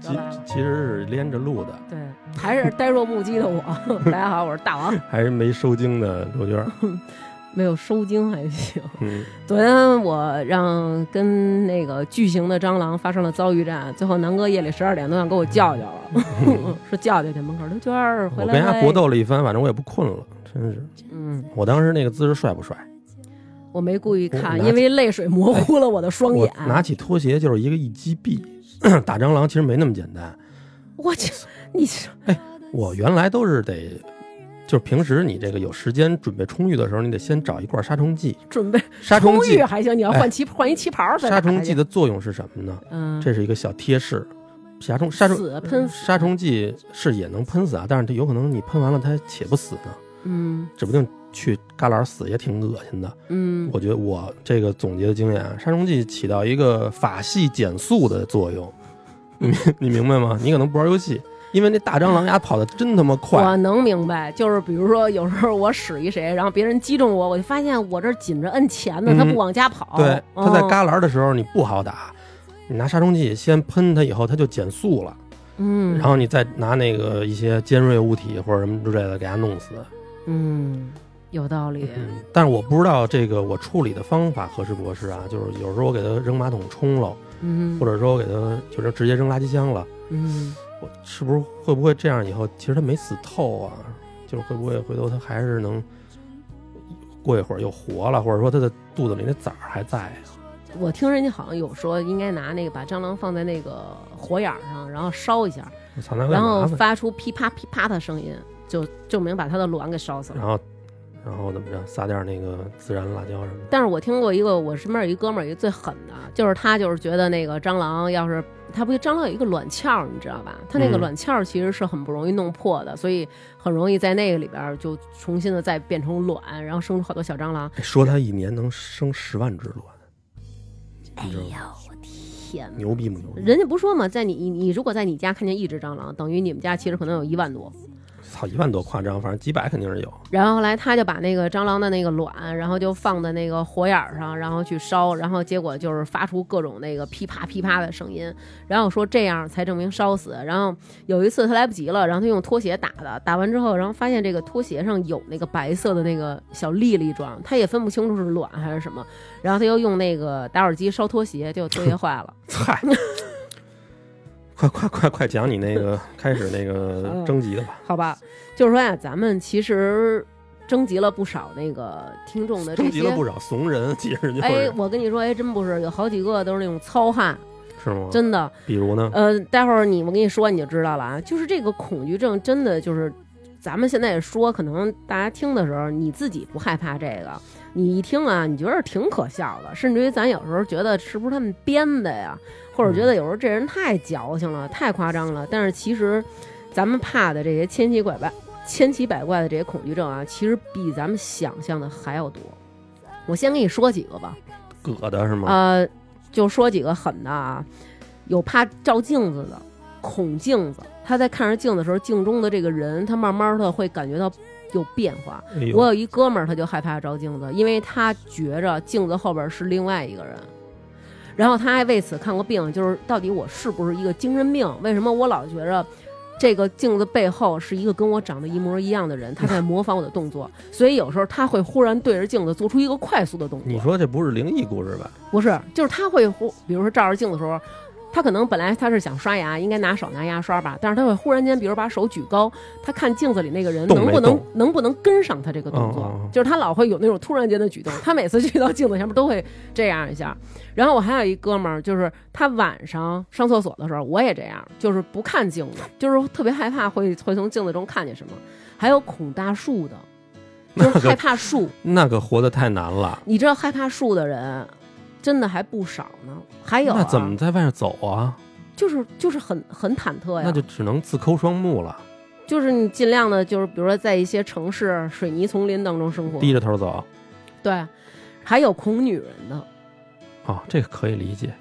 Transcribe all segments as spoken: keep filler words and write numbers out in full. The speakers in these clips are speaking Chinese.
其其实是连着录的， 对，还是呆若木鸡的我。大家好，我是大王， 还是没收精的罗娟。 没有收精还行。 嗯， 昨天我让跟那个巨型的蟑螂发生了遭遇战，最后南哥夜里十二点都想给我叫叫了，嗯、说叫叫去门口，刘娟儿回来。 我跟人家搏斗了一番，反正我也不困了，真是。 嗯， 我当时那个姿势帅不帅？ 我没故意看，因为泪水模糊了我的双眼。 我拿起拖鞋就是一个一击毙，打蟑螂其实没那么简单。 我去，你哎，我原来都是得。就是平时你这个有时间准备充裕的时候，你得先找一罐杀虫剂。 准备杀虫剂还行，你要换旗、哎、换一旗袍。 杀虫剂的作用是什么呢？嗯，这是一个小贴士。杀虫杀虫死喷杀虫剂是也能喷死啊，但是它有可能你喷完了它且不死呢。 嗯， 指不定去旮旯死也挺恶心的。 嗯， 我觉得我这个总结的经验啊，杀虫剂起到一个法系减速的作用。你你明白吗？你可能不玩游戏。因为那大蟑螂呀跑得真他妈快， 我能明白。就是比如说，有时候我使一谁，然后别人击中我，我就发现我这紧着摁前呢，他、嗯、不往家跑。 对，他在旮旯的时候你不好打，你拿杀虫剂先喷他，以后他就减速了。 嗯， 然后你再拿那个一些尖锐物体或者什么之类的给它弄死。 嗯，有道理。 嗯，但是我不知道这个我处理的方法合适不合适啊？就是有时候我给它扔马桶冲了， 嗯， 或者说我给它就是直接扔垃圾箱了， 嗯。 我是不是会不会这样以后其实它没死透啊，就是会不会回头它还是能过一会儿又活了，或者说它的肚子里那崽儿还在啊？ 我听人家好像有说应该拿那个把蟑螂放在那个火眼上然后烧一下，然后发出噼啪噼啪的声音，就证明把它的卵给烧死了。 然后然后怎么着撒点那个孜然辣椒什么的。 但是我听过一个我身边有一哥们儿，一个最狠的就是他就是觉得那个蟑螂要是它不蟑螂有一个卵鞘你知道吧，它那个卵鞘其实是很不容易弄破的、嗯、所以很容易在那个里边就重新的再变成卵，然后生出好多小蟑螂。 说它一年能生十万只卵， 哎呦我天， 牛逼不牛逼？ 人家不说嘛，在你你如果在你家看见一只蟑螂，等于你们家其实可能有一万多。 操，一万多夸张，反正几百肯定是有。 然后后来他就把那个蟑螂的那个卵，然后就放在那个火眼上，然后去烧，然后结果就是发出各种那个噼啪噼啪的声音，然后说这样才证明烧死。然后有一次他来不及了，然后他用拖鞋打的，打完之后，然后发现这个拖鞋上有那个白色的那个小粒粒状，他也分不清楚是卵还是什么，然后他又用那个打火机烧拖鞋，结果拖鞋坏了。 嗨。快快快快讲你那个开始那个征集的吧、嗯、 好吧，就是说呀，咱们其实征集了不少那个听众的这些， 征集了不少怂人，其实就是哎，我跟你说，哎，真不是，有好几个都是那种糙汉， 是吗？ 真的。 比如呢？ 呃，待会儿你我跟你说你就知道了啊，就是这个恐惧症真的就是咱们现在也说，可能大家听的时候你自己不害怕这个，你一听啊你觉得挺可笑的，甚至于咱有时候觉得是不是他们编的呀，或者觉得有时候这人太矫情了、嗯、太夸张了。但是其实咱们怕的这些千奇百怪千奇百怪的这些恐惧症啊，其实比咱们想象的还要多。我先给你说几个吧。 葛的是吗？ 呃就说几个狠的啊，有怕照镜子的，恐镜子，他在看着镜子的时候，镜中的这个人他慢慢的会感觉到有变化、哎、我有一哥们儿他就害怕照镜子，因为他觉着镜子后边是另外一个人，然后他还为此看过病，就是到底我是不是一个精神病，为什么我老觉着这个镜子背后是一个跟我长得一模一样的人，他在模仿我的动作所以有时候他会忽然对着镜子做出一个快速的动作。 你说这不是灵异故事吧？ 不是，就是他会比如说照着镜子的时候，他可能本来他是想刷牙，应该拿手拿牙刷吧，但是他会忽然间比如把手举高，他看镜子里那个人能不能能不能跟上他这个动作、哦、就是他老会有那种突然间的举动，他每次去到镜子前面都会这样一下。然后我还有一哥们儿，就是他晚上上厕所的时候我也这样，就是不看镜子，就是特别害怕会会从镜子中看见什么。还有恐大树的，就是害怕树、 那个、那个活得太难了。 你知道害怕树的人真的还不少呢。还有、啊、 那怎么在外面走啊？ 就是就是很很忐忑呀。 那就只能自抠双目了。 就是你尽量的，就是比如说在一些城市水泥丛林当中生活， 低着头走。 对，还有恐女人的。 哦，这个可以理解。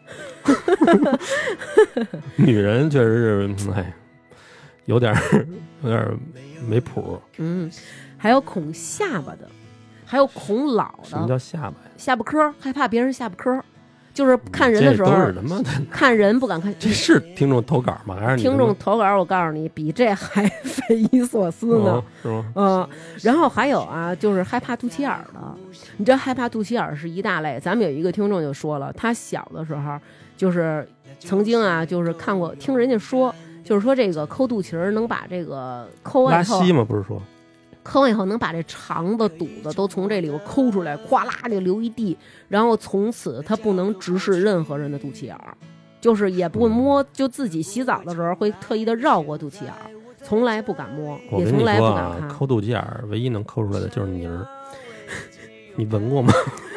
女人确实是，哎，有点有点没谱。 嗯，还有恐下巴的。还有恐老的。 什么叫下巴呀？ 下巴颏，害怕别人下巴颏， 就是看人的时候， 这都是什么的？ 看人不敢看。 这是听众投稿吗？还是你听众投稿？我告诉你，比这还匪夷所思呢， 哦、是吗？ 嗯，然后还有啊，就是害怕肚脐眼的。你知道害怕肚脐眼是一大类。咱们有一个听众就说了，他小的时候就是曾经啊，就是看过听人家说，就是说这个抠肚脐能把这个抠完以后拉稀吗？不是说。 抠完以后能把这肠子肚子都从这里边抠出来，哗啦就流一地，然后从此他不能直视任何人的肚脐眼儿，就是也不摸，就自己洗澡的时候会特意的绕过肚脐眼儿，从来不敢摸，也从来不敢看。 啊、抠肚脐眼儿唯一能抠出来的就是泥儿，你闻过吗？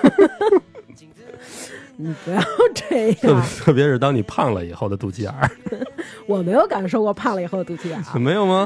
你不要这样， 特别是当你胖了以后的肚脐眼儿。 我没有感受过胖了以后的肚脐眼儿， 没有吗？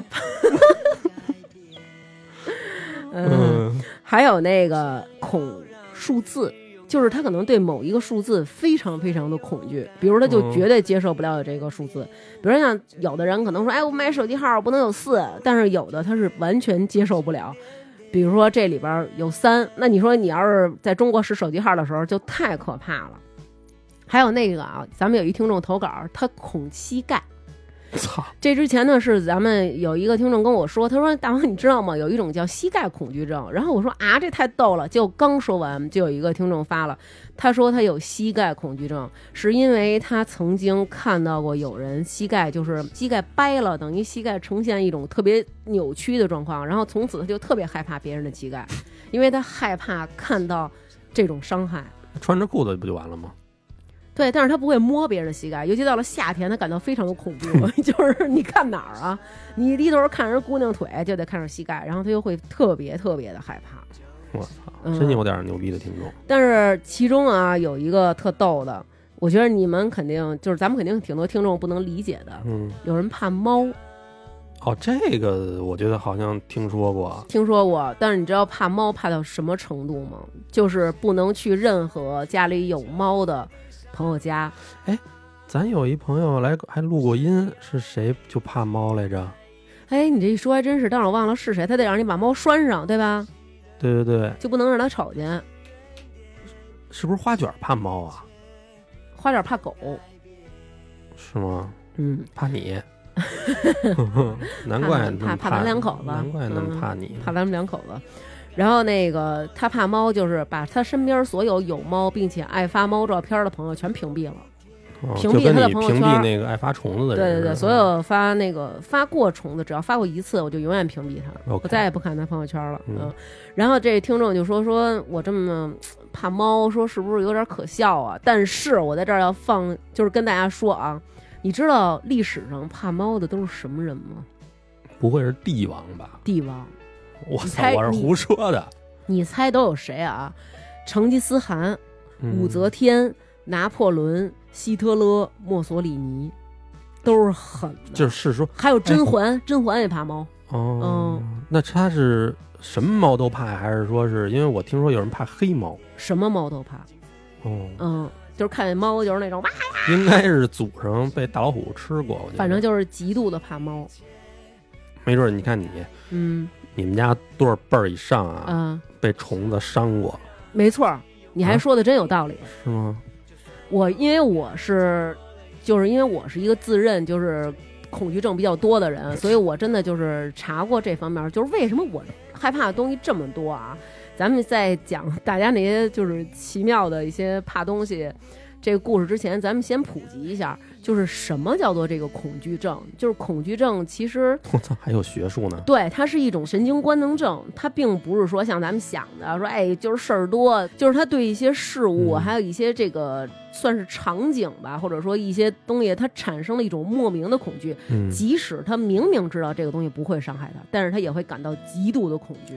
嗯，还有那个恐数字，就是他可能对某一个数字非常非常的恐惧，比如他就绝对接受不了有这个数字。嗯、比如像有的人可能说，哎，我买手机号不能有四，但是有的他是完全接受不了。比如说这里边有三，那你说你要是在中国使手机号的时候就太可怕了。还有那个啊，咱们有一听众投稿，他恐膝盖。这之前呢是咱们有一个听众跟我说，他说大王你知道吗，有一种叫膝盖恐惧症。然后我说啊，这太逗了。结果刚说完就有一个听众发了，他说他有膝盖恐惧症，是因为他曾经看到过有人膝盖就是膝盖掰了，等于膝盖呈现一种特别扭曲的状况，然后从此他就特别害怕别人的膝盖，因为他害怕看到这种伤害。 穿着裤子不就完了吗？ 对，但是他不会摸别人的膝盖，尤其到了夏天，他感到非常的恐怖。就是你看哪儿啊？你一低头看人姑娘腿，就得看着膝盖，然后他又会特别特别的害怕。 我操，真有点牛逼的听众、嗯。 但是其中啊有一个特逗的，我觉得你们肯定就是咱们肯定挺多听众不能理解的。嗯，有人怕猫。 哦，这个我觉得好像听说过， 听说过。但是你知道怕猫怕到什么程度吗？就是不能去任何家里有猫的朋友家。 哎，咱有一朋友来还录过音，是谁就怕猫来着？ 哎，你这一说还真是，但是我忘了是谁。他得让你把猫拴上，对吧？ 对对对， 就不能让它瞅见。 是不是花卷怕猫啊？ 花卷怕狗， 是吗？ 嗯， 怕你。难怪怕怕咱两口子， 难怪那么怕你、 嗯，怕咱们两口子。然后那个他怕猫，就是把他身边所有有猫并且爱发猫照片的朋友全屏蔽了， 哦、 屏蔽他的朋友圈， 屏蔽那个爱发虫子的人。 对对对，所有发那个发过虫子，只要发过一次，我就永远屏蔽他， okay, 我再也不看他朋友圈了。 嗯， 嗯然后这听众就说说我这么怕猫，说是不是有点可笑啊？但是我在这儿要放，就是跟大家说啊。你知道历史上怕猫的都是什么人吗？ 不会是帝王吧？ 帝王， 我操，我是胡说的。 你猜都有谁啊？成吉思汗、武则天、嗯、拿破仑、希特勒、墨索里尼，都是狠的。 就是说， 还有甄嬛，哎、甄嬛也怕猫。 哦， 嗯， 那他是什么猫都怕，还是说是因为我听说有人怕黑猫？ 什么猫都怕。 哦， 嗯。就是看见猫就是那种哇， 应该是祖上被大老虎吃过，我觉得反正就是极度的怕猫。 没准你看你， 嗯， 你们家多少辈儿以上啊， 嗯， 被虫子伤过。 没错，你还说的真有道理。 啊、是吗？ 我因为我是，就是因为我是一个自认就是恐惧症比较多的人，所以我真的就是查过这方面，就是为什么我害怕的东西这么多啊。咱们在讲大家那些就是奇妙的一些怕东西这个故事之前，咱们先普及一下，就是什么叫做这个恐惧症。就是恐惧症其实我操还有学术呢。 对，它是一种神经官能症，它并不是说像咱们想的说哎就是事儿多，就是它对一些事物、嗯、还有一些这个算是场景吧，或者说一些东西它产生了一种莫名的恐惧、 嗯、 即使他明明知道这个东西不会伤害他，但是他也会感到极度的恐惧。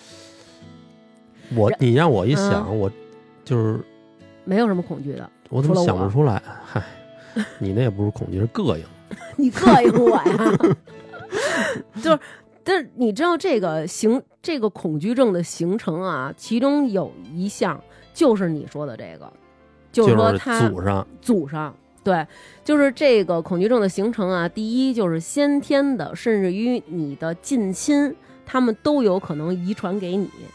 我你让我一想、嗯、我就是没有什么恐惧的， 我怎么想不出来？嗨，你那也不是恐惧，是膈应。 你膈应我呀？就是，但是你知道这个形这个恐惧症的形成啊，其中有一项就是你说的这个，就是说它祖上祖上对，就是这个恐惧症的形成啊。第一就是先天的，甚至于你的近亲，他们都有可能遗传给你。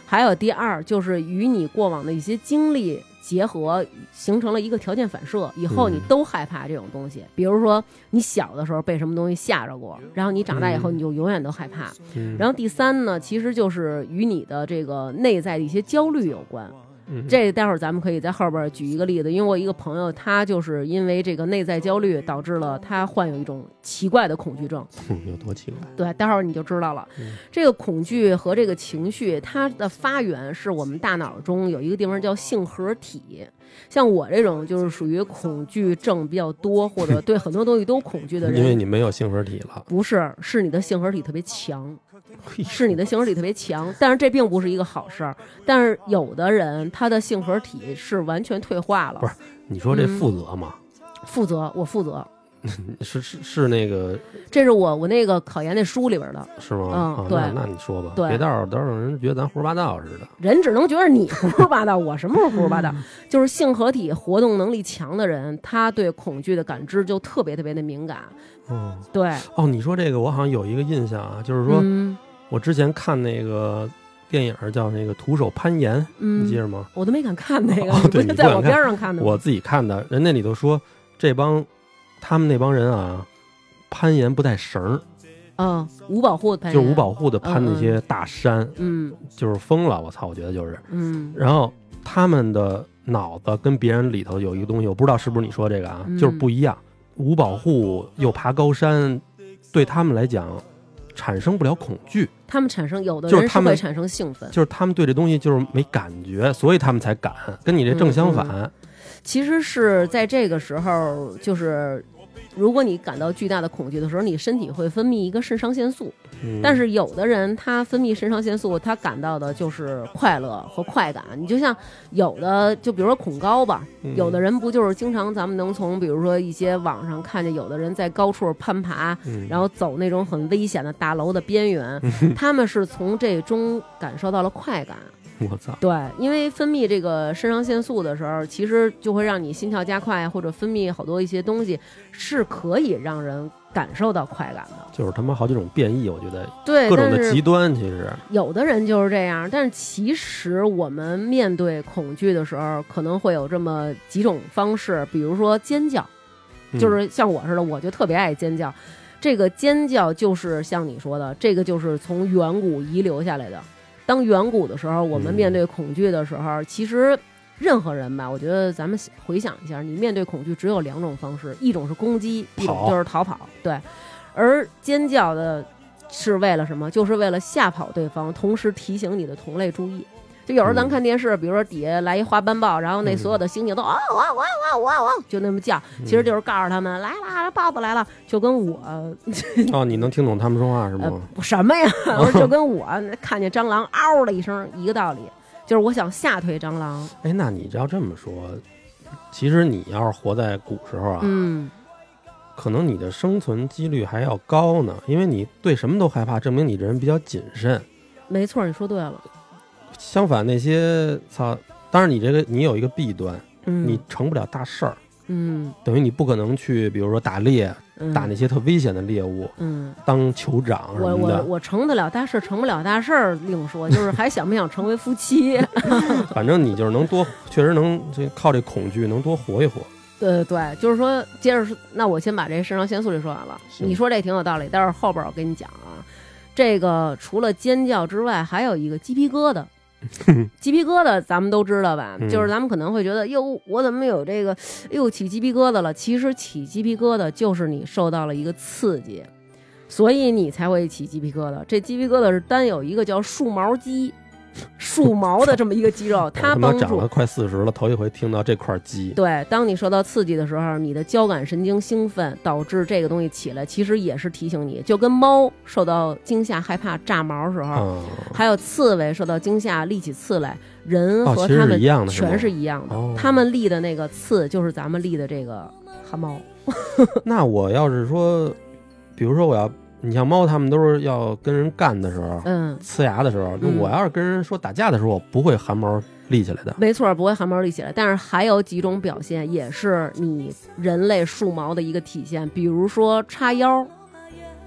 还有第二就是与你过往的一些经历结合，形成了一个条件反射，以后你都害怕这种东西、嗯、比如说你小的时候被什么东西吓着过，然后你长大以后你就永远都害怕、嗯、然后第三呢其实就是与你的这个内在的一些焦虑有关，这待会儿咱们可以在后边举一个例子，因为我一个朋友他就是因为这个内在焦虑导致了他患有一种奇怪的恐惧症、 嗯、有多奇怪？ 对，待会儿你就知道了、嗯、这个恐惧和这个情绪它的发源是我们大脑中有一个地方叫杏核体，像我这种就是属于恐惧症比较多或者对很多东西都恐惧的人， 因为你没有杏核体了。 不是，是你的杏核体特别强，是你的杏核体特别强，但是这并不是一个好事儿。但是有的人他的杏核体是完全退化了。 不是，你说这负责吗？ 嗯、负责，我负责。 是是是那个， 这是我我那个考研那书里边的， 是吗？ 嗯， 啊、 对， 那那你说吧， 对， 别到时候到时候人觉得咱胡说八道似的。 人只能觉得你胡说八道，我什么时候胡说八道？就是杏核体活动能力强的人，他对恐惧的感知就特别特别的敏感。 嗯， 对。 哦，你说这个我好像有一个印象啊，就是说、嗯、我之前看那个电影叫那个徒手攀岩、嗯、你记着吗？ 我都没敢看那个， 哦、对， 你在我边上看的， 我自己看的。人那里头说这帮他们那帮人啊，攀岩不带绳， 嗯，无保护的攀岩， 就是无保护的攀那些大山， 嗯， 就是疯了，我操，我觉得就是， 嗯， 然后他们的脑子跟别人里头有一个东西，我不知道是不是你说这个啊， 嗯、 就是不一样，无保护又爬高山，对他们来讲产生不了恐惧， 他们产生有的人是会产生兴奋， 就是他们对这东西就是没感觉，所以他们才敢，跟你这正相反。 嗯嗯其实是在这个时候，就是如果你感到巨大的恐惧的时候，你身体会分泌一个肾上腺素、嗯、但是有的人他分泌肾上腺素，他感到的就是快乐和快感。你就像有的就比如说恐高吧、嗯、有的人不就是经常咱们能从比如说一些网上看见有的人在高处攀爬、嗯、然后走那种很危险的大楼的边缘、嗯、他们是从这中感受到了快感。 我操！ 对，因为分泌这个肾上腺素的时候，其实就会让你心跳加快，或者分泌好多一些东西，是可以让人感受到快感的。 就是他妈好几种变异，我觉得对各种的极端，其实有的人就是这样。但是其实我们面对恐惧的时候，可能会有这么几种方式，比如说尖叫，就是像我似的，我就特别爱尖叫。这个尖叫就是像你说的，这个就是从远古遗留下来的。当远古的时候，我们面对恐惧的时候、嗯、其实任何人吧，我觉得咱们回想一下，你面对恐惧只有两种方式，一种是攻击，一种就是逃跑。对，而尖叫的是为了什么？就是为了吓跑对方，同时提醒你的同类注意。就有时候咱看电视、嗯、比如说底下来一花斑豹，然后那所有的猩猩都、嗯、啊哇哇哇哇哇就那么叫，其实就是告诉他们、嗯、来啦，豹子来了，就跟我哦，你能听懂他们说话是吗？ 呃、什么呀？我说就跟我看见蟑螂嗷的一声一个道理，就是我想吓退蟑螂。 哎，那你要这么说，其实你要是活在古时候啊， 嗯， 可能你的生存几率还要高呢，因为你对什么都害怕，证明你这人比较谨慎。 没错，你说对了。 相反，那些操，当然你这个你有一个弊端， 嗯、 你成不了大事儿， 嗯， 等于你不可能去，比如说打猎，嗯、打那些特危险的猎物， 嗯， 当酋长什么的。 我我我成得了大事，成不了大事儿另说，就是还想不想成为夫妻？ 反正你就是能多，确实能这靠这恐惧能多活一活。 对对，就是说，接着说，那我先把这肾上腺素这说完了。你说这挺有道理，待会儿后边我跟你讲啊。这个除了尖叫之外，还有一个鸡皮疙瘩。鸡皮疙瘩咱们都知道吧、嗯、就是咱们可能会觉得哟我怎么有这个又起鸡皮疙瘩了，其实起鸡皮疙瘩就是你受到了一个刺激，所以你才会起鸡皮疙瘩。这鸡皮疙瘩是单有一个叫竖毛肌竖毛的这么一个肌肉，它帮助长了快四十了，头一回听到这块肌。 对，当你受到刺激的时候，你的交感神经兴奋，导致这个东西起来，其实也是提醒你，就跟猫受到惊吓害怕炸毛的时候、嗯、还有刺猬受到惊吓立起刺来，人和他们全是一样的、哦、他们立的那个刺就是咱们立的这个汗毛。 那我要是说比如说我要你像猫他们都是要跟人干的时候， 嗯， 呲牙的时候、嗯、我要是跟人说打架的时候，我不会汗毛立起来的。 没错，不会汗毛立起来，但是还有几种表现也是你人类竖毛的一个体现，比如说叉腰。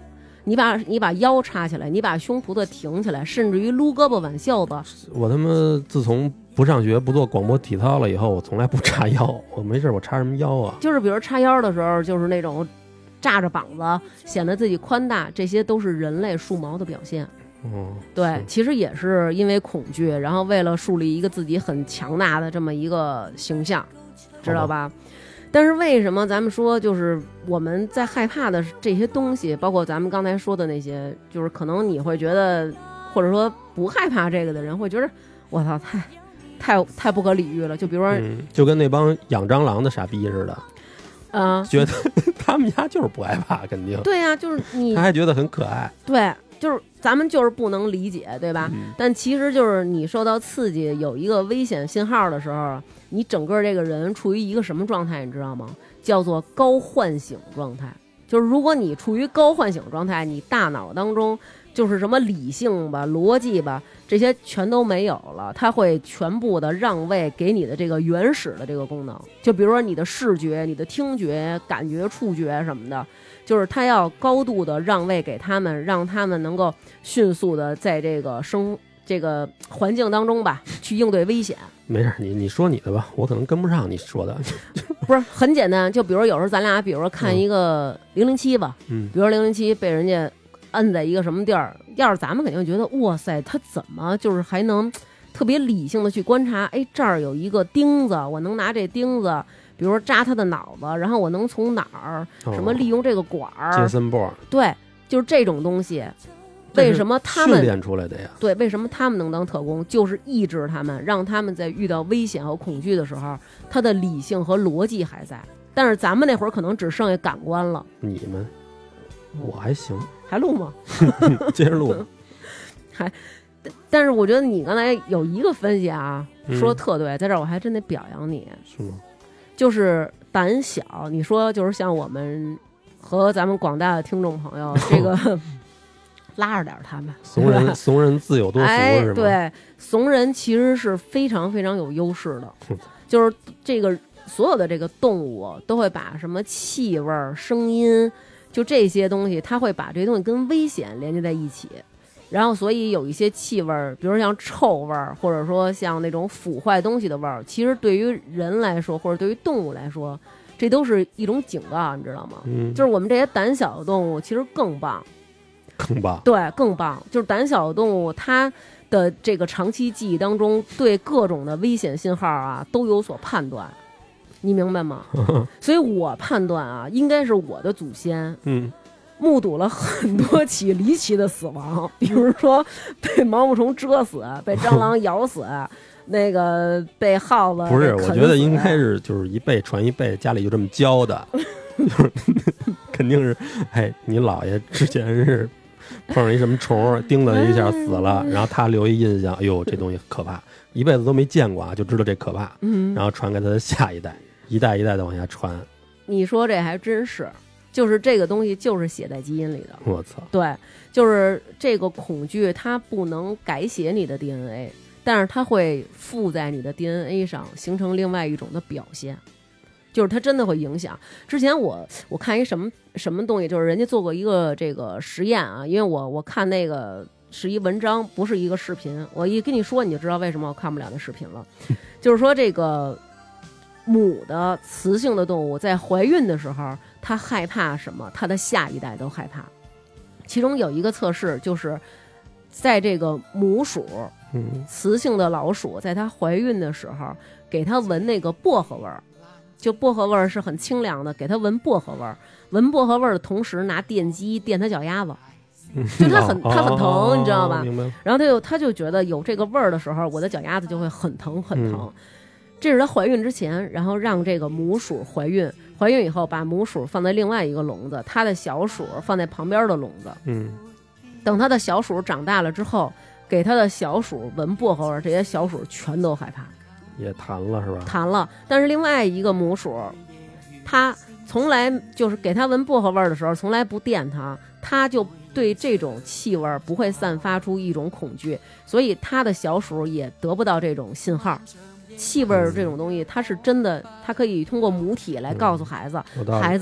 你把你把腰叉起来，你把胸脯子挺起来，甚至于撸胳膊挽袖子。 我他妈自从不上学不做广播体操了以后，我从来不叉腰，我没事我叉什么腰啊？ 就是比如叉腰的时候，就是那种炸着膀子，显得自己宽大，这些都是人类树毛的表现。 哦， 对，其实也是因为恐惧，然后为了树立一个自己很强大的这么一个形象，知道吧？但是为什么咱们说就是我们在害怕的这些东西，包括咱们刚才说的那些，就是可能你会觉得，或者说不害怕这个的人会觉得，我操，太太太不可理喻了。就比如说、 嗯，就跟那帮养蟑螂的傻逼似的， 啊、呃， 觉得他们家就是不害怕，肯定对呀、啊，就是你他还觉得很可爱， 对。就是咱们就是不能理解，对吧、嗯、但其实就是你受到刺激有一个危险信号的时候，你整个这个人处于一个什么状态你知道吗？叫做高唤醒状态。就是如果你处于高唤醒状态，你大脑当中就是什么理性吧逻辑吧这些全都没有了，它会全部的让位给你的这个原始的这个功能。就比如说你的视觉你的听觉感觉触觉什么的，就是他要高度的让位给他们，让他们能够迅速的在这个生这个环境当中吧，去应对危险。 没事，你你说你的吧，我可能跟不上你说的。 不是很简单，就比如有时候咱俩，比如说看一个零零七吧， 嗯， 比如零零七被人家摁在一个什么地儿，要是咱们肯定觉得哇塞，他怎么就是还能特别理性的去观察，哎，这儿有一个钉子，我能拿这钉子。比如说扎他的脑子，然后我能从哪儿、哦、什么利用这个管儿， 杰森波， 对，就是这种东西。为什么他们训练出来的呀？ 对，为什么他们能当特工？就是抑制他们，让他们在遇到危险和恐惧的时候，他的理性和逻辑还在。但是咱们那会儿可能只剩下感官了。 你们，我还行， 还录吗？ 接着录。 还，但是我觉得你刚才有一个分析啊，说的特对，在这儿我还真得表扬你。 是吗？ 就是胆小，你说就是像我们和咱们广大的听众朋友，这个拉着点他们， 怂人怂人自有多福， 哎， 是吗？ 对，怂人其实是非常非常有优势的，就是这个所有的这个动物都会把什么气味、声音，就这些东西，它会把这些东西跟危险连接在一起。然后，所以有一些气味，比如像臭味，或者说像那种腐坏东西的味儿，其实对于人来说，或者对于动物来说，这都是一种警告，你知道吗？ 嗯， 就是我们这些胆小的动物其实更棒， 更棒， 对，更棒。就是胆小的动物，它的这个长期记忆当中，对各种的危险信号啊都有所判断，你明白吗？所以我判断啊，应该是我的祖先， 嗯。 目睹了很多起离奇的死亡，比如说被毛毛虫蛰死，被蟑螂咬死，那个被耗子不是，我觉得应该是就是一辈传一辈，家里就这么教的，就是肯定是，哎，你姥爷之前是碰上一什么虫叮了一下死了，然后他留一印象，哎呦这东西可怕，一辈子都没见过啊，就知道这可怕， 嗯， 然后传给他的下一代，一代一代的往下传。 你说这还真是。就是这个东西就是写在基因里的， 我操！ 对，就是这个恐惧，它不能改写你的 D N A， 但是它会附在你的 D N A 上，形成另外一种的表现，就是它真的会影响。之前我我看一什么什么东西，就是人家做过一个这个实验啊，因为我我看那个是一文章，不是一个视频，我一跟你说你就知道为什么我看不了那视频了，就是说这个母的雌性的动物在怀孕的时候，它害怕什么，它的下一代都害怕。其中有一个测试，就是在这个母鼠， 嗯， 雌性的老鼠，在它怀孕的时候，给它闻那个薄荷味儿，就薄荷味儿是很清凉的，给它闻薄荷味儿，闻薄荷味儿的同时拿电击电它脚丫子，就它很它很疼， 哦、 你知道吧？ 明白。 然后它就它就觉得有这个味儿的时候，我的脚丫子就会很疼很疼。嗯，这是她怀孕之前，然后让这个母鼠怀孕，怀孕以后把母鼠放在另外一个笼子，它的小鼠放在旁边的笼子。 嗯， 等它的小鼠长大了之后，给它的小鼠闻薄荷味，这些小鼠全都害怕， 也弹了是吧？ 弹了。但是另外一个母鼠，它从来就是给它闻薄荷味的时候，从来不电它，它就对这种气味不会散发出一种恐惧，所以它的小鼠也得不到这种信号。气味这种东西，它是真的，它可以通过母体来告诉孩子， 嗯、 孩子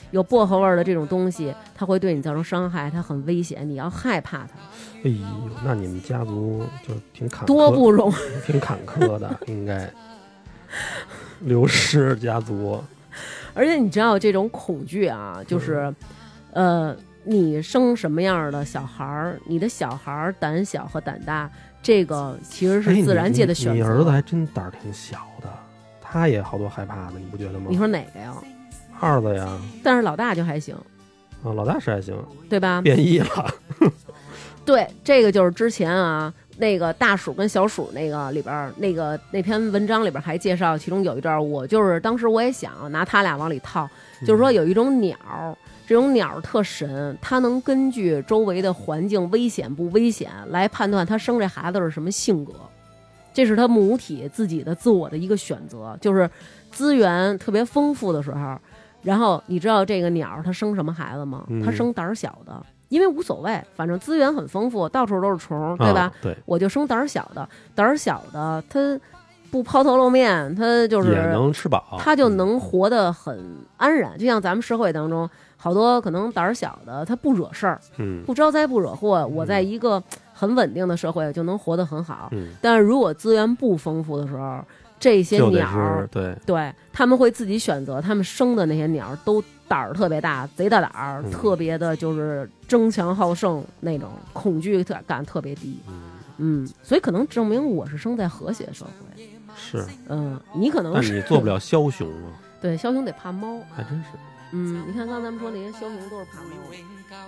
有薄荷味的这种东西，它会对你造成伤害，它很危险，你要害怕它。 哎呦，那你们家族就挺坎坷， 多不容易， 挺坎坷的，应该刘氏家族。 而且你知道这种恐惧啊，就是，嗯、呃，你生什么样的小孩儿，你的小孩儿胆小和胆大，这个其实是自然界的选择。 哎、你, 你儿子还真胆儿挺小的，他也好多害怕的，你不觉得吗？ 你说哪个呀？ 二子呀。 但是老大就还行。 啊，老大是还行， 对吧？ 变异了。 对，这个就是之前啊，那个大鼠跟小鼠那个里边那个那篇文章里边还介绍，其中有一段，我就是当时我也想拿他俩往里套，就是说有一种鸟，嗯、这种鸟特神，它能根据周围的环境危险不危险来判断它生这孩子是什么性格，这是它母体自己的自我的一个选择，就是资源特别丰富的时候。然后你知道这个鸟它生什么孩子吗？它生胆小的，因为无所谓，反正资源很丰富，到处都是虫，对吧？ 哦、对， 我就生胆小的，胆小的它不抛头露面，它就是也能吃饱， 它就能活得很安然。就像咱们社会当中，好多可能胆小的，他不惹事儿， 嗯， 不招灾不惹祸，我在一个很稳定的社会就能活得很好。 嗯， 但是如果资源不丰富的时候，这些鸟， 对对，他们会自己选择，他们生的那些鸟都胆儿特别大，贼大胆儿、嗯，特别的就是争强好胜那种，恐惧感特别低。嗯, 嗯，所以可能证明我是生在和谐社会。 是， 嗯，你可能是， 但你做不了枭雄啊。 对，枭雄得怕猫， 还真是。 嗯，你看刚才咱们说那些枭雄都是怕猫，对吧？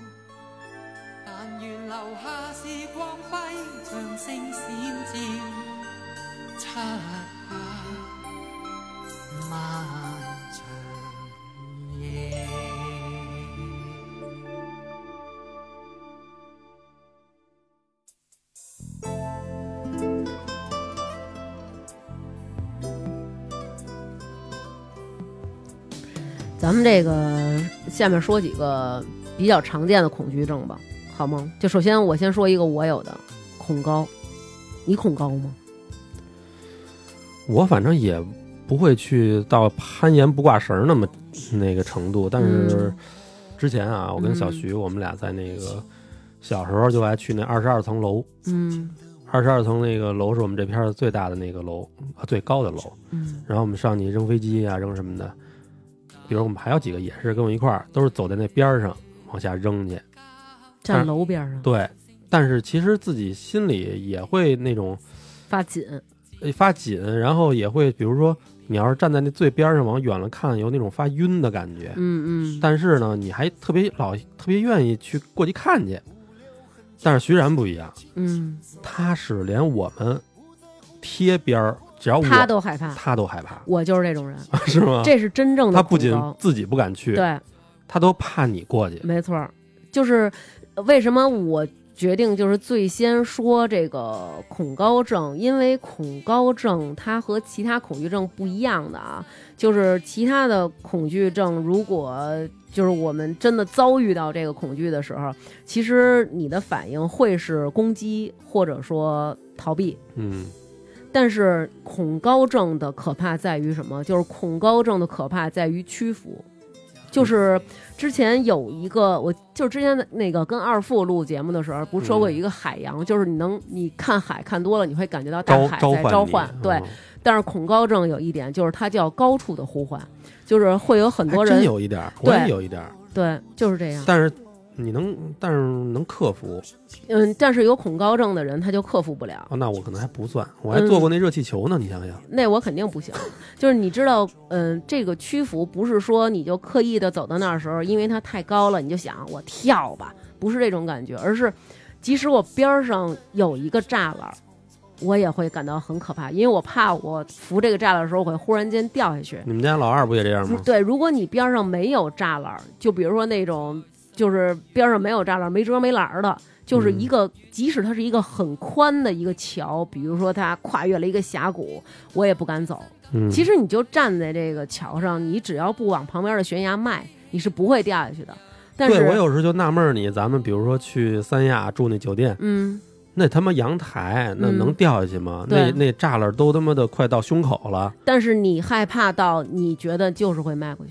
但願留下是光輝，像星閃照。漆黑漫長夜，咱们这个下面说几个比较常见的恐惧症吧，好吗？就首先我先说一个我有的恐高，你恐高吗？ 我反正也不会去到攀岩不挂绳那么那个程度，但是之前啊，嗯、我跟小徐我们俩在那个小时候就爱去那二十二层楼， 嗯， 二十二层那个楼是我们这片最大的那个楼，最高的楼， 嗯， 然后我们上去扔飞机啊，扔什么的，比如我们还有几个也是跟我一块儿，都是走在那边上往下扔去， 站楼边上， 对，但是其实自己心里也会那种发紧。 发紧，然后也会比如说你要是站在那最边上往远了看有那种发晕的感觉， 嗯嗯， 但是呢你还特别老特别愿意去过去看去，但是徐然不一样， 嗯， 他是连我们贴边只要我他都害怕， 他都害怕， 我就是这种人是吗？ 这是真正的他不仅自己不敢去， 对， 他都怕你过去， 没错，就是为什么我决定就是最先说这个恐高症，因为恐高症它和其他恐惧症不一样的啊，就是其他的恐惧症，如果就是我们真的遭遇到这个恐惧的时候，其实你的反应会是攻击或者说逃避， 嗯， 但是恐高症的可怕在于什么？就是恐高症的可怕在于屈服。就是之前有一个，我就是之前的那个跟二副录节目的时候，不是说过有一个海洋，嗯、就是你能你看海看多了，你会感觉到大海在召唤，对。 嗯、 但是恐高症有一点，就是它叫高处的呼唤，就是会有很多人， 真有一点，我也有一点， 对，就是这样。 但是你能，但是能克服。 嗯，但是有恐高症的人他就克服不了。 哦，那我可能还不算，我还做过那热气球呢，嗯、你想想。 那我肯定不行。就是你知道，嗯，这个屈服不是说你就刻意的走到那儿的时候，因为它太高了，你就想我跳吧，不是这种感觉，而是即使我边上有一个栅栏，我也会感到很可怕，因为我怕我扶这个栅栏的时候我会忽然间掉下去。 你们家老二不也这样吗？ 对，如果你边上没有栅栏，就比如说那种。就是边上没有栅栏没遮没栏的，就是一个、嗯、即使它是一个很宽的一个桥，比如说它跨越了一个峡谷，我也不敢走、 嗯、 其实你就站在这个桥上，你只要不往旁边的悬崖迈，你是不会掉下去的。但是对，我有时候就纳闷你咱们比如说去三亚住那酒店， 嗯， 那他妈阳台那能掉下去吗、嗯、那那栅栏都他妈的快到胸口了， 但是你害怕到你觉得就是会迈过去，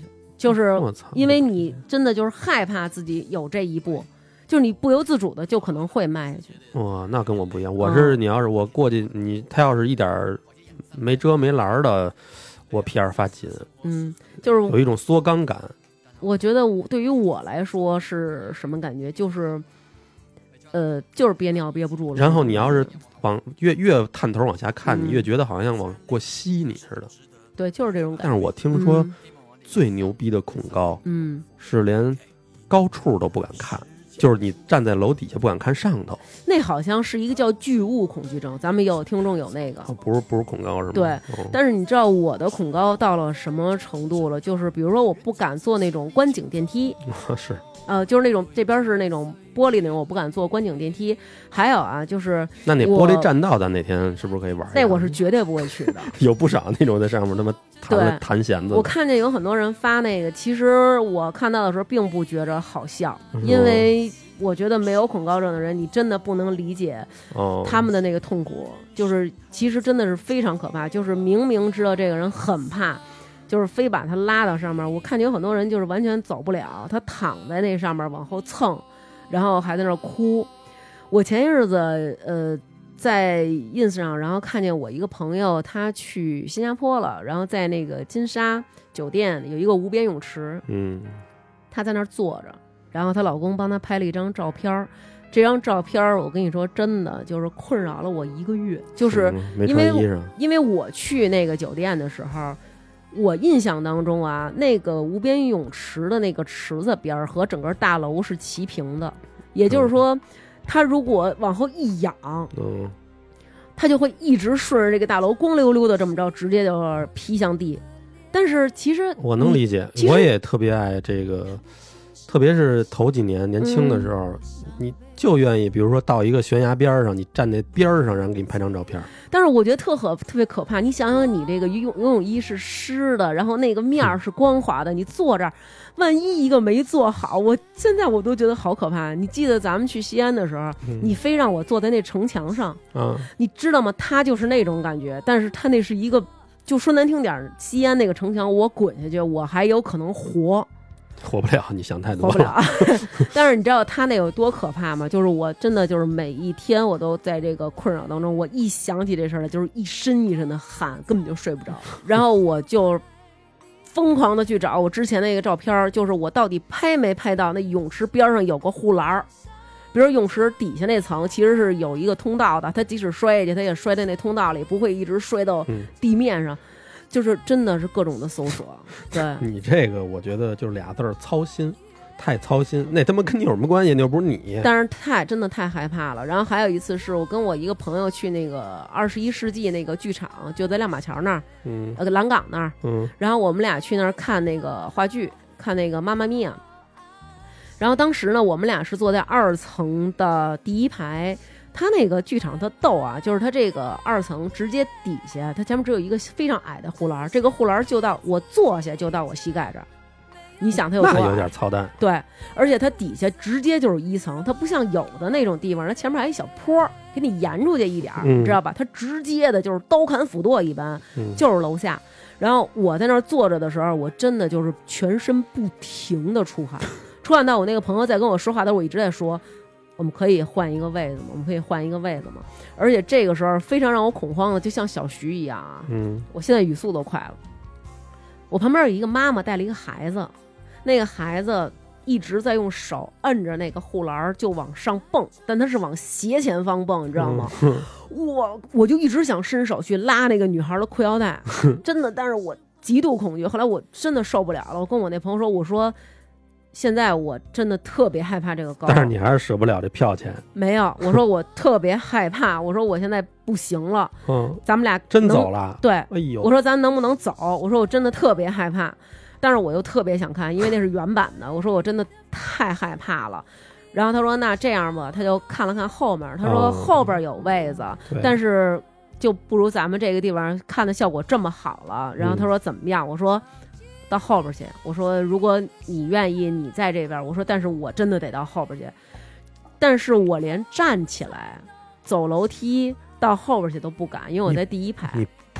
就是因为你真的就是害怕自己有这一步，就是你不由自主的就可能会迈下去。 哇，那跟我不一样，我是、嗯、你要是我过去，你他要是一点没遮没拦的，我皮眼发紧， 嗯，就是有一种缩肛感。 我觉得我对于我来说是什么感觉？就是，呃，就是憋尿憋不住了。 然后你要是往越越探头往下看，嗯、你越觉得好像往过吸你似的。 对，就是这种感觉。 但是我听说最牛逼的恐高， 嗯， 是连高处都不敢看。就是你站在楼底下不敢看上头， 那好像是一个叫巨物恐惧症，咱们有听众有那个， 哦、不是不是恐高是吗？ 对、 哦， 但是你知道我的恐高到了什么程度了？就是比如说我不敢坐那种观景电梯， 是， 呃，就是那种这边是那种玻璃那种，我不敢坐观景电梯。还有啊，就是那你玻璃栈道，咱那天是不是可以玩？ 那我是绝对不会去的， 有不少那种在上面他妈弹弹弦子。 我看见有很多人发那个，其实我看到的时候并不觉着好笑，因为我觉得没有恐高症的人，你真的不能理解他们的那个痛苦，哦、就是其实真的是非常可怕。就是明明知道这个人很怕，就是非把他拉到上面。我看见有很多人就是完全走不了，他躺在那上面往后蹭，然后还在那哭。我前一日子呃在 ins 上，然后看见我一个朋友他去新加坡了，然后在那个金沙酒店有一个无边泳池， 嗯， 他在那儿坐着。然后她老公帮她拍了一张照片，这张照片我跟你说真的就是困扰了我一个月，就是因为因为我去那个酒店的时候，我印象当中啊，那个无边泳池的那个池子边和整个大楼是齐平的，也就是说，他如果往后一仰， 嗯， 他就会一直顺着这个大楼光溜溜的这么着，直接就劈向地。但是其实我能理解，我也特别爱这个。特别是头几年年轻的时候、嗯、你就愿意比如说到一个悬崖边上，你站在边上，然后给你拍张照片。 但是我觉得特可特别可怕，你想想你这个游游泳衣是湿的，然后那个面是光滑的、嗯、你坐这儿万一一个没做好，我现在我都觉得好可怕。你记得咱们去西安的时候、嗯、你非让我坐在那城墙上、 嗯、 你知道吗？他就是那种感觉，但是他那是一个就说难听点，西安那个城墙我滚下去我还有可能活活不了，你想太多了。 活不了。但是你知道他那有多可怕吗？就是我真的就是每一天我都在这个困扰当中，我一想起这事儿来就是一身一身的汗，根本就睡不着。然后我就疯狂的去找我之前那个照片，就是我到底拍没拍到那泳池边上有个护栏，比如泳池底下那层其实是有一个通道的，他即使摔下去他也摔在那通道里，不会一直摔到地面上、嗯，就是真的是各种的搜索。对， 你这个我觉得就是俩字儿操心，太操心。那他妈跟你有什么关系？那又不是你。 但是太真的太害怕了。然后还有一次是我跟我一个朋友去那个二十一世纪那个剧场，就在亮马桥那儿， 嗯， 呃，蓝港那儿， 嗯。 然后我们俩去那儿看那个话剧，看那个《妈妈咪呀》。然后当时呢，我们俩是坐在二层的第一排。他那个剧场特逗啊，就是他这个二层直接底下，他前面只有一个非常矮的护栏，这个护栏就到我坐下就到我膝盖这儿。你想他有多矮？ 那有点操蛋。 对，而且它底下直接就是一层，它不像有的那种地方，它前面还有一小坡给你延出去一点、嗯，你知道吧？它直接的就是刀砍斧剁一般， 嗯、 就是楼下。然后我在那儿坐着的时候，我真的就是全身不停的出汗，出汗到我那个朋友在跟我说话的时候，我一直在说。我们可以换一个位子吗？我们可以换一个位子吗？而且这个时候非常让我恐慌的，就像小徐一样啊！ 嗯， 我现在语速都快了。我旁边有一个妈妈带了一个孩子，那个孩子一直在用手摁着那个护栏就往上蹦，但他是往斜前方蹦，你知道吗？ 嗯、 我我就一直想伸手去拉那个女孩的裤腰带，真的，但是我极度恐惧。后来我真的受不了了，我跟我那朋友说，我说。现在我真的特别害怕这个高， 但是你还是舍不了这票钱。 没有，我说我特别害怕，我说我现在不行了， 嗯， 咱们俩真走了。 对， 哎呦， 我说咱能不能走？我说我真的特别害怕，但是我又特别想看，因为那是原版的。我说我真的太害怕了。然后他说那这样吧，他就看了看后面，他说后边有位子， 嗯、 但是就不如咱们这个地方看的效果这么好了。然后他说怎么样？嗯、我说。到后边去，我说如果你愿意你在这边，我说但是我真的得到后边去，但是我连站起来走楼梯到后边去都不敢，因为我在第一排。 你, 你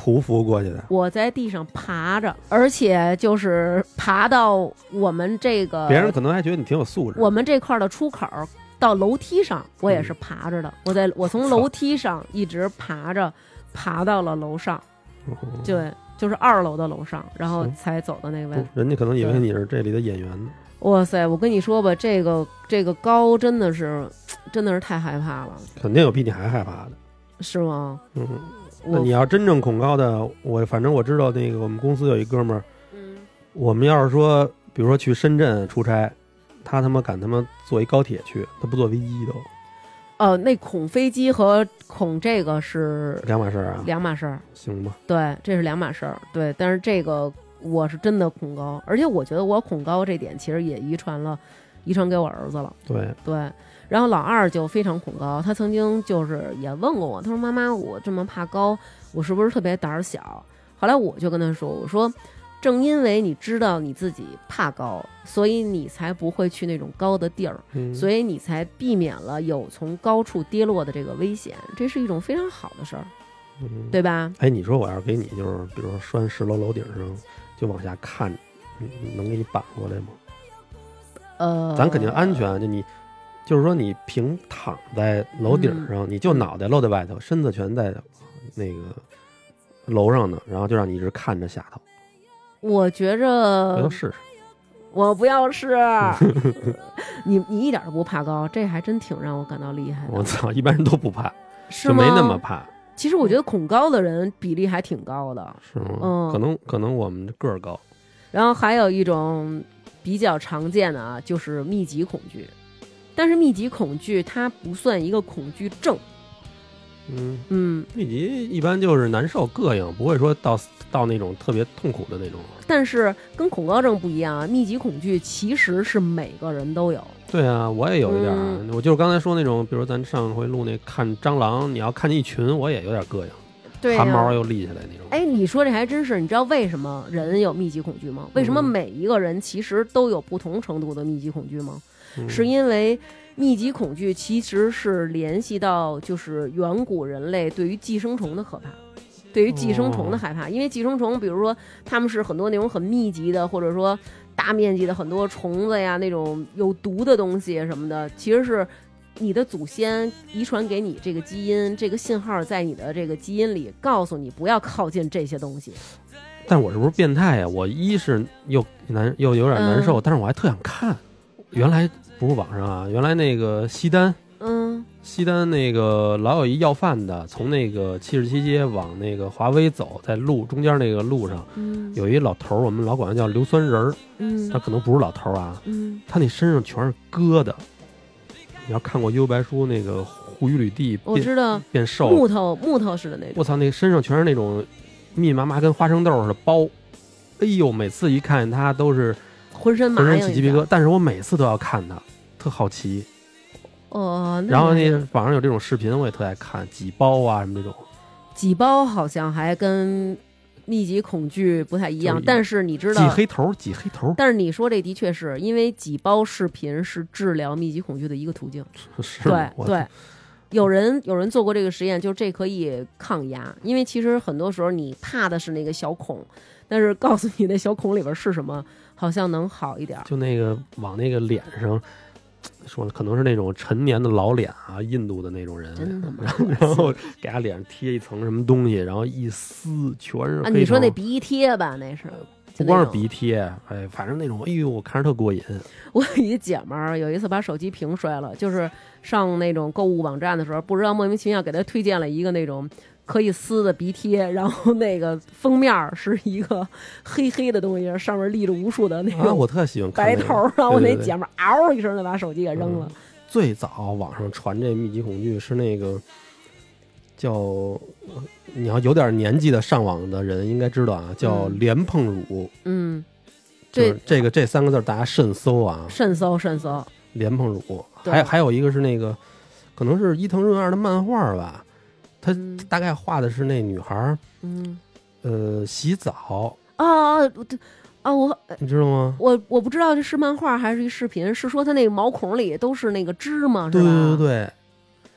匍匐过去的， 我在地上爬着，而且就是爬到我们这个， 别人可能还觉得你挺有素质。 我们这块的出口到楼梯上，我也是爬着的。嗯、我在我从楼梯上一直爬着，爬到了楼上， 嗯、 对，就是二楼的楼上，然后才走到那位。 人家可能以为你是这里的演员呢。 哇塞，我跟你说吧，这个这个高真的是真的是太害怕了。 肯定有比你还害怕的， 是吗？ 嗯。那你要真正恐高的，我反正我知道那个我们公司有一哥们儿，嗯，我们要是说，比如说去深圳出差，他他妈敢他妈坐一高铁去，他不坐飞机都。 哦，那恐飞机和恐这个是两码事儿啊， 两码事儿， 行吧？ 对，这是两码事儿，对。但是这个我是真的恐高，而且我觉得我恐高这点其实也遗传了，遗传给我儿子了。 对对。然后老二就非常恐高，他曾经就是也问过我，他说妈妈，我这么怕高，我是不是特别胆小？后来我就跟他说，我说正因为你知道你自己怕高，所以你才不会去那种高的地儿、嗯、所以你才避免了有从高处跌落的这个危险，这是一种非常好的事儿、嗯、对吧？ 哎，你说我要是给你就是比如说拴十楼楼顶上就往下看，能给你扳过来吗？ 呃， 咱肯定安全，就你就是说你平躺在楼顶上、嗯、你就脑袋露在外头、嗯、身子全在那个楼上呢，然后就让你一直看着下头。 我觉着我要试试， 我不要试你你一点都不怕高，这还真挺让我感到厉害的。 我操，一般人都不怕， 是吗？ 就没那么怕。 其实我觉得恐高的人比例还挺高的。 是吗？ 嗯， 可能可能我们个儿高。 然后还有一种比较常见的啊，就是密集恐惧。但是密集恐惧它不算一个恐惧症。 嗯嗯， 密集一般就是难受膈应，不会说到到那种特别痛苦的那种。 但是跟恐高症不一样啊，密集恐惧其实是每个人都有。 对啊，我也有一点、嗯、我就是刚才说那种，比如咱上回录那看蟑螂，你要看见一群，我也有点膈应， 对、啊， 汗毛又立起来那种。 哎，你说这还真是，你知道为什么人有密集恐惧吗？为什么每一个人其实都有不同程度的密集恐惧吗？嗯、是因为密集恐惧其实是联系到就是远古人类对于寄生虫的可怕，对于寄生虫的害怕、哦、因为寄生虫比如说他们是很多那种很密集的，或者说大面积的很多虫子呀，那种有毒的东西什么的，其实是你的祖先遗传给你这个基因，这个信号在你的这个基因里告诉你不要靠近这些东西。 但我是不是变态呀？我一是又难又有点难受、嗯、但是我还特想看。原来不是网上啊，原来那个西单， 嗯， 西单那个老有一要饭的，从那个七十七街往那个华威走，在路中间那个路上， 嗯， 有一老头，我们老管他叫硫酸人儿， 嗯， 他可能不是老头啊， 嗯， 他那身上全是疙瘩。你要看过《幽白书》那个护羽履地， 我知道变瘦， 木头木头似的那种。 我操，那身上全是那种密密麻麻跟花生豆似的包，哎呦，每次一看他都是浑身麻浑身起鸡皮疙瘩，但是我每次都要看他。特好奇哦， 然后那网上有这种视频，我也特爱看挤包啊什么这种。 挤包好像还跟密集恐惧不太一样，但是你知道挤黑头，挤黑头。 但是你说这的确是因为挤包视频是治疗密集恐惧的一个途径。 是， 对对，有人有人做过这个实验，就是这可以抗压，因为其实很多时候你怕的是那个小孔，但是告诉你那小孔里边是什么，好像能好一点。 就那个往那个脸上。说可能是那种陈年的老脸啊，印度的那种人， 真的吗？ 然后给他脸上贴一层什么东西，然后一撕全是黑头。 啊，你说那鼻贴吧？那是不光是鼻贴，哎，反正那种，哎呦，我看着特过瘾。 我有一姐们儿有一次把手机屏摔了，就是上那种购物网站的时候，不知道莫名其妙给他推荐了一个那种可以撕的鼻贴，然后那个封面是一个黑黑的东西，上面立着无数的那种、 啊、我特喜欢看白头，然后我那姐们嗷一声就把手机给扔了、 嗯。最早网上传这密集恐惧是那个叫，你要有点年纪的上网的人应该知道啊，叫莲蓬乳。 嗯， 就是这个这三个字大家慎搜啊， 慎搜慎搜。 莲蓬乳，还还有一个是那个可能是伊藤润二的漫画吧。他大概画的是那女孩， 嗯， 呃，洗澡啊啊，我你知道吗？ 我我不知道这是漫画还是一视频，是说他那个毛孔里都是那个芝麻，是吧？ 对对对对，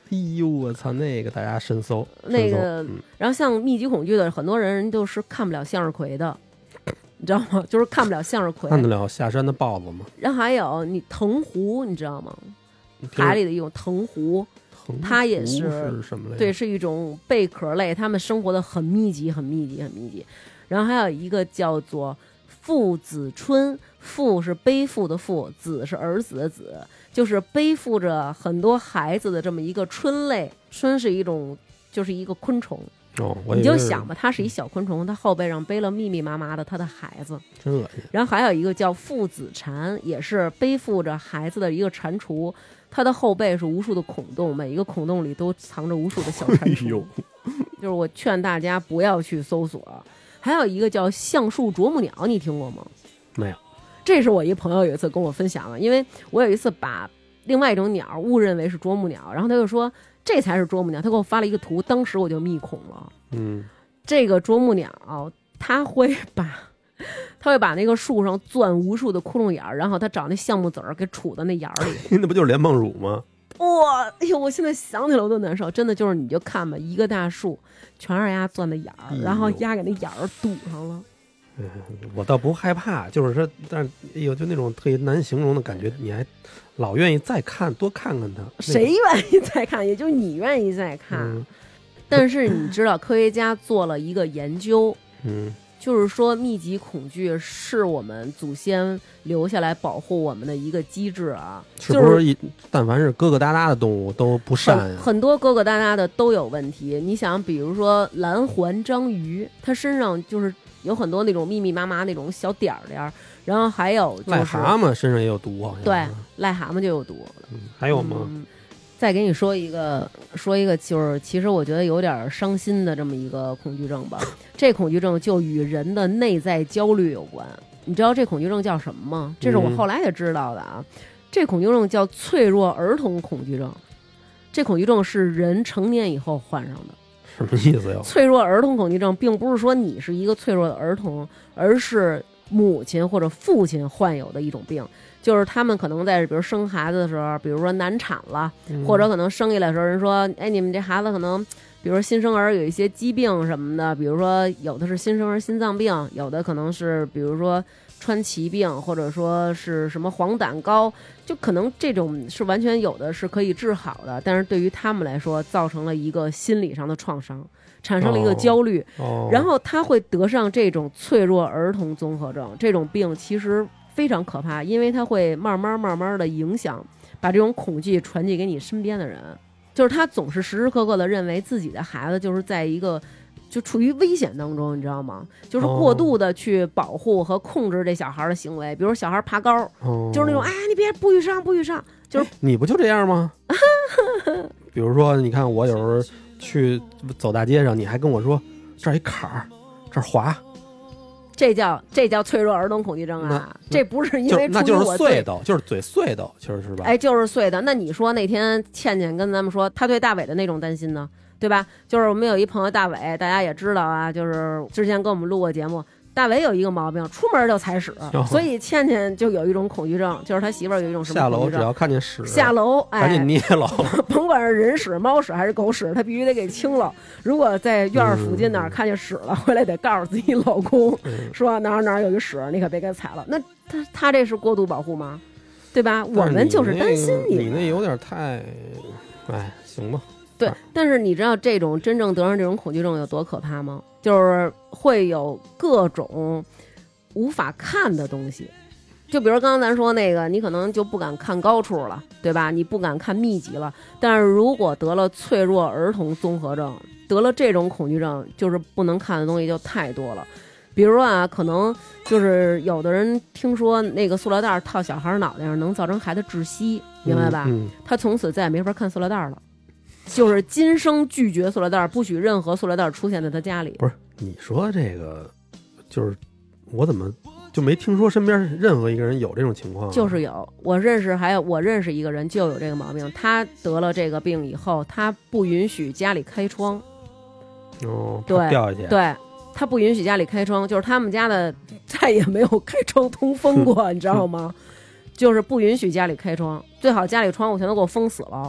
哎呦我操，那个大家深搜那个、 嗯、 然后像密集恐惧的很多人都是看不了向日葵的，你知道吗？就是看不了向日葵， 看得了下山的豹子吗？ 然后还有你藤壶，你知道吗？海里的一种藤壶，它也是是什么类？ 对，是一种贝壳类，它们生活的很密集、很密集、很密集。然后还有一个叫做父子春，父是背负的父，子是儿子的子，就是背负着很多孩子的这么一个春类。春是一种，就是一个昆虫。 哦， 你就想吧，它是一小昆虫，它后背上背了密密麻麻的它的孩子， 真恶心。 然后还有一个叫父子蝉，也是背负着孩子的一个蟾蜍，它的后背是无数的孔洞，每一个孔洞里都藏着无数的小蟾蜍。哎、就是我劝大家不要去搜索。还有一个叫橡树啄木鸟，你听过吗？ 没有。 这是我一朋友有一次跟我分享的，因为我有一次把另外一种鸟误认为是啄木鸟，然后他就说这才是啄木鸟，他给我发了一个图，当时我就密恐了。 嗯， 这个啄木鸟它会把它会把那个树上钻无数的窟窿眼儿，然后它找那橡木籽儿给杵到那眼儿里。 那不就是莲梦乳吗？ 哇，哎呦，我现在想起来我都难受，真的就是你就看吧，一个大树全是鸭钻的眼儿、哎，然后鸭给那眼儿堵上了。 嗯，我倒不害怕，就是说，但是哎呦，就那种特别难形容的感觉，你还老愿意再看，多看看它。 谁愿意再看？也就你愿意再看。嗯、但是你知道，科学家做了一个研究， 嗯， 就是说密集恐惧是我们祖先留下来保护我们的一个机制啊。 是不是一、就是、但凡是疙疙瘩瘩的动物都不善、啊很？很多疙疙瘩瘩的都有问题。你想，比如说蓝环章鱼，它身上就是有很多那种密密麻麻那种小点儿点儿，然后还有、就是、 癞蛤蟆身上也有毒啊。 对，癞蛤蟆就有毒。 嗯、还有吗？ 嗯，再给你说一个，说一个，就是其实我觉得有点伤心的这么一个恐惧症吧。这恐惧症就与人的内在焦虑有关。你知道这恐惧症叫什么吗？这是我后来才知道的啊。嗯、这恐惧症叫脆弱儿童恐惧症。这恐惧症是人成年以后患上的。 什么意思呀？ 脆弱儿童恐惧症并不是说你是一个脆弱的儿童，而是母亲或者父亲患有的一种病。就是他们可能在比如生孩子的时候，比如说难产了、嗯、或者可能生下来的时候人说，哎，你们这孩子可能比如说新生儿有一些疾病什么的，比如说有的是新生儿心脏病，有的可能是比如说川崎病，或者说是什么黄疸高，就可能这种是完全有的是可以治好的，但是对于他们来说造成了一个心理上的创伤，产生了一个焦虑、 哦哦、 然后他会得上这种脆弱儿童综合症。这种病其实非常可怕，因为它会慢慢慢慢的影响，把这种恐惧传递给你身边的人。就是他总是时时刻刻的认为自己的孩子就是在一个就处于危险当中，你知道吗？就是过度的去保护和控制这小孩的行为，比如小孩爬高、哦、就是那种哎你别不许上不许上，就是你不就这样吗？比如说你看我有时候去走大街上，你还跟我说这儿一坎儿，这儿滑， 这叫这叫脆弱儿童恐惧症啊！这不是因为那就是碎的，就是嘴碎的，其实是吧？ 哎，就是碎的。那你说那天倩倩跟咱们说，她对大伟的那种担心呢，对吧？就是我们有一朋友大伟，大家也知道啊，就是之前跟我们录过节目。大伟有一个毛病，出门就踩屎、哦，所以倩倩就有一种恐惧症，就是他媳妇儿有一种什么恐惧症？ 下楼只要看见屎， 下楼哎， 赶紧捏了， 甭管是人屎、猫屎还是狗屎，他必须得给清了。如果在院儿附近哪儿看见屎了，嗯、回来得告诉自己老公，嗯、说哪儿哪儿有一屎，你可别给踩了。那他他这是过度保护吗？对吧？我们就是担心你，你那有点太，哎，行吧。 对，但是你知道这种真正得上这种恐惧症有多可怕吗？就是会有各种无法看的东西，就比如刚刚咱说那个，你可能就不敢看高处了，对吧？你不敢看密集了。但是如果得了脆弱儿童综合症，得了这种恐惧症，就是不能看的东西就太多了。比如说啊，可能就是有的人听说那个塑料袋套小孩脑袋上能造成孩子窒息，明白吧？ 嗯嗯、 他从此再也没法看塑料袋了。就是今生拒绝塑料袋，不许任何塑料袋出现在他家里。 不是你说这个，就是我怎么就没听说身边任何一个人有这种情况、啊？ 就是有，我认识还有我认识一个人就有这个毛病，他得了这个病以后，他不允许家里开窗。 哦， 对， 掉下去。 对，他不允许家里开窗，就是他们家的再也没有开窗通风过，你知道吗？就是不允许家里开窗，最好家里窗户全都给我封死了。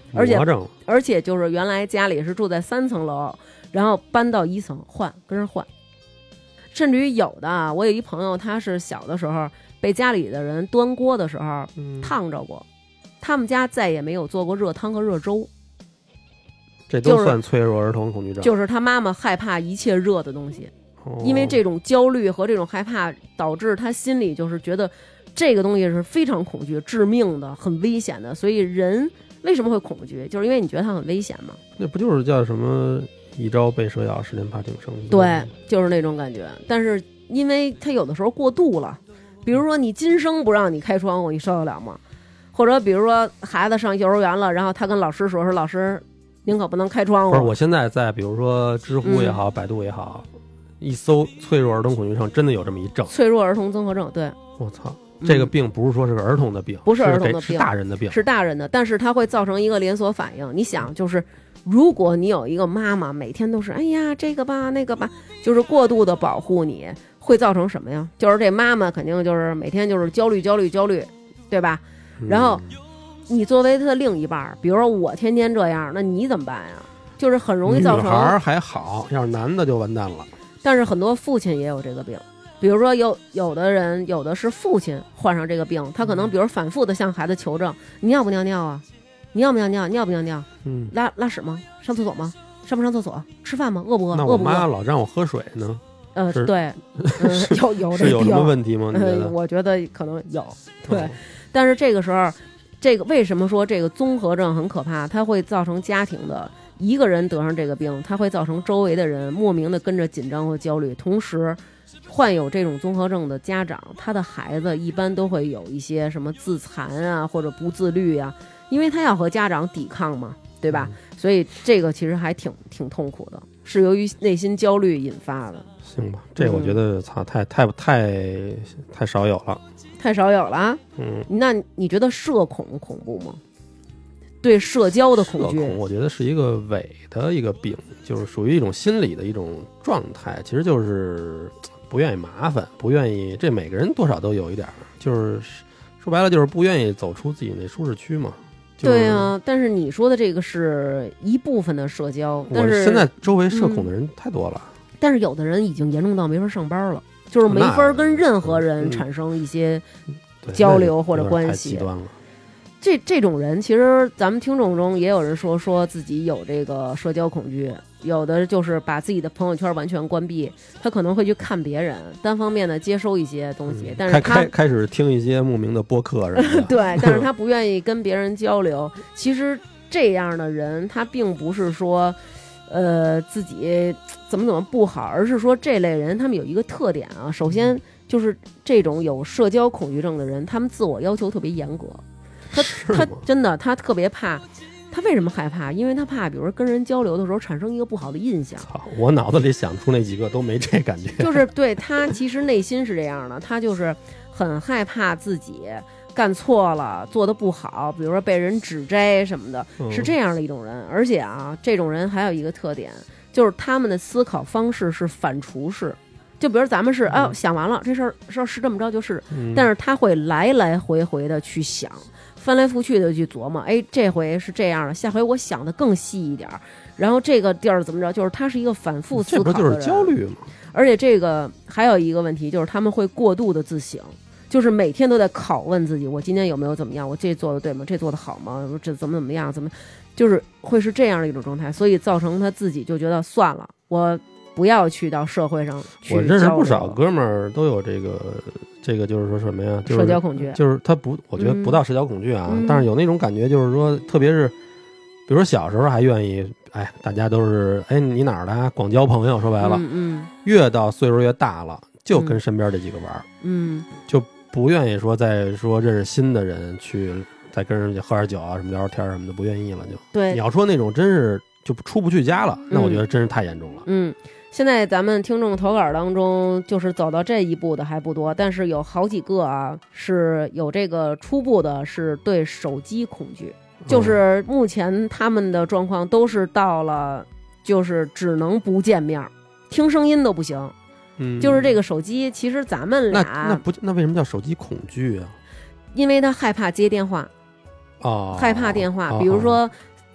而且而且就是原来家里是住在三层楼，然后搬到一层换，跟人换。甚至于有的啊，我有一朋友，他是小的时候被家里的人端锅的时候烫着过，嗯、他们家再也没有做过热汤和热粥。 这都算脆弱儿童恐惧症。 就是他妈妈害怕一切热的东西，哦、因为这种焦虑和这种害怕，导致他心里就是觉得这个东西是非常恐惧、致命的、很危险的。所以人为什么会恐惧？就是因为你觉得它很危险嘛。 那不就是叫什么一朝被蛇咬，十年怕井绳？ 对，就是那种感觉。但是因为他有的时候过度了，比如说你今生不让你开窗户，你受得了吗？或者比如说孩子上幼儿园了，然后他跟老师说说老师您可不能开窗户。 不是，我现在在比如说知乎也好、嗯、百度也好，一搜脆弱儿童恐惧症，真的有这么一症， 脆弱儿童综合症。对， 我操，这个病不是说是个儿童的病， 不是儿童的病， 是大人的病， 是大人的，但是它会造成一个连锁反应。你想，就是如果你有一个妈妈每天都是哎呀这个吧那个吧，就是过度的保护你，会造成什么呀？就是这妈妈肯定就是每天就是焦虑焦虑焦虑，对吧？然后你作为他的另一半，比如说我天天这样，那你怎么办呀？就是很容易造成。 女孩还好，要是男的就完蛋了。 但是很多父亲也有这个病，比如说有有的人有的是父亲患上这个病，他可能比如反复的向孩子求证，你尿不尿尿啊？你要不要尿？尿不尿尿？嗯，拉拉屎吗？上厕所吗？上不上厕所？吃饭吗？饿不饿？ 那我妈老让我喝水呢。 呃，对，嗯、有有是有什么问题吗？你觉得？ 呃、我觉得可能有，对。哦、但是这个时候，这个为什么说这个综合症很可怕？它会造成家庭的一个人得上这个病，它会造成周围的人莫名的跟着紧张和焦虑。同时，患有这种综合症的家长，他的孩子一般都会有一些什么自残啊，或者不自律啊。因为他要和家长抵抗嘛，对吧？嗯、所以这个其实还挺挺痛苦的，是由于内心焦虑引发的。 行吧，这个我觉得操、嗯、太太太太少有了， 太少有了。嗯，那你觉得社恐恐怖吗？对社交的恐惧， 社恐我觉得是一个伪的一个病，就是属于一种心理的一种状态，其实就是不愿意麻烦，不愿意，这每个人多少都有一点，就是说白了就是不愿意走出自己那舒适区嘛。就是、 对啊，但是你说的这个是一部分的社交，但是现在周围社恐的人太多了、 嗯，但是有的人已经严重到没法上班了，就是没法跟任何人产生一些交流或者关系。 太极端了。 这这种人，其实咱们听众中也有人说说自己有这个社交恐惧，有的就是把自己的朋友圈完全关闭，他可能会去看别人，单方面的接收一些东西，嗯、但是他开开始听一些莫名的播客什么的。 对，但是他不愿意跟别人交流。其实这样的人，他并不是说，呃，自己怎么怎么不好，而是说这类人他们有一个特点啊，首先就是这种有社交恐惧症的人，他们自我要求特别严格。他他真的他特别怕，他为什么害怕？因为他怕，比如说跟人交流的时候产生一个不好的印象。 操，我脑子里想出那几个都没这感觉。 就是对他其实内心是这样的，他就是很害怕自己干错了，做得不好，比如说被人指摘什么的，嗯、是这样的一种人。而且啊，这种人还有一个特点，就是他们的思考方式是反刍式。就比如咱们是哎、嗯、想完了这事儿事儿是这么着就是，嗯、但是他会来来回回的去想。翻来覆去的去琢磨，哎，这回是这样的，下回我想的更细一点，然后这个地儿怎么着，就是他是一个反复思考的人， 这不就是焦虑吗？ 而且这个还有一个问题，就是他们会过度的自省，就是每天都在拷问自己，我今天有没有怎么样，我这做的对吗？这做的好吗？这怎么怎么样？怎么，就是会是这样的一种状态，所以造成他自己就觉得算了，我不要去到社会上去。 我认识不少哥们儿都有这个。这个就是说什么呀？就是、 社交恐惧， 就是他不，我觉得不到社交恐惧啊，嗯、但是有那种感觉，就是说，特别是，比如说小时候还愿意，哎，大家都是，哎，你哪儿的、啊？广交朋友，说白了， 嗯嗯， 越到岁数越大了，就跟身边这几个玩， 嗯， 就不愿意说再说认识新的人去，再跟人家喝点酒啊，什么聊聊天什么的，不愿意了就。 对， 你要说那种真是就出不去家了，那我觉得真是太严重了， 嗯。嗯现在咱们听众投稿当中，就是走到这一步的还不多，但是有好几个啊，是有这个初步的，是对手机恐惧，就是目前他们的状况都是到了，就是只能不见面，听声音都不行。嗯，就是这个手机，其实咱们俩那那不那为什么叫手机恐惧啊？ 因为他害怕接电话， 哦， 害怕电话，比如说。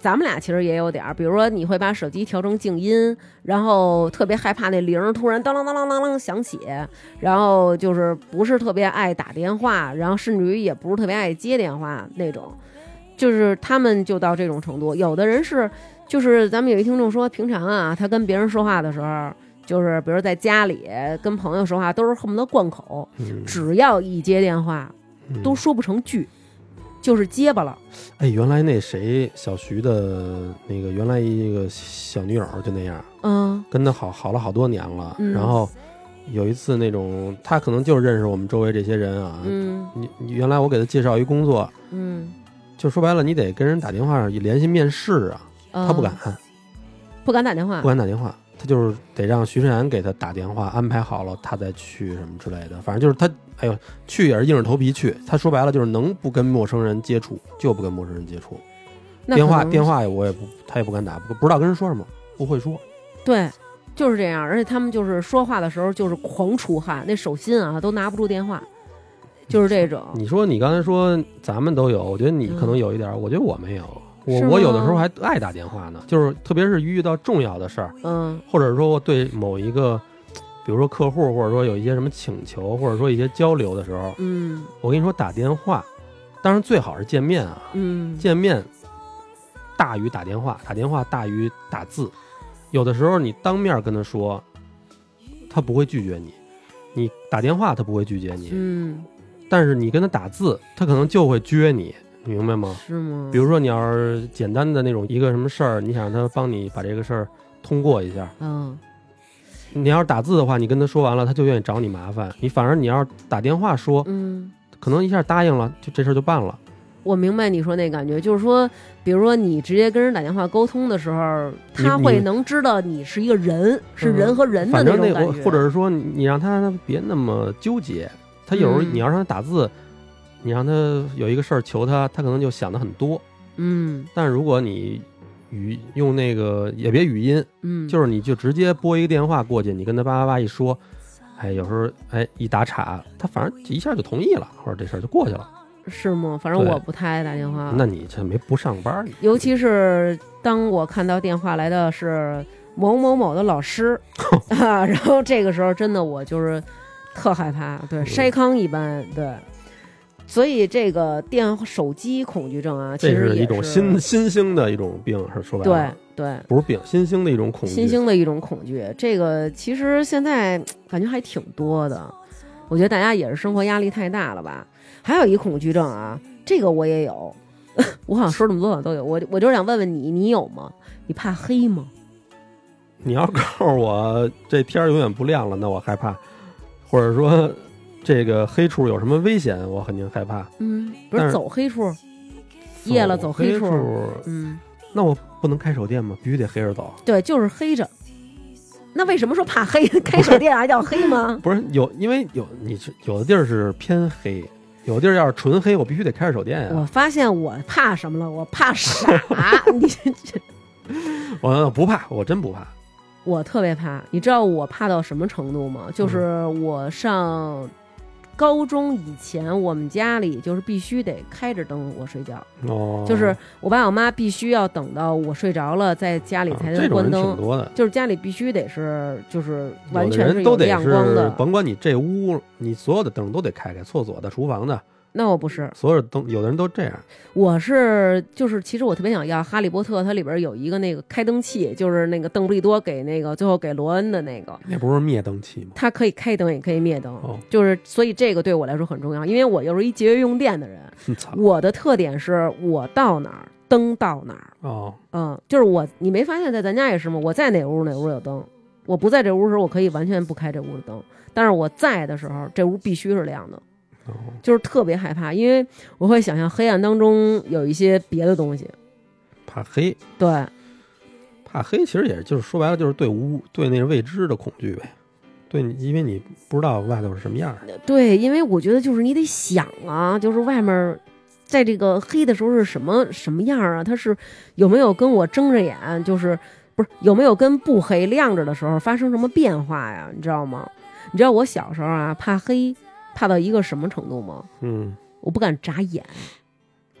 咱们俩其实也有点儿，比如说你会把手机调成静音，然后特别害怕那铃突然当啷当啷当啷响起，然后就是不是特别爱打电话，然后甚至于也不是特别爱接电话那种，就是他们就到这种程度。有的人是就是咱们有一听众说，平常啊他跟别人说话的时候，就是比如在家里跟朋友说话都是恨不得贯口， 嗯、 只要一接电话都说不成句。就是结巴了。 哎，原来那谁小徐的那个原来一个小女友就那样， 嗯， 跟他好好了好多年了、 嗯、 然后有一次那种他可能就认识我们周围这些人啊， 嗯， 你你原来我给他介绍一工作， 嗯， 就说白了你得跟人打电话联系面试啊、嗯、他不敢不敢打电话不敢打电话，他就是得让徐晨然给他打电话安排好了他再去什么之类的，反正就是他哎呦，去也是硬着头皮去。他说白了就是能不跟陌生人接触就不跟陌生人接触。电话电话我也不，他也不敢打，不不知道跟人说什么，不会说。 对，就是这样。而且他们就是说话的时候就是狂出汗，那手心啊都拿不住电话，就是这种。 你说你刚才说咱们都有，我觉得你可能有一点，嗯、我觉得我没有。我我有的时候还爱打电话呢，就是特别是遇到重要的事儿， 嗯， 或者说我对某一个。比如说客户，或者说有一些什么请求，或者说一些交流的时候， 嗯， 我跟你说打电话，当然最好是见面啊， 嗯， 见面大于打电话，打电话大于打字。有的时候你当面跟他说，他不会拒绝你；你打电话他不会拒绝你， 嗯， 但是你跟他打字，他可能就会撅你，明白吗？ 是吗？ 比如说你要是简单的那种一个什么事儿，你想让他帮你把这个事儿通过一下， 嗯。 你要是打字的话，你跟他说完了，他就愿意找你麻烦。你反而你要是打电话说， 嗯， 可能一下答应了，就这事儿就办了。 我明白你说那感觉，就是说，比如说你直接跟人打电话沟通的时候，他会能知道你是一个人，是人和人的那种感觉。 反正那或者是说，你让他别那么纠结。他有时候你要让他打字，嗯、你让他有一个事儿求他，他可能就想的很多。 嗯， 但如果你语用那个也别语音， 嗯， 就是你就直接拨一个电话过去，你跟他叭叭叭一说，哎，有时候哎一打岔，他反正一下就同意了，或者这事儿就过去了。 是吗？反正我不太爱打电话。 那你这没不上班？ 尤其是当我看到电话来的是某某某的老师啊，然后这个时候真的我就是特害怕，对，筛糠一般，对。所以这个电手机恐惧症啊，其实这是一种新新兴的一种病，是说白了，对对， 不是病，新兴的一种恐惧， 新兴的一种恐惧。这个其实现在感觉还挺多的，我觉得大家也是生活压力太大了吧。还有一恐惧症啊，这个我也有，我好像说这么多好像都有。我我就是想问问你，你有吗？你怕黑吗？ 你要告诉我这天永远不亮了，那我害怕，或者说。这个黑处有什么危险？我肯定害怕。 嗯，不是走黑处，夜了走黑处。嗯， 那我不能开手电吗？必须得黑着走。 对，就是黑着。那为什么说怕黑？开手电还叫黑吗？ 不是有，因为有你有的地儿是偏黑，有的地儿要是纯黑，我必须得开着手电呀、啊。 我发现我怕什么了？我怕傻。你这， 我不怕，我真不怕。 我特别怕，你知道我怕到什么程度吗？就是我上。高中以前，我们家里就是必须得开着灯我睡觉， 哦， 就是我爸我妈必须要等到我睡着了，在家里才能关灯。 啊、这种人挺多的， 就是家里必须得是，就是完全是有亮光的。 甭管你这屋，你所有的灯都得开开，厕所的、厨房的。 那我不是， 所有的灯，有的人都这样。 我是就是，其实我特别想要《哈利波特》，它里边有一个那个开灯器，就是那个邓布利多给那个最后给罗恩的那个。 那不是灭灯器吗？ 它可以开灯，也可以灭灯。 哦， 就是所以这个对我来说很重要，因为我又是一节约用电的人。我的特点是我到哪儿灯到哪儿。 哦， 嗯，就是我，你没发现在咱家也是吗？我在哪屋哪屋有灯，我不在这屋的时候，我可以完全不开这屋的灯，但是我在的时候，这屋必须是亮的。就是特别害怕，因为我会想象黑暗当中有一些别的东西。 怕黑， 对， 怕黑其实也就是说白了就是对无对那个未知的恐惧呗。对，因为你不知道外头是什么样。 对，因为我觉得就是你得想啊，就是外面在这个黑的时候是什么什么样啊？它是有没有跟我睁着眼，就是不是有没有跟不黑亮着的时候发生什么变化呀？你知道吗？你知道我小时候啊怕黑。怕到一个什么程度吗？ 嗯， 我不敢眨眼。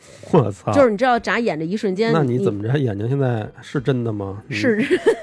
我操！ 就是你知道眨眼这一瞬间， 那你怎么着？眼睛现在是真的吗？ 是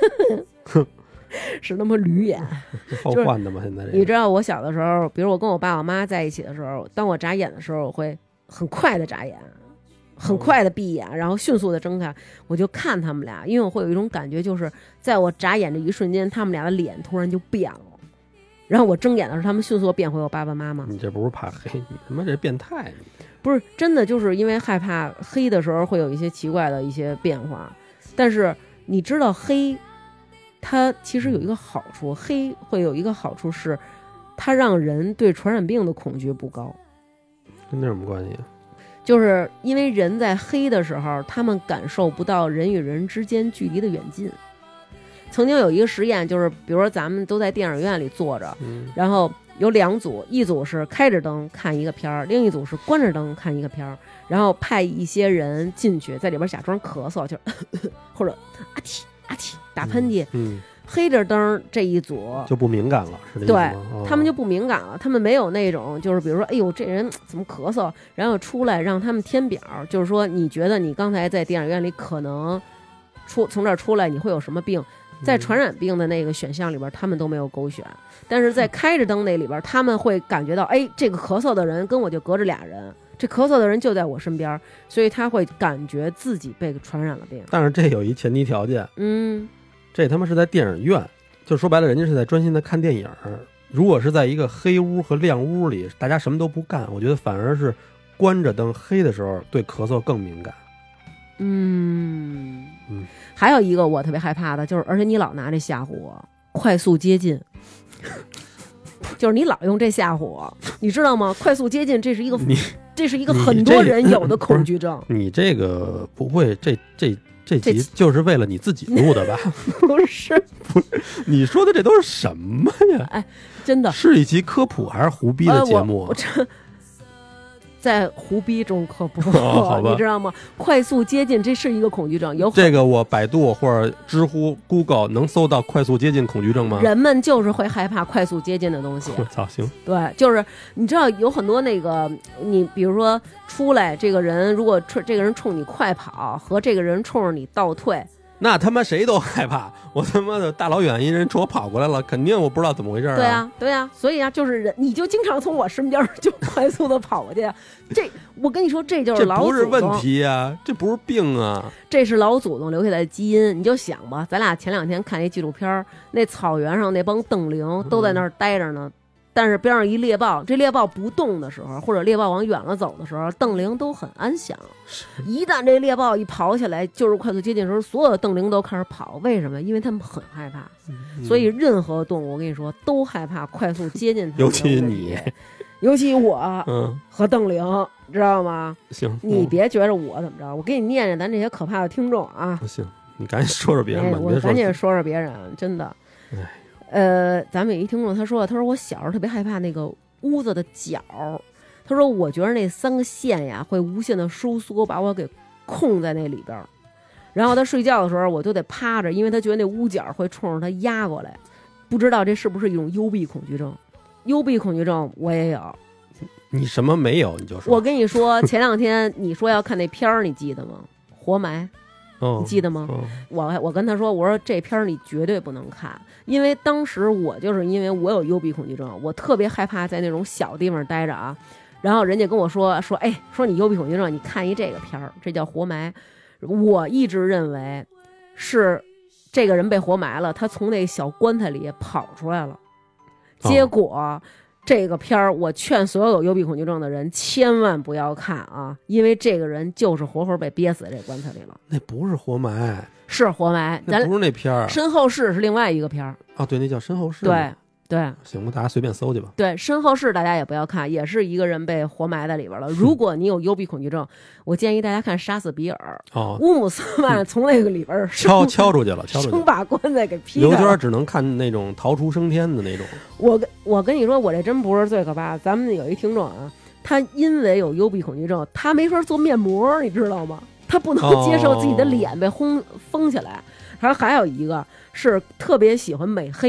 是那么驴眼， 后换的吗？现在这你知道我小的时候，比如我跟我爸我妈在一起的时候，当我眨眼的时候，我会很快的眨眼，很快的闭眼，然后迅速的睁开，我就看他们俩，因为我会有一种感觉，就是在我眨眼的一瞬间，他们俩的脸突然就变了。然后我睁眼的时候，他们迅速变回我爸爸妈妈。 你这不是怕黑，你他妈这变态！ 不是真的，就是因为害怕黑的时候会有一些奇怪的一些变化。但是你知道黑，它其实有一个好处，黑会有一个好处是，它让人对传染病的恐惧不高。 跟那有什么关系？ 就是因为人在黑的时候，他们感受不到人与人之间距离的远近。曾经有一个实验，就是比如说咱们都在电影院里坐着， 嗯、然后有两组，一组是开着灯看一个片儿，另一组是关着灯看一个片儿，然后派一些人进去，在里边假装咳嗽，就是或者啊嚏啊嚏打喷嚏。 嗯，嗯黑着灯这一组就不敏感了，是这意思对、 哦、 他们就不敏感了，他们没有那种就是比如说哎呦这人怎么咳嗽，然后出来让他们填表，就是说你觉得你刚才在电影院里可能出从这儿出来你会有什么病，在传染病的那个选项里边他们都没有勾选，但是在开着灯那里边他们会感觉到哎这个咳嗽的人跟我就隔着俩人，这咳嗽的人就在我身边，所以他会感觉自己被传染了病。 但是这有一前提条件， 嗯， 这他妈是在电影院，就说白了人家是在专心的看电影。如果是在一个黑屋和亮屋里大家什么都不干，我觉得反而是关着灯黑的时候对咳嗽更敏感。 嗯嗯， 还有一个我特别害怕的就是，而且你老拿这吓唬我，快速接近就是你老用这吓唬我，你知道吗？快速接近这是一个你这是一个很多人有的恐惧症。 你这个不会这这这集就是为了你自己录的吧？ 不是不是，你说的这都是什么呀？ 哎，真的是一期科普还是胡逼的节目？ 呃、我我这在胡逼中科普、 哦、好吧， 你知道吗？快速接近这是一个恐惧症，有这个我百度或者知乎 Google 能搜到快速接近恐惧症吗？ 人们就是会害怕快速接近的东西。 我操，行， 对，就是你知道有很多那个，你比如说出来这个人，如果这个人冲你快跑，和这个人冲着你倒退。 那他妈谁都害怕，我他妈的大老远一人冲我跑过来了，肯定我不知道怎么回事啊。 对啊，对啊，所以啊，就是人，你就经常从我身边就快速的跑过去，这我跟你说，这就是老祖宗， 这不是问题啊，这不是病啊， 这是老祖宗留下来的基因。你就想吧，咱俩前两天看一纪录片，那草原上那帮瞪羚都在那儿待着呢。嗯，但是边上一猎豹，这猎豹不动的时候，或者猎豹往远了走的时候，瞪羚都很安详。一旦这猎豹一跑起来，就是快速接近的时候，所有的瞪羚都开始跑。为什么？因为他们很害怕。嗯、所以任何动物，我跟你说，都害怕快速接近它们。 尤其你， 尤其我， 嗯， 和瞪羚，知道吗？ 行， 你别觉着我怎么着，我给你念念咱这些可怕的听众啊。 不行，你赶紧说说别人吧， 哎、我赶紧说说别人，真的。 哎。 呃，咱们有一听众他说，他说我小时候特别害怕那个屋子的角，他说我觉得那三个线呀会无限的收缩，把我给控在那里边。然后他睡觉的时候我就得趴着，因为他觉得那屋角会冲着他压过来。不知道这是不是一种幽闭恐惧症？幽闭恐惧症我也有。 你什么没有？你就说。 我跟你说，前两天你说要看那片儿，你记得吗？活埋。 哦、 你记得吗？ 哦、 我我跟他说，我说这片儿你绝对不能看，因为当时我就是因为我有幽闭恐惧症，我特别害怕在那种小地方待着啊。然后人家跟我说说，哎，说你幽闭恐惧症，你看一这个片儿，这叫活埋。我一直认为是这个人被活埋了，他从那小棺材里跑出来了，结果。哦，这个片儿，我劝所有有幽闭恐惧症的人千万不要看啊，因为这个人就是活活被憋死在这棺材里了。 那不是活埋， 是活埋， 那不是那片儿。 身后事是另外一个片儿。 哦，对，那叫身后事。 对对， 行吧，大家随便搜去吧。 对，身后事大家也不要看，也是一个人被活埋在里边了。如果你有幽闭恐惧症，我建议大家看《杀死比尔》。 哦， 乌姆斯曼从那个里边敲敲出去了，敲出去了， 生把棺材给劈开了。刘娟只能看那种逃出升天的那种。 我跟我跟你说，我这真不是最可怕的。咱们有一听众啊，他因为有幽闭恐惧症，他没法做面膜，你知道吗？他不能接受自己的脸被轰封起来。然后还有一个是特别喜欢美黑。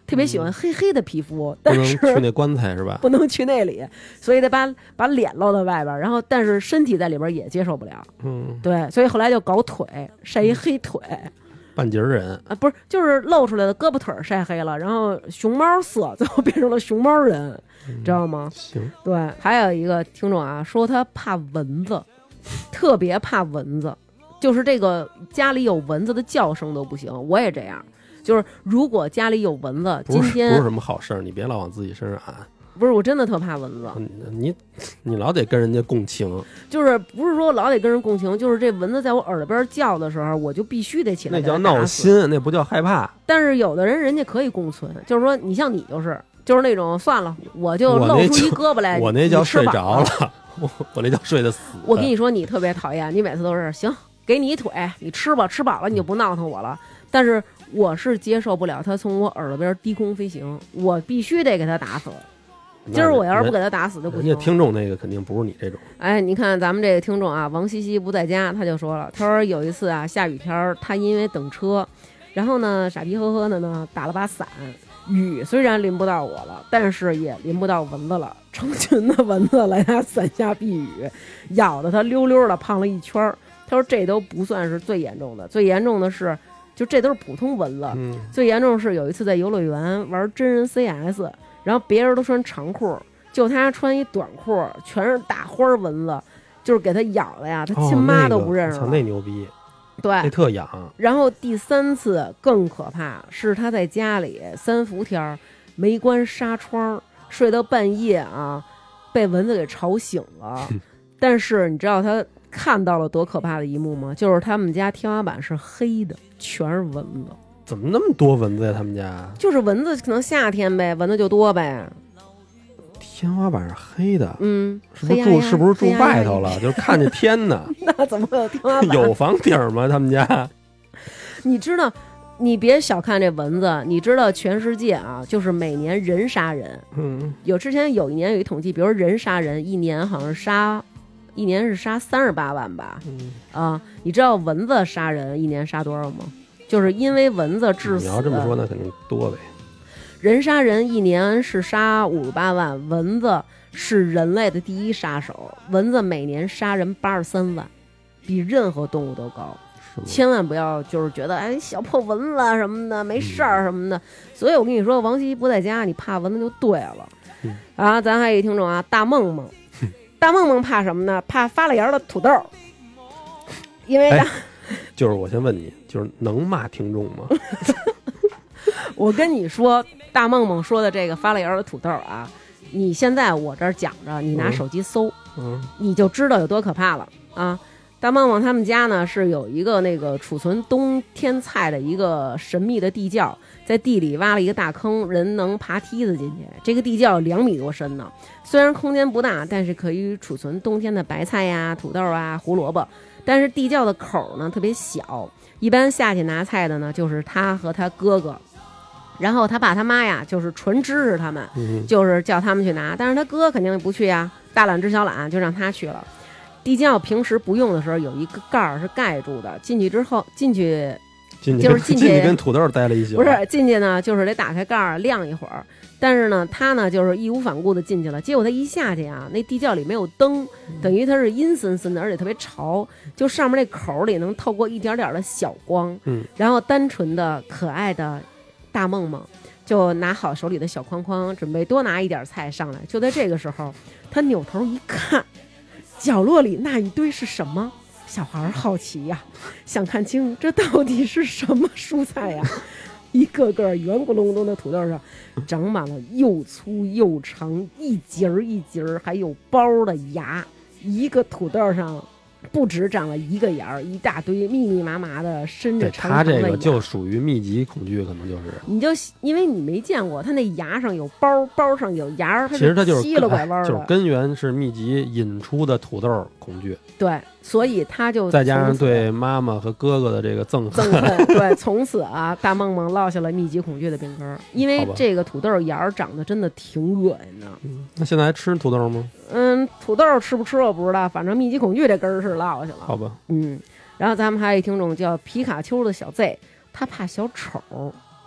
特别喜欢黑黑的皮肤，嗯、但是不能去那棺材是吧？ 不能去那里，所以得把把脸露在外边，然后但是身体在里边也接受不了。 嗯， 对，所以后来就搞腿，晒一黑腿。嗯半截人啊，不是，就是露出来的胳膊腿晒黑了，然后熊猫色，最后变成了熊猫人，嗯、知道吗？ 行， 对，还有一个听众啊，说他怕蚊子，特别怕蚊子，就是这个家里有蚊子的叫声都不行。我也这样，就是如果家里有蚊子，今天不是什么好事儿，你别老往自己身上按。 不是，我真的特怕蚊子。 你你老得跟人家共情， 就是不是说老得跟人共情，就是这蚊子在我耳朵边叫的时候，我就必须得起来。 那叫闹心，那不叫害怕。 但是有的人人家可以共存，就是说你像你就是就是那种算了，我就露出一胳膊来， 我那叫睡着了，我我那叫睡得死。 我跟你说，你特别讨厌，你每次都是行，给你一腿，你吃吧，吃饱了你就不闹腾我了。嗯、但是我是接受不了他从我耳朵边低空飞行，我必须得给他打死。今儿我要是不给他打死就不行。 人家听众那个肯定不是你这种。 哎，你看咱们这个听众啊，王西西不在家，他就说了，他说有一次啊下雨天，他因为等车，然后呢傻逼呵呵的呢打了把伞，雨虽然淋不到我了，但是也淋不到蚊子了，成群的蚊子来他伞下避雨，咬得他溜溜的胖了一圈。他说这都不算是最严重的，最严重的是就这都是普通蚊子、嗯、最严重的是有一次在游乐园玩真人 C S，然后别人都穿长裤，就他穿一短裤，全是大花蚊子，就是给他咬的呀，他亲妈都不认识了。 哦、那, 个、那牛逼， 对， 那特痒。 然后第三次更可怕，是他在家里三伏天没关纱窗，睡到半夜啊，被蚊子给吵醒了。但是你知道他看到了多可怕的一幕吗？就是他们家天花板是黑的，全是蚊子。 怎么那么多蚊子呀？他们家就是蚊子，可能夏天呗，蚊子就多呗。 天花板是黑的， 嗯， 是不是住是不是住外头了？就看见天呢。 那怎么会有天花板？ 有房顶吗？他们家？ 你知道，你别小看这蚊子，你知道全世界啊，就是每年人杀人， 嗯， 有之前有一年有一统计，比如说人杀人，一年好像是杀，一年是杀三十八万吧， 嗯啊，你知道蚊子杀人一年杀多少吗？就是因为蚊子致死。 你要这么说，那肯定多呗。 人杀人一年是杀五十八万，蚊子是人类的第一杀手。蚊子每年杀人八十三万，比任何动物都高。千万不要就是觉得哎小破蚊子什么的没事儿什么的、嗯。所以我跟你说，王希不在家，你怕蚊子就对了。 嗯、 啊，咱还有一听众啊，大梦梦，大梦梦怕什么呢？怕发了芽的土豆，因为。 哎就是我先问你，就是能骂听众吗？ 我跟你说，大梦梦说的这个发了芽的土豆啊，你现在我这儿讲着，你拿手机搜， 嗯，嗯你就知道有多可怕了啊！大梦梦他们家呢是有一个那个储存冬天菜的一个神秘的地窖，在地里挖了一个大坑，人能爬梯子进去。这个地窖两米多深呢，虽然空间不大，但是可以储存冬天的白菜呀、土豆啊、胡萝卜。但是地窖的口呢特别小，一般下去拿菜的呢就是他和他哥哥，然后他爸他妈呀就是纯支持他们、 嗯、 就是叫他们去拿，但是他哥肯定不去呀，大懒知小懒就让他去了。地窖平时不用的时候有一个盖儿是盖住的，进去之后进去就是进去进去跟土豆待了一宿， 不是进去呢就是得打开盖儿晾一会儿，但是呢他呢就是义无反顾的进去了，结果他一下去啊，那地窖里没有灯，等于他是阴森森的，而且特别潮，就上面那口里能透过一点点的小光， 嗯， 然后单纯的可爱的大梦梦就拿好手里的小筐筐，准备多拿一点菜上来。就在这个时候，他扭头一看，角落里那一堆是什么？小孩好奇呀、啊，想看清这到底是什么蔬菜呀、啊？一个个圆咕隆咚的土豆上长满了又粗又长一节儿一节儿还有包的芽，一个土豆上不止长了一个芽，一大堆密密麻麻的伸着长长的芽。 他这个就属于密集恐惧，可能就是你就因为你没见过，它那芽上有包，包上有芽， 其实它就是稀了拐弯的， 就是根源是密集引出的土豆恐惧。 对，所以他就再加上对妈妈和哥哥的这个憎恨，憎恨对，从此啊，大梦梦落下了密集恐惧的病根，因为这个土豆芽长得真的挺恶心的。 嗯，那现在还吃土豆吗？ 嗯，土豆吃不吃我不知道，反正密集恐惧这根儿是落下了。 好吧， 嗯，然后咱们还有一听众叫皮卡丘的小 Z， 他怕小丑。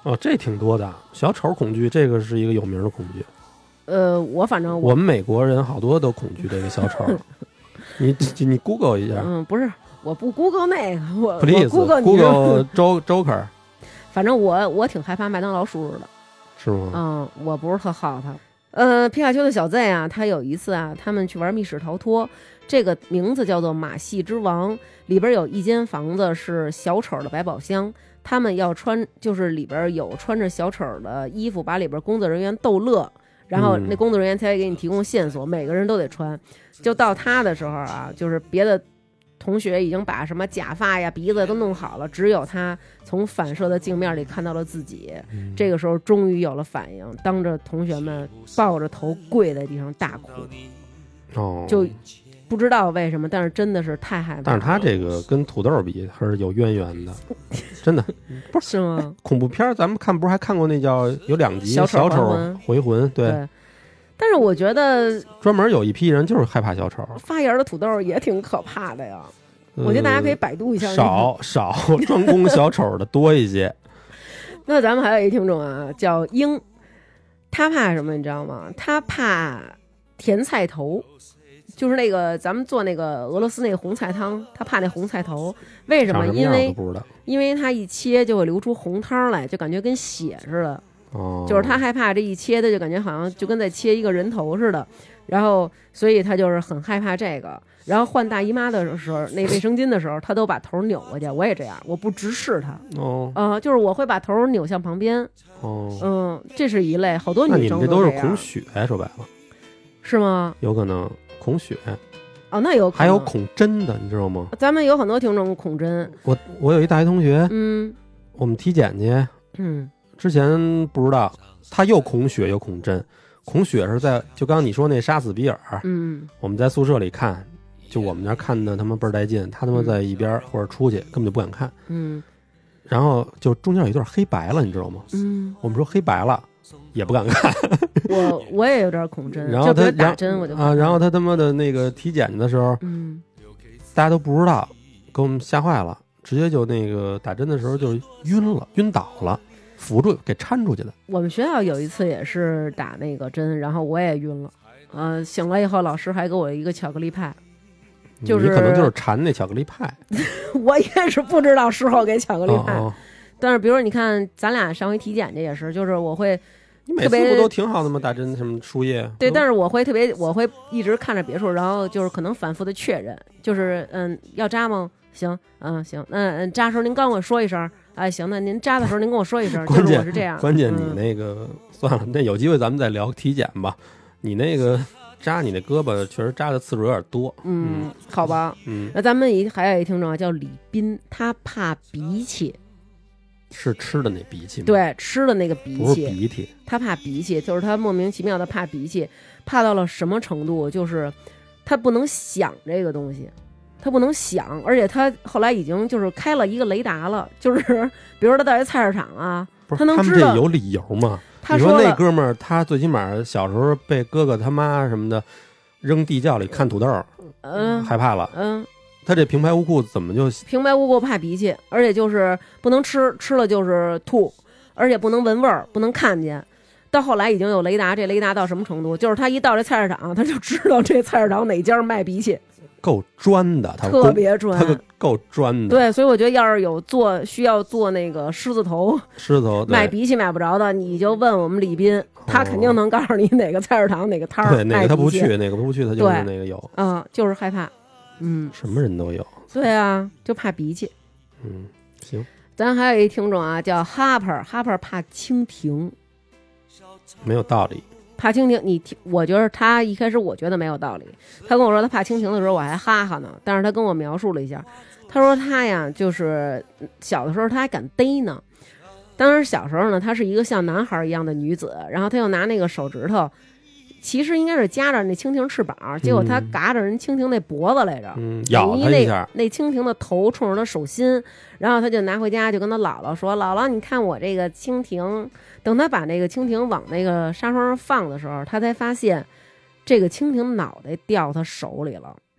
哦，这挺多的。小丑恐惧这个是一个有名的恐惧。 呃，我反正我, 我们美国人好多都恐惧这个小丑。你你 Google 一下。 嗯，不是，我不 Google 那个，我 Please 我 Google Google Joker。 反正我我挺害怕麦当劳叔叔的。 是吗？ 嗯，我不是特好他。呃，皮卡丘的小 Z 啊，他有一次啊，他们去玩密室逃脱，这个名字叫做马戏之王，里边有一间房子是小丑的百宝箱，他们要穿，就是里边有穿着小丑的衣服，把里边工作人员逗乐，然后那工作人员才会给你提供线索，嗯、每个人都得穿。就到他的时候啊，就是别的同学已经把什么假发呀、鼻子都弄好了，只有他从反射的镜面里看到了自己。嗯、这个时候终于有了反应，当着同学们抱着头跪在地上大哭。 哦， 就不知道为什么，但是真的是太害怕了。 但是他这个跟土豆比还是有渊源的，真的不是是吗？ 恐怖片咱们看不是还看过那叫有两集小丑回魂？对。 对，但是我觉得专门有一批人就是害怕小丑， 发芽的土豆也挺可怕的呀。我觉得大家可以百度一下、 呃、少少专攻小丑的多一些。 那咱们还有一听众啊，叫英，他怕什么你知道吗？他怕甜菜头，就是那个咱们做那个俄罗斯那个红菜汤，他怕那红菜头。为什么？因为因为他一切就会流出红汤来，就感觉跟血似的。 哦， 就是他害怕这一切的，就感觉好像就跟在切一个人头似的。然后所以他就是很害怕这个。然后换大姨妈的时候，那卫生巾的时候，他都把头扭过去。我也这样，我不直视他。 哦， 呃，就是我会把头扭向旁边。 哦， 嗯，这是一类，好多女生都这样。那你们这都是恐血，说白了， 是吗？ 有可能恐血。 哦，那有可能。 还有恐针的，你知道吗？ 咱们有很多听众恐针。 我我有一大学同学， 嗯， 我们体检去， 嗯， 之前不知道，他又恐血又恐针。恐血是在就刚刚你说那杀死比尔， 嗯， 我们在宿舍里看。就我们那看的他妈倍儿带劲，他他妈在一边、嗯、或者出去根本就不敢看， 嗯， 然后就中间有一段黑白了，你知道吗？ 嗯， 我们说黑白了也不敢看， 我我也有点恐针， 然后他打针我就啊，然后他他妈的那个体检的时候， 嗯， 大家都不知道，给我们吓坏了，直接就那个打针的时候就晕了，晕倒了，扶住给搀出去的。 我们学校有一次也是打那个针，然后我也晕了，呃，醒了以后老师还给我一个巧克力派。就是你可能就是馋那巧克力派， 我也是不知道事后给巧克力派。 哦哦， 但是比如说你看咱俩上回体检这也是，就是我会你每次不都挺好的吗？打针什么输液， 对，但是我会特别我会一直看着别处，然后就是可能反复的确认，就是嗯要扎吗？行，嗯行，那嗯扎的时候您刚跟我说一声，哎行，那您扎的时候您跟我说一声，就是我是这样。 关键你那个、嗯、算了，那有机会咱们再聊体检吧。你那个扎你那胳膊确实扎的次数有点多。 嗯，嗯好吧。 嗯， 那咱们一还有一听众叫李斌，他怕鼻涕。 是吃的那鼻涕吗？ 对，吃的那个鼻涕， 不是鼻涕。 他怕鼻涕，就是他莫名其妙的怕鼻涕，怕到了什么程度？就是他不能想这个东西，他不能想，而且他后来已经就是开了一个雷达了，就是比如说他到一菜市场啊， 不是他能知道。 他们这有理由吗？ 他说那哥们儿，他最起码小时候被哥哥他妈什么的扔地窖里看土豆， 嗯， 害怕了， 嗯。 他这平白无故怎么就平白无故怕鼻涕，而且就是不能吃，吃了就是吐，而且不能闻味儿，不能看见。到后来已经有雷达，这雷达到什么程度？就是他一到这菜市场，他就知道这菜市场哪家卖鼻涕， 够专的，他特别专， 他够专的。 对，所以我觉得要是有做需要做那个狮子头， 狮子头卖鼻涕买不着的，你就问我们李斌，他肯定能告诉你哪个菜市场哪个摊儿。 对，哪个他不去，哪个不去，他就是那个有。 嗯，就是害怕。嗯， 什么人都有。 对啊，就怕鼻涕。 嗯，行。咱还有一听众啊，叫 Harper，Harper 怕蜻蜓， 没有道理。 怕蜻蜓，你我觉得他一开始我觉得没有道理。他跟我说他怕蜻蜓的时候，我还哈哈呢。但是他跟我描述了一下，他说他呀，就是小的时候他还敢逮呢。当时小时候呢，她是一个像男孩一样的女子，然后他又拿那个手指头。其实应该是夹着那蜻蜓翅膀，结果他嘎着人蜻蜓那脖子来着， 嗯，咬他一下， 那蜻蜓的头冲着他手心，然后他就拿回家，就跟他姥姥说：“姥姥，你看我这个蜻蜓。”等他把那个蜻蜓往那个纱窗上放的时候，他才发现这个蜻蜓脑袋掉他手里了。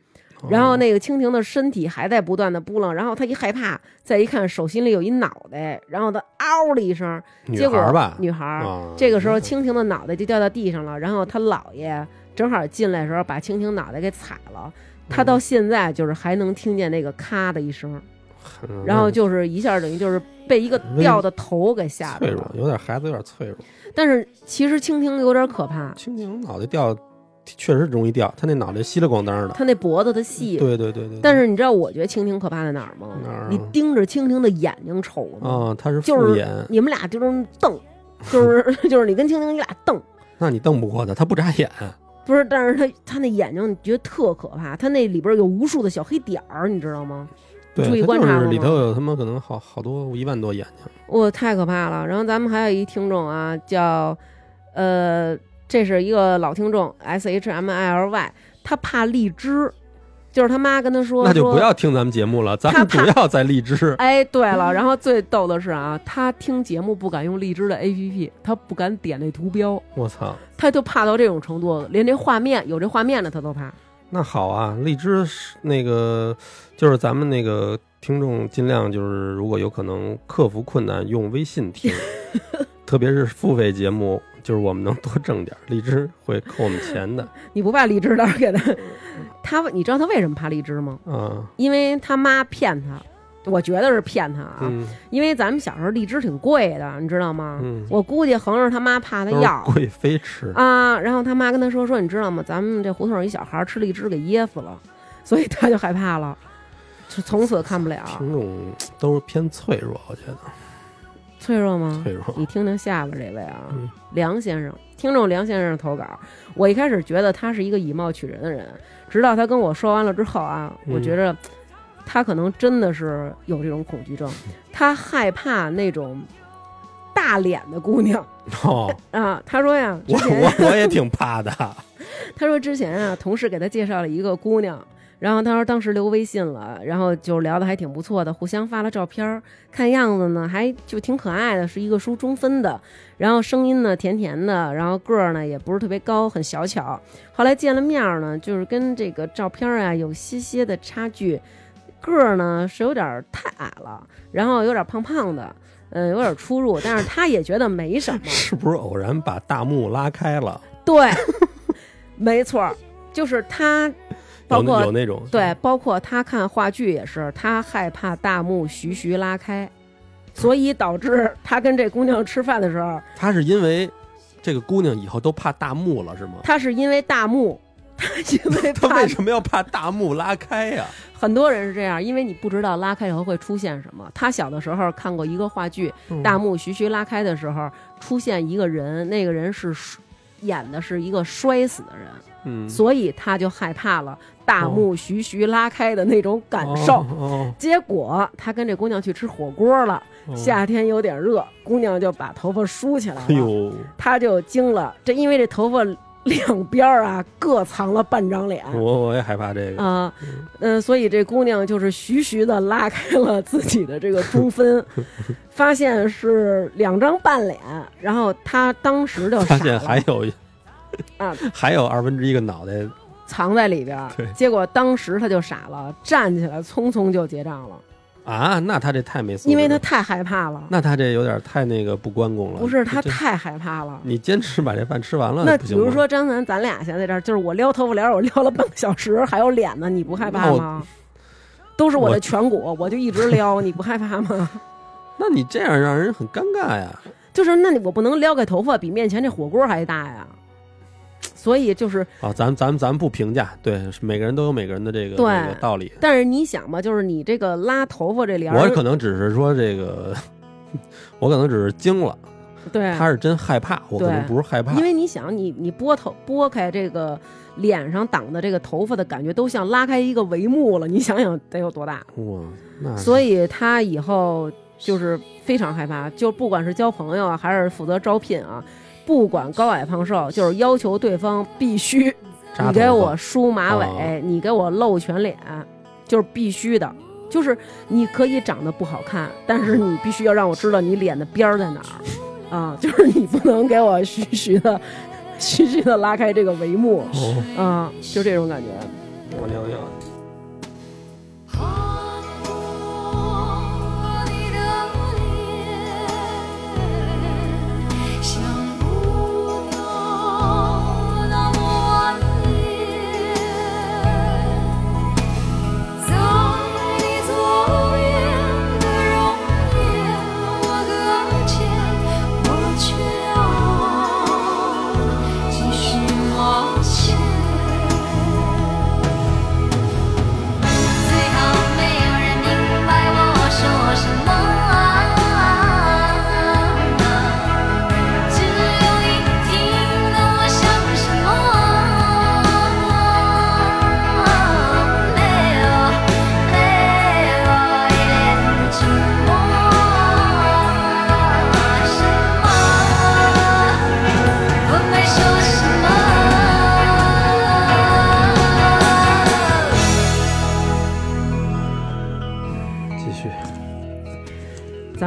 然后那个蜻蜓的身体还在不断的扑棱，然后他一害怕，再一看手心里有一脑袋，然后他嗷的一声，结果女孩吧， 女孩、 啊、 这个时候蜻蜓的脑袋就掉到地上了，然后他姥爷正好进来的时候把蜻蜓脑袋给踩了，他到现在就是还能听见那个咔的一声，嗯、然后就是一下等于就是被一个掉的头给吓着了， 脆弱，有点孩子有点脆弱。 但是其实蜻蜓有点可怕， 蜻蜓脑袋掉确实容易掉，他那脑袋稀了咣当的， 他那脖子的细， 对对对 对, 对。 但是你知道我觉得蜻蜓可怕在哪儿吗？ 哪儿、啊？ 你盯着蜻蜓的眼睛瞅吗？ 啊，他是就是眼， 你们俩就是瞪，就是就是你跟蜻蜓你俩瞪， 那你瞪不过他，他不眨眼。 不是，但是他他那眼睛你觉得特可怕，他那里边有无数的小黑点儿，你知道吗？ 对， 注意观察过吗？ 里头有他们可能好好多一万多眼睛， 我、哦、太可怕了。然后咱们还有一听众啊，叫呃，这是一个老听众 S H M I L Y， 他怕荔枝，就是他妈跟他说， 那就不要听咱们节目了，咱们主要在荔枝。 哎，对了，然后最逗的是啊，他听节目不敢用荔枝的 A P P， 他不敢点那图标。 我操， 他就怕到这种程度，连这画面有这画面的他都怕。 那好啊，荔枝那个就是咱们那个听众尽量就是如果有可能克服困难用微信听，特别是付费节目，就是我们能多挣点，荔枝会扣我们钱的。 你不怕荔枝到时候给他？他你知道他为什么怕荔枝吗？ 啊， 因为他妈骗他。我觉得是骗他啊、 嗯， 因为咱们小时候荔枝挺贵的，你知道吗？ 嗯， 我估计横着他妈怕他要贵非吃啊，然后他妈跟他说说，你知道吗？咱们这胡同一小孩吃荔枝给噎死了，所以他就害怕了，就从此看不了。 听众都是偏脆弱，我觉得脆弱吗？ 脆弱。 你听听下边这位啊， 嗯、 梁先生，听众梁先生投稿，我一开始觉得他是一个以貌取人的人，直到他跟我说完了之后啊， 嗯、 我觉着。他可能真的是有这种恐惧症，他害怕那种大脸的姑娘。 哦啊，他说呀， 我我我也挺怕的。 他说之前啊，同事给他介绍了一个姑娘，然后他说当时留微信了，然后就聊得还挺不错的，互相发了照片，看样子呢还就挺可爱的，是一个梳中分的，然后声音呢甜甜的，然后个儿呢也不是特别高，很小巧。后来见了面呢，就是跟这个照片啊有些些的差距。个儿呢是有点太矮了，然后有点胖胖的，嗯、呃，有点出入，但是他也觉得没什么。 是不是偶然把大幕拉开了？ 对，没错，就是他，包括有, 有那种对，包括他看话剧也是，他害怕大幕徐徐拉开，所以导致他跟这姑娘吃饭的时候， 他是因为这个姑娘以后都怕大幕了，是吗？ 他是因为大幕。他因为他为什么要怕大幕拉开呀、啊？ 很多人是这样，因为你不知道拉开以后会出现什么。他小的时候看过一个话剧， 嗯、 大幕徐徐拉开的时候，出现一个人，那个人是演的是一个摔死的人， 嗯， 所以他就害怕了大幕徐徐拉开的那种感受。 哦哦、 结果他跟这姑娘去吃火锅了， 哦、 夏天有点热，姑娘就把头发梳起来了， 哎呦， 他就惊了，这因为这头发。两边啊各藏了半张脸， 我我也害怕这个啊，嗯、呃，所以这姑娘就是徐徐的拉开了自己的这个中分，发现是两张半脸，然后她当时就傻了， 发现还有啊， 还有二分之一个脑袋藏在里边，结果当时她就傻了，站起来匆匆就结账了。 啊，那他这太没素质了， 因为他太害怕了。 那他这有点太那个不关公了。 不是，他太害怕了。 你坚持把这饭吃完了， 那比如说张楠，咱俩现在这儿，就是我撩头发帘，我撩了半个小时，还有脸呢，你不害怕吗？都是我的颧骨，我, 我就一直撩，你不害怕吗？ 那你这样让人很尴尬呀。 就是，那你我不能撩开头发比面前这火锅还大呀。所以就是啊，咱咱咱不评价，对，每个人都有每个人的这个对、 这个道理。 但是你想吧，就是你这个拉头发这帘， 我可能只是说这个，我可能只是惊了， 对， 他是真害怕，我可能不是害怕， 因为你想，你你拨头拨开这个脸上挡的这个头发的感觉，都像拉开一个帷幕了，你想想得有多大？ 哇，那所以他以后就是非常害怕，就不管是交朋友啊，还是负责招聘啊。不管高矮胖瘦，就是要求对方必须你给我梳马尾、哦、你给我露全脸，就是必须的。就是你可以长得不好看，但是你必须要让我知道你脸的边在哪儿啊！就是你不能给我徐徐的徐徐的拉开这个帷幕、哦、啊，就这种感觉。 我聊聊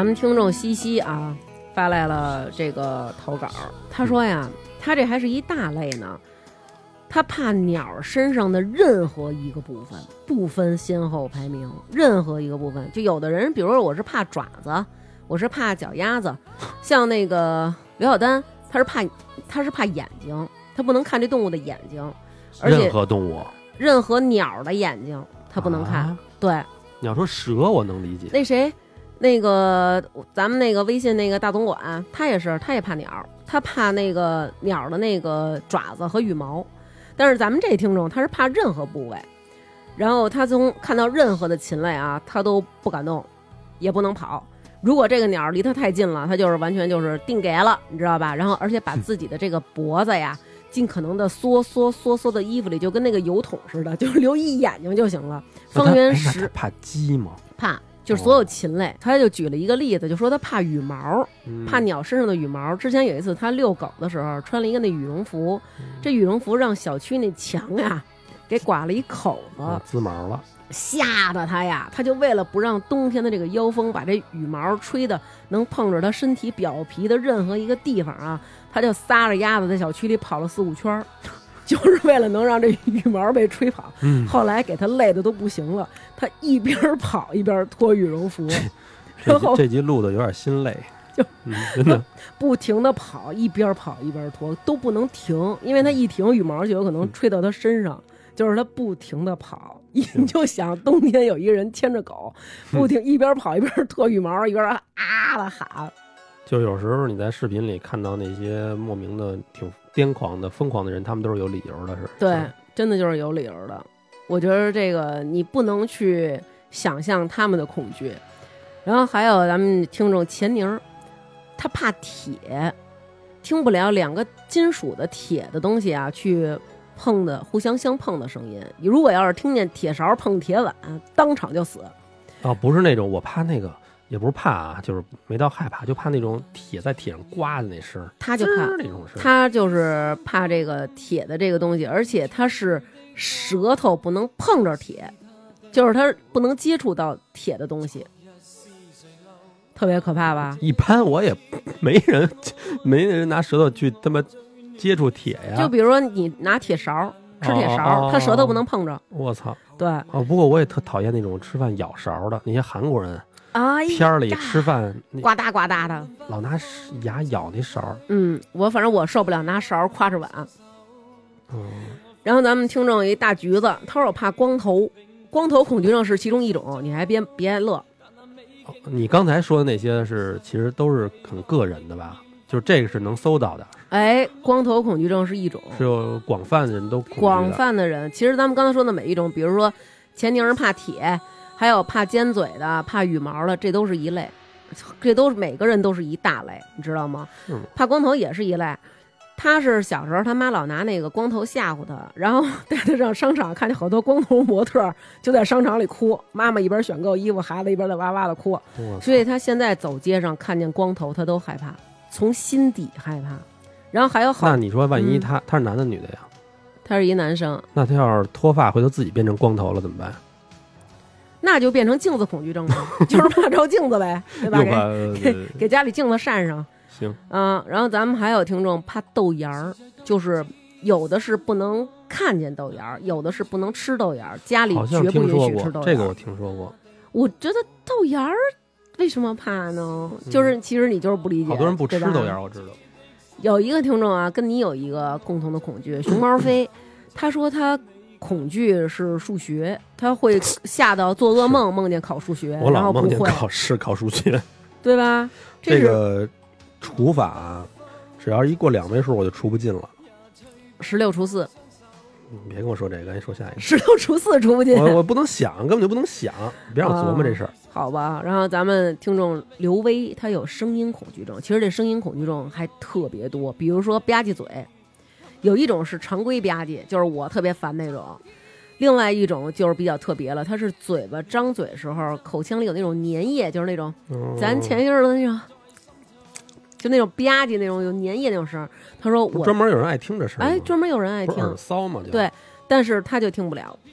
咱们听众西西啊发来了这个投稿，他说呀，他这还是一大类呢，他怕鸟身上的任何一个部分，不分先后排名，任何一个部分。就有的人，比如说我是怕爪子，我是怕脚丫子，像那个刘晓丹，他是怕他是怕眼睛，他不能看这动物的眼睛，而且任何动物， 任何鸟的眼睛他不能看。啊、对， 你要说蛇，我能理解。 那谁？那个咱们那个微信那个大总管，他也是，他也怕鸟，他怕那个鸟的那个爪子和羽毛。但是咱们这听众他是怕任何部位，然后他从看到任何的禽类啊，他都不敢动，也不能跑。如果这个鸟离他太近了，他就是完全就是定给了，你知道吧？然后而且把自己的这个脖子呀，尽可能的缩缩缩缩到衣服里，就跟那个油桶似的，就留一眼睛就行了。方圆十怕鸡吗？ 怕。就是所有禽类、哦、他就举了一个例子，就说他怕羽毛、嗯、怕鸟身上的羽毛。之前有一次他遛狗的时候穿了一个那羽绒服、嗯、这羽绒服让小区那墙呀给刮了一口子、 嗯、滋毛了， 吓得他呀，他就为了不让冬天的这个妖风把这羽毛吹的能碰着他身体表皮的任何一个地方啊，他就撒着鸭子在小区里跑了四五圈就是为了能让这羽毛被吹跑、嗯、后来给他累的都不行了，他一边跑一边脱羽绒服， 然后这集录的有点心累， 就、 嗯、真的不停的跑，一边跑一边脱，都不能停，因为他一停羽毛就有可能吹到他身上、嗯、就是他不停的跑，你就想冬天有一个人牵着狗不停一边跑一边脱羽毛一边啊的喊。 就有时候你在视频里看到那些莫名的挺癫狂的疯狂的人，他们都是有理由的，是对，真的就是有理由的。我觉得这个你不能去想象他们的恐惧。然后还有咱们听众钱宁，他怕铁，听不了两个金属的铁的东西啊去碰的互相相碰的声音，如果要是听见铁勺碰铁碗当场就死。 哦，不是那种，我怕那个也不是怕啊，就是没到害怕，就怕那种铁在铁上刮的那声， 他就怕那种声， 他就是怕这个铁的这个东西，而且他是舌头不能碰着铁，就是他不能接触到铁的东西，特别可怕吧？ 一般我也没人没人拿舌头去他妈接触铁呀。 就比如说你拿铁勺吃铁勺，他、哦、舌头不能碰着。 我操！ 对哦，不过我也特讨厌那种吃饭咬勺的那些韩国人。 哎， 片里吃饭呱嗒呱嗒的， 老拿牙咬那勺。 嗯，我反正我受不了拿勺挎着碗。嗯，然后咱们听众有一大橘子，他说我怕光头，光头恐惧症是其中一种，你还别别乐。 哦、你刚才说的那些是其实都是很个人的吧？就是这个是能搜到的。 哎，光头恐惧症是一种， 是有广泛的人都恐惧的。 广泛的人，其实咱们刚才说的每一种，比如说前宁人怕铁。还有怕尖嘴的，怕羽毛的，这都是一类，这都是每个人都是一大类，你知道吗？ 嗯， 怕光头也是一类。他是小时候他妈老拿那个光头吓唬他，然后带他上商场，看见好多光头模特就在商场里哭，妈妈一边选购衣服，孩子一边在哇哇的哭，所以他现在走街上看见光头他都害怕，从心底害怕。然后还有好， 那你说万一他、嗯、他是男的女的呀？ 他是一男生。 那他要是脱发回头自己变成光头了怎么办？ 那就变成镜子恐惧症了，就是怕照镜子呗，对吧？给给给家里镜子扇上。 行， 嗯，然后咱们还有听众怕豆芽儿，就是有的是不能看见豆芽儿，有的是不能吃豆芽儿，家里绝不允许吃豆芽儿。 这个我听说过。 我觉得豆芽儿为什么怕呢？就是其实你就是不理解。 好多人不吃豆芽儿，我知道。 有一个听众啊，跟你有一个共同的恐惧，熊猫飞，他说他。恐惧是数学，他会吓到做噩梦，梦见考数学， 我老梦见考试考数学， 对吧？ 这, 这个除法、啊，只要一过两位数，我就除不进了。 十六除四， 你别跟我说这个，赶紧说下一个。 十六除四除不进， 我我不能想，根本就不能想，别让我琢磨这事儿、 啊。好吧，然后咱们听众刘威，他有声音恐惧症，其实这声音恐惧症还特别多，比如说吧唧嘴。有一种是常规吧唧，就是我特别烦那种，另外一种就是比较特别了，它是嘴巴张嘴的时候口腔里有那种粘液，就是那种、嗯、咱前一阵的那种就那种吧唧那种有粘液那种声。他说我专门有人爱听这声， 哎，专门有人爱听， 耳骚嘛， 对，但是他就听不了。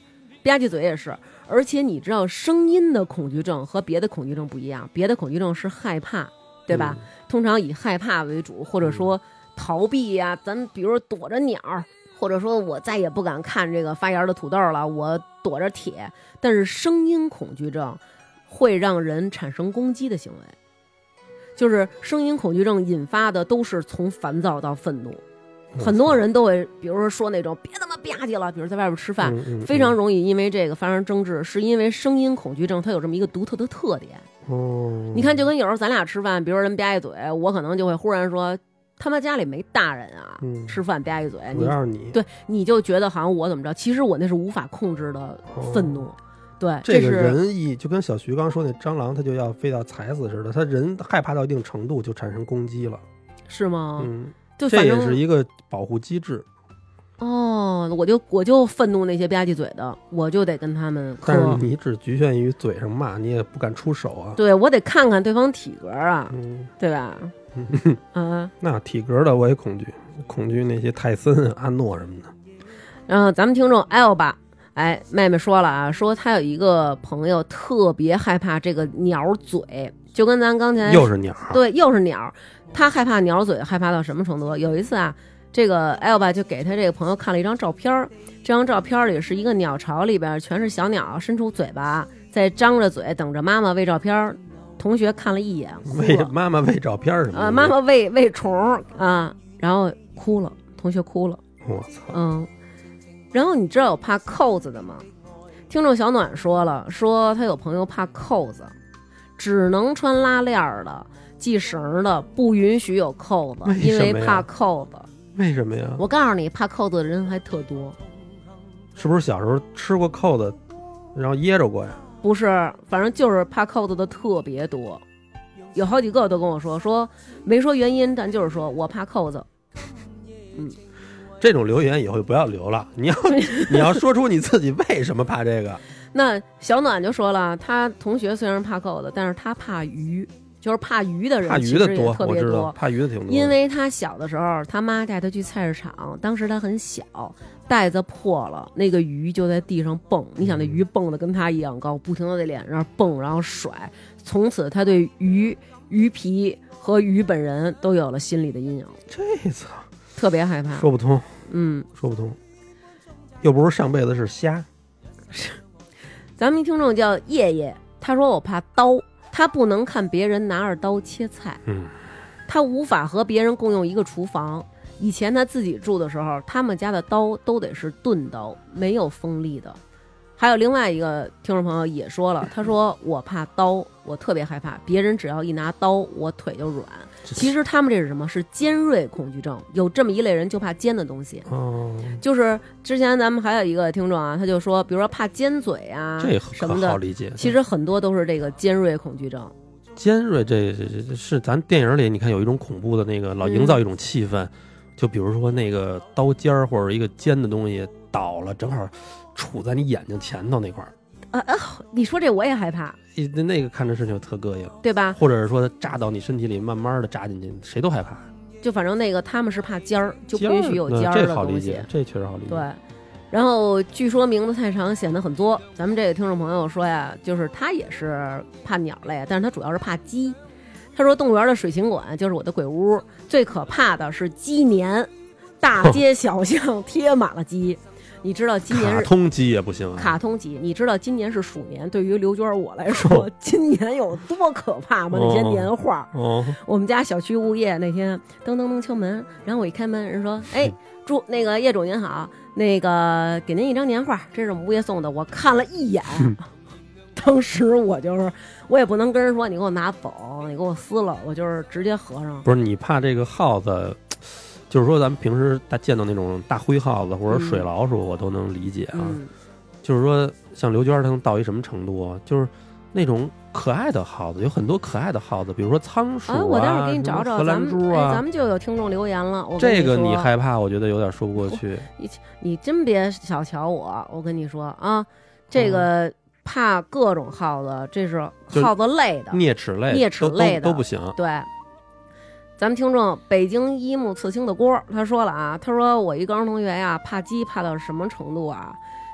吧唧嘴也是。而且你知道，声音的恐惧症和别的恐惧症不一样，别的恐惧症是害怕，对吧？嗯、通常以害怕为主，或者说逃避呀、啊，咱比如说躲着鸟，或者说我再也不敢看这个发芽的土豆了，我躲着铁。但是声音恐惧症会让人产生攻击的行为，就是声音恐惧症引发的都是从烦躁到愤怒。很多人都会比如说说那种别他妈吧唧了，比如在外边吃饭、嗯嗯嗯、非常容易因为这个发生争执，是因为声音恐惧症它有这么一个独特的特点。 哦， 你看就跟有时候咱俩吃饭，比如说人吧唧嘴，我可能就会忽然说他妈家里没大人啊、嗯、吃饭吧唧嘴， 主要是你对你就觉得好像我怎么着，其实我那是无法控制的愤怒、哦、对， 这个人一就跟小徐刚说那蟑螂他就要非要踩死似的，他人害怕到一定程度就产生攻击了， 是吗？ 嗯， 就这也是一个保护机制。 哦，我就我就愤怒那些吧唧嘴的，我就得跟他们磕。 但是你只局限于嘴上骂，你也不敢出手啊。 对，我得看看对方体格啊， 嗯、 对吧？ 嗯，那体格的我也恐惧，恐惧那些泰森、安诺什么的。 然后咱们听众 L 吧，哎，妹妹说了啊，说她有一个朋友特别害怕这个鸟嘴，就跟咱刚才又是鸟， 对，又是鸟。他害怕鸟嘴，害怕到什么程度？有一次啊，这个 L 吧就给他这个朋友看了一张照片，这张照片里是一个鸟巢里边全是小鸟，伸出嘴巴在张着嘴等着妈妈喂照片。同学看了一眼， 喂妈妈喂照片什么？ 啊、呃，妈妈喂喂虫啊，然后哭了，同学哭了。 我操！ 嗯，然后你知道有怕扣子的吗？听众小暖说了，说他有朋友怕扣子，只能穿拉链的。系绳的不允许有扣子，因为怕扣子。 为什么呀？ 我告诉你，怕扣子的人还特多。 是不是小时候吃过扣子，然后噎着过呀？ 不是，反正就是怕扣子的特别多，有好几个都跟我说，说没说原因，但就是说我怕扣子。嗯， 这种留言以后就不要留了，你要你要说出你自己为什么怕这个。 那小暖就说了，他同学虽然怕扣子，但是他怕鱼。就是怕鱼的人怕鱼的多， 特别多， 怕鱼的挺多。 因为他小的时候，他妈带他去菜市场，当时他很小，袋子破了，那个鱼就在地上蹦。你想那鱼蹦的跟他一样高，不停的在脸上蹦，然后甩。从此他对鱼、鱼皮和鱼本人都有了心理的阴影。 这操， 特别害怕， 说不通。 嗯， 说不通。又不是上辈子是虾。 咱们一听众叫叶叶，他说我怕刀。他不能看别人拿着刀切菜， 嗯， 他无法和别人共用一个厨房。以前他自己住的时候，他们家的刀都得是钝刀，没有锋利的。还有另外一个听众朋友也说了，他说我怕刀，我特别害怕别人只要一拿刀，我腿就软。其实他们这是什么？是尖锐恐惧症。有这么一类人就怕尖的东西。 哦， 就是之前咱们还有一个听众啊，他就说，比如说怕尖嘴啊， 这什么的， 好理解。 其实很多都是这个尖锐恐惧症。 尖锐这这是咱电影里你看有一种恐怖的那个老营造一种气氛，嗯、就比如说那个刀尖儿或者一个尖的东西倒了，正好杵在你眼睛前头那块儿。 啊啊！你说这我也害怕， 那个看着是就特膈应， 对吧？ 或者是说扎到你身体里，慢慢的扎进去，谁都害怕。 就反正那个他们是怕尖儿，就不允许有尖儿的东西。 这好理解，这确实好理解。 对。然后据说名字太长显得很作，咱们这个听众朋友说呀，就是他也是怕鸟类，但是他主要是怕鸡。他说动物园的水禽馆就是我的鬼屋，最可怕的是鸡年，大街小巷贴满了鸡。你知道今年是卡通鸡也不行啊， 卡通鸡。你知道今年是鼠年，对于刘娟我来说，今年有多可怕吗？那些年画。 哦， 我们家小区物业那天噔噔噔敲门，然后我一开门，人说：“哎，祝那个业主您好，那个给您一张年画，这是我们物业送的。”我看了一眼，当时我就是，我也不能跟人说你给我拿走，你给我撕了，我就是直接合上。 不是你怕这个耗子？就是说咱们平时大见到那种大灰耗子或者水老鼠，我都能理解啊。 嗯、 就是说像刘娟她能到一什么程度啊？就是那种可爱的耗子，有很多可爱的耗子，比如说仓鼠啊， 啊我待会儿给你找找荷兰猪啊、 哎，咱们就有听众留言了。我这个你害怕，我觉得有点说不过去。 你你真别小瞧我，我跟你说啊，这个怕各种耗子，这是耗子类的， 啮齿类、 啮齿类的都, 都, 都不行。 对。咱们听众北京一木刺青的锅，他说了啊，他说我一高中同学呀，怕鸡怕到什么程度啊？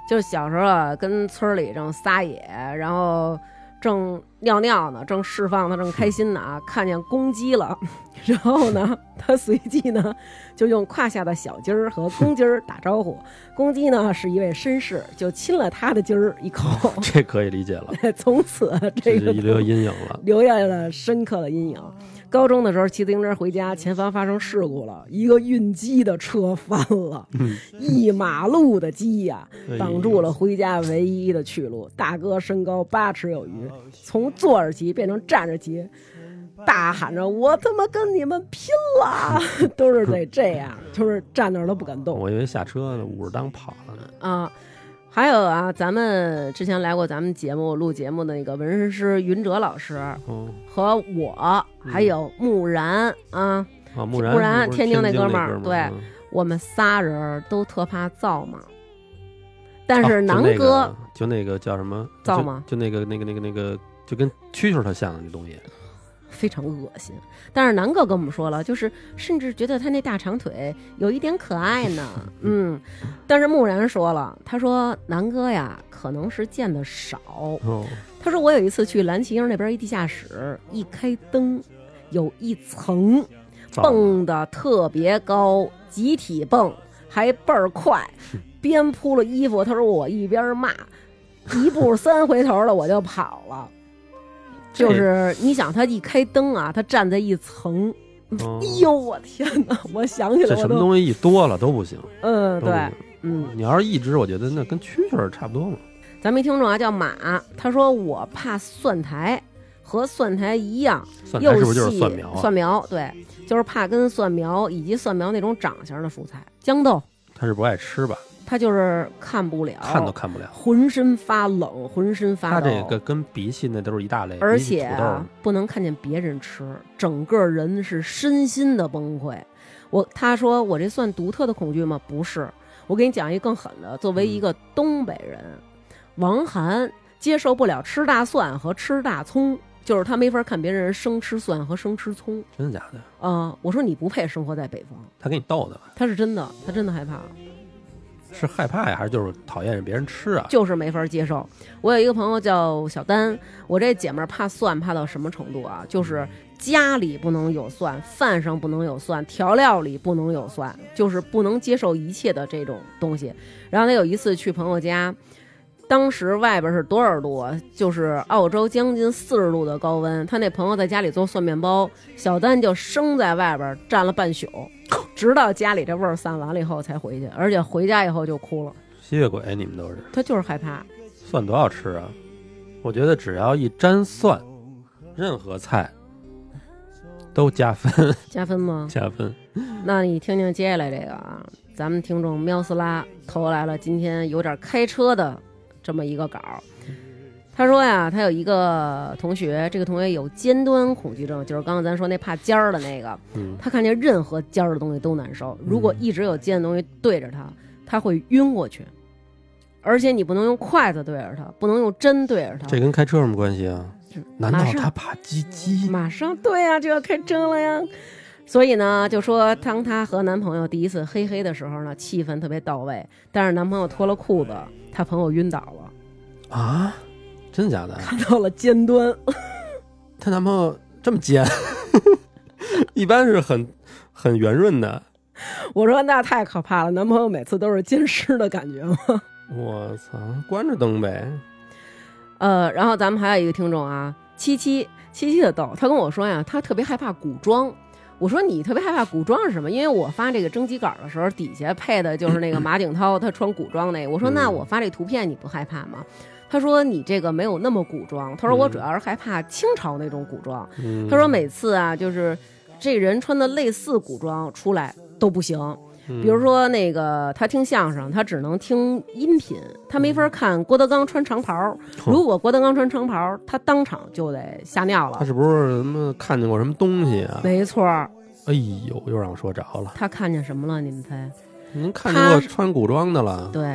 就小时候啊，跟村里正撒野，然后正尿尿呢，正释放的正开心呢啊，看见公鸡了，然后呢，他随即呢就用胯下的小鸡儿和公鸡儿打招呼。公鸡呢是一位绅士，就亲了他的鸡儿一口。 这可以理解了。 从此这个遗留阴影了， 留下了深刻的阴影。高中的时候骑自行车回家，前方发生事故了，一个运鸡的车翻了，嗯、一马路的鸡呀、啊，挡住了回家唯一的去路。大哥身高八尺有余，从坐着骑变成站着骑，大喊着我他妈跟你们拼了，都是得这样，就是站那儿都不敢动。 我以为下车呢，捂着裆跑了呢。 啊。还有啊，咱们之前来过咱们节目录节目的那个纹身师云哲老师，哦、和我还有木然、嗯、啊， 啊木然木然天津那哥们儿， 对、嗯、我们仨人都特怕造嘛。但是南哥、 哦、就, 那个、就那个叫什么造嘛， 就那个那个那个那个就跟蛐蛐特像的那东西。 非常恶心，但是南哥跟我们说了，就是甚至觉得他那大长腿有一点可爱呢。嗯，但是木然说了，他说南哥呀可能是见的少、哦、他说我有一次去蓝旗营那边一地下室，一开灯有一层蹦的特别高，集体蹦还倍儿快，边铺了衣服，他说我一边骂一步三回头了我就跑了。就是你想他一开灯啊，他站在一层，哦、哎呦我天哪！我想起来， 这什么东西一多了都不行。 嗯，对，嗯， 你要是一只，我觉得那跟蛐蛐差不多嘛。 咱们一听众啊叫马，他说我怕蒜苔，和蒜苔一样， 蒜苔是不是就是蒜苗、啊？ 蒜苗对，就是怕跟蒜苗以及蒜苗那种长相的蔬菜，豇豆， 他是不爱吃吧？ 他就是看不了， 看都看不了， 浑身发冷，浑身发抖。 他这个跟鼻涕那都是一大类， 而且、啊、不能看见别人吃，整个人是身心的崩溃。我他说我这算独特的恐惧吗？不是，我给你讲一个更狠的。作为一个东北人，嗯、王涵接受不了吃大蒜和吃大葱，就是他没法看别人生吃蒜和生吃葱。 真的假的？ 啊、呃，我说你不配生活在北方。 他给你逗的吧？ 他是真的，他真的害怕。 是害怕呀，还是就是讨厌别人吃啊？ 就是没法接受。我有一个朋友叫小丹，我这姐们儿怕蒜怕到什么程度啊？就是家里不能有蒜，饭上不能有蒜，调料里不能有蒜，就是不能接受一切的这种东西。然后他有一次去朋友家，当时外边是多少度啊？就是澳洲将近四十度的高温。他那朋友在家里做蒜面包，小丹就生在外边站了半宿。直到家里这味儿散完了以后才回去，而且回家以后就哭了。 吸血鬼你们都是。 他就是害怕。 蒜多好吃啊！我觉得只要一沾蒜，任何菜都加分。加分吗？加分。 那你听听接下来这个啊，咱们听众喵斯拉投来了今天有点开车的这么一个稿。他说呀，他有一个同学，这个同学有尖端恐惧症，就是刚刚咱说那怕尖儿的那个、嗯、他看见任何尖儿的东西都难受，如果一直有尖的东西对着他，他会晕过去，而且你不能用筷子对着他，不能用针对着他。 这跟开车有什么关系啊？难道他怕鸡鸡？ 马上对呀、啊，就要开车了呀。所以呢，就说当他和男朋友第一次嘿嘿的时候呢，气氛特别到位，但是男朋友脱了裤子，他朋友晕倒了。 啊？真的假的？ 看到了尖端。 她男朋友这么尖？一般是很很圆润的。 我说那太可怕了，男朋友每次都是奸尸的感觉吗？ 我操，关着灯呗。 呃，然后咱们还有一个听众啊，七七七七的逗，他跟我说呀，他特别害怕古装。我说你特别害怕古装是什么？因为我发这个征集稿的时候，底下配的就是那个马景涛他穿古装那个。我说那我发这图片你不害怕吗？他说你这个没有那么古装，他说我主要是害怕清朝那种古装、嗯、他说每次啊就是这人穿的类似古装出来都不行、嗯、比如说那个他听相声他只能听音频，他没法看郭德纲穿长袍、嗯、如果郭德纲穿长袍他当场就得吓尿了。 他是不是什么看见过什么东西啊？ 没错。 哎呦又让我说着了。 他看见什么了你们猜？ 您看见过穿古装的了？ 对，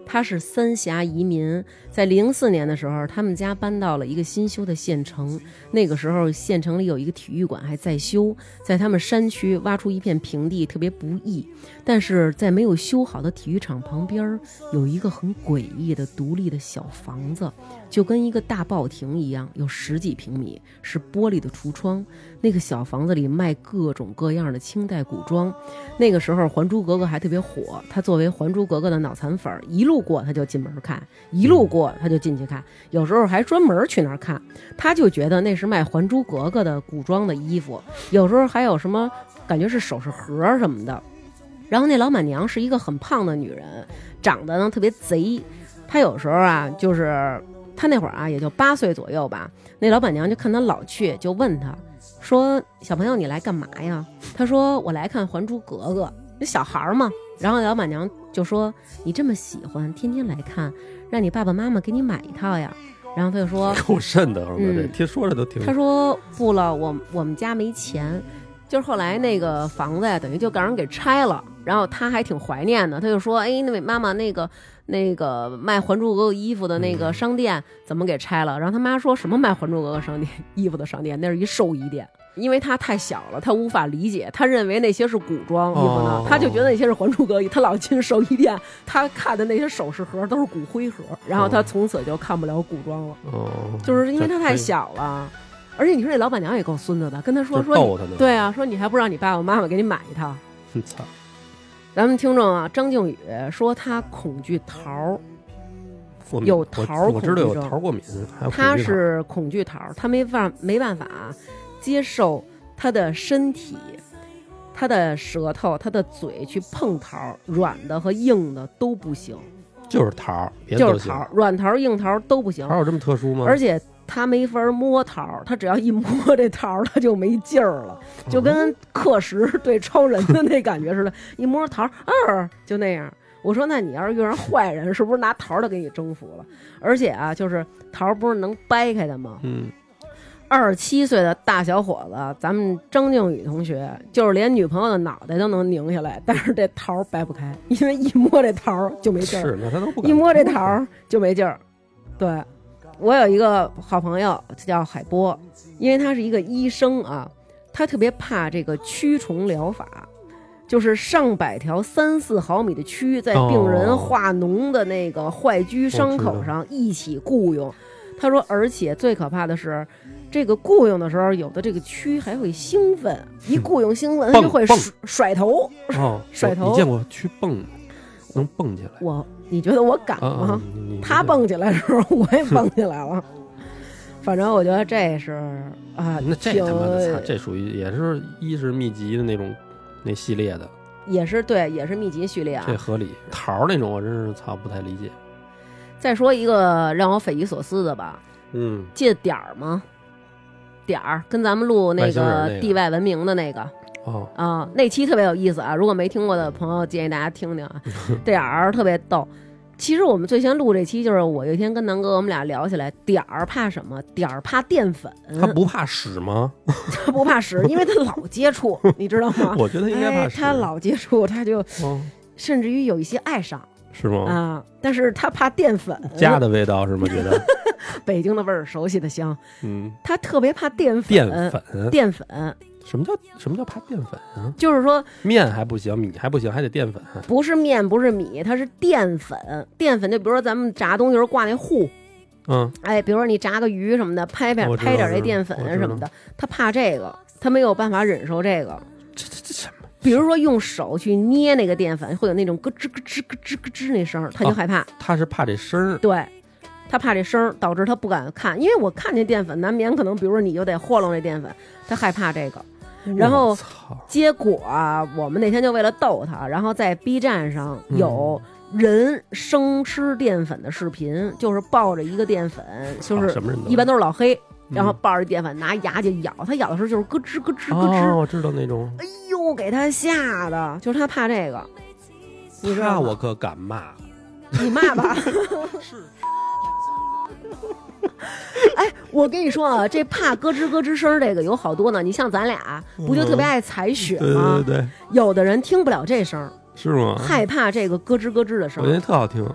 他是三峡移民，在零四年的时候，他们家搬到了一个新修的县城。那个时候，县城里有一个体育馆还在修，在他们山区挖出一片平地，特别不易。但是在没有修好的体育场旁边，有一个很诡异的独立的小房子，就跟一个大报亭一样，有十几平米，是玻璃的橱窗。那个小房子里卖各种各样的清代古装。那个时候，《还珠格格》还特别火，他作为《还珠格格》的脑残粉，一路过他就进门看，一路过他就进去看，有时候还专门去那儿看。他就觉得那是卖《还珠格格》的古装的衣服，有时候还有什么感觉是首饰盒什么的。然后那老板娘是一个很胖的女人，长得呢特别贼。她有时候啊，就是她那会儿啊，也就八岁左右吧。那老板娘就看她老去，就问她说：“小朋友，你来干嘛呀？”她说：“我来看《还珠格格》。”那小孩嘛。然后老板娘就说：“你这么喜欢，天天来看，让你爸爸妈妈给你买一套呀。”然后他就说：“ 够瘆的，嗯，听说着都挺。” 他说：“不了，我我们家没钱。”就是后来那个房子呀，等于就让人给拆了。然后他还挺怀念的，他就说：“哎，那妈妈，那个那个卖《还珠格格》衣服的那个商店怎么给拆了？”然后他妈说什么卖《还珠格格》商店衣服的商店，那是一寿衣店。因为他太小了，他无法理解，他认为那些是古装衣服呢，哦、他就觉得那些是《还珠格格》。他老进寿衣店，他看的那些首饰盒都是骨灰盒，然后他从此就看不了古装了。哦，就是因为他太小了。而且你说这老板娘也够孙子的，跟他说说逗他的， 对啊，说你还不让你爸爸妈妈给你买一套。操！咱们听众啊，张靖宇说他恐惧桃，有桃恐惧症， 我知道有桃过敏，还有他是恐惧桃，他没法没办法接受他的身体、他的舌头、他的嘴去碰桃，软的和硬的都不行。 就是桃，别就是桃，软桃、硬桃都不行。 桃有这么特殊吗？ 而且他没法摸桃，他只要一摸这桃，他就没劲儿了，就跟克什对超人的那感觉似的，一摸桃，啊，就那样。我说那你要是遇上坏人，是不是拿桃都给你征服了？而且啊，就是桃不是能掰开的吗？ 嗯。 二十七岁的大小伙子，咱们张靖宇同学，就是连女朋友的脑袋都能拧下来，但是这桃掰不开，因为一摸这桃就没劲儿。 是，那他都不敢。 一摸这桃就没劲儿。对，我有一个好朋友叫海波，因为他是一个医生啊，他特别怕这个驱虫疗法，就是上百条三四毫米的蛆在病人化脓的那个坏疽伤口上一起雇佣。他说，而且最可怕的是。这个雇佣的时候，有的这个蛆还会兴奋，一雇佣兴奋，它就会甩甩头。 哦， 甩头。 你见过蛆蹦吗？能蹦起来？ 我，你觉得我敢吗？ 啊、 他蹦起来的时候，我也蹦起来了。反正我觉得这是啊， 那这他妈的，这属于也是一是秘籍的那种那系列的， 也是对，也是秘籍序列啊， 这合理。桃那种我真是操不太理解。 再说一个让我匪夷所思的吧， 嗯， 记得点儿吗？点儿跟咱们录那个地外文明的那个哦啊，那期特别有意思啊！如果没听过的朋友，建议大家听听啊。点儿特别逗。其实我们最先录这期，就是我有一天跟南哥我们俩聊起来，点儿怕什么？点儿怕淀粉。 他不怕屎吗？ 他不怕屎，因为他老接触，你知道吗？ 我觉得应该怕屎。 哎、他老接触，他就、哦、甚至于有一些爱上。 是吗？ 啊，但是他怕淀粉， 家的味道是吗？觉得北京的味儿，熟悉的香。 嗯， 他特别怕淀粉。 淀粉， 淀粉， 什么叫什么叫怕淀粉啊？ 就是说面还不行，米还不行，还得淀粉。 不是面，不是米，它是淀粉。淀粉就比如说咱们炸东西时候挂那糊， 嗯， 哎，比如说你炸个鱼什么的，拍拍拍点这淀粉什么的，他怕这个，他没有办法忍受这个。 这这这什么？ 比如说用手去捏那个淀粉，会有那种咯吱咯吱咯吱咯吱那声，他就害怕。 啊、他是怕这声， 对，他怕这声，导致他不敢看。因为我看见淀粉，难免可能，比如说你就得和弄这淀粉，他害怕这个。然后结果啊，我们那天就为了逗他，然后在 B 站上有人生吃淀粉的视频，嗯、就是抱着一个淀粉，就是一般都是老黑。然后抱着淀粉拿牙就咬，他咬的时候就是咯吱咯吱咯吱。 哦，我知道那种。 哎呦，给他吓的，就是他怕这个。你知道吗？ 那我可敢骂。 你骂吧。是。哎，我跟你说啊，这怕咯吱咯吱声这个有好多呢。你像咱俩，不就特别爱采血吗？ 嗯、对对对。 有的人听不了这声， 是吗？ 害怕这个咯吱咯吱的声。 我觉得特好听。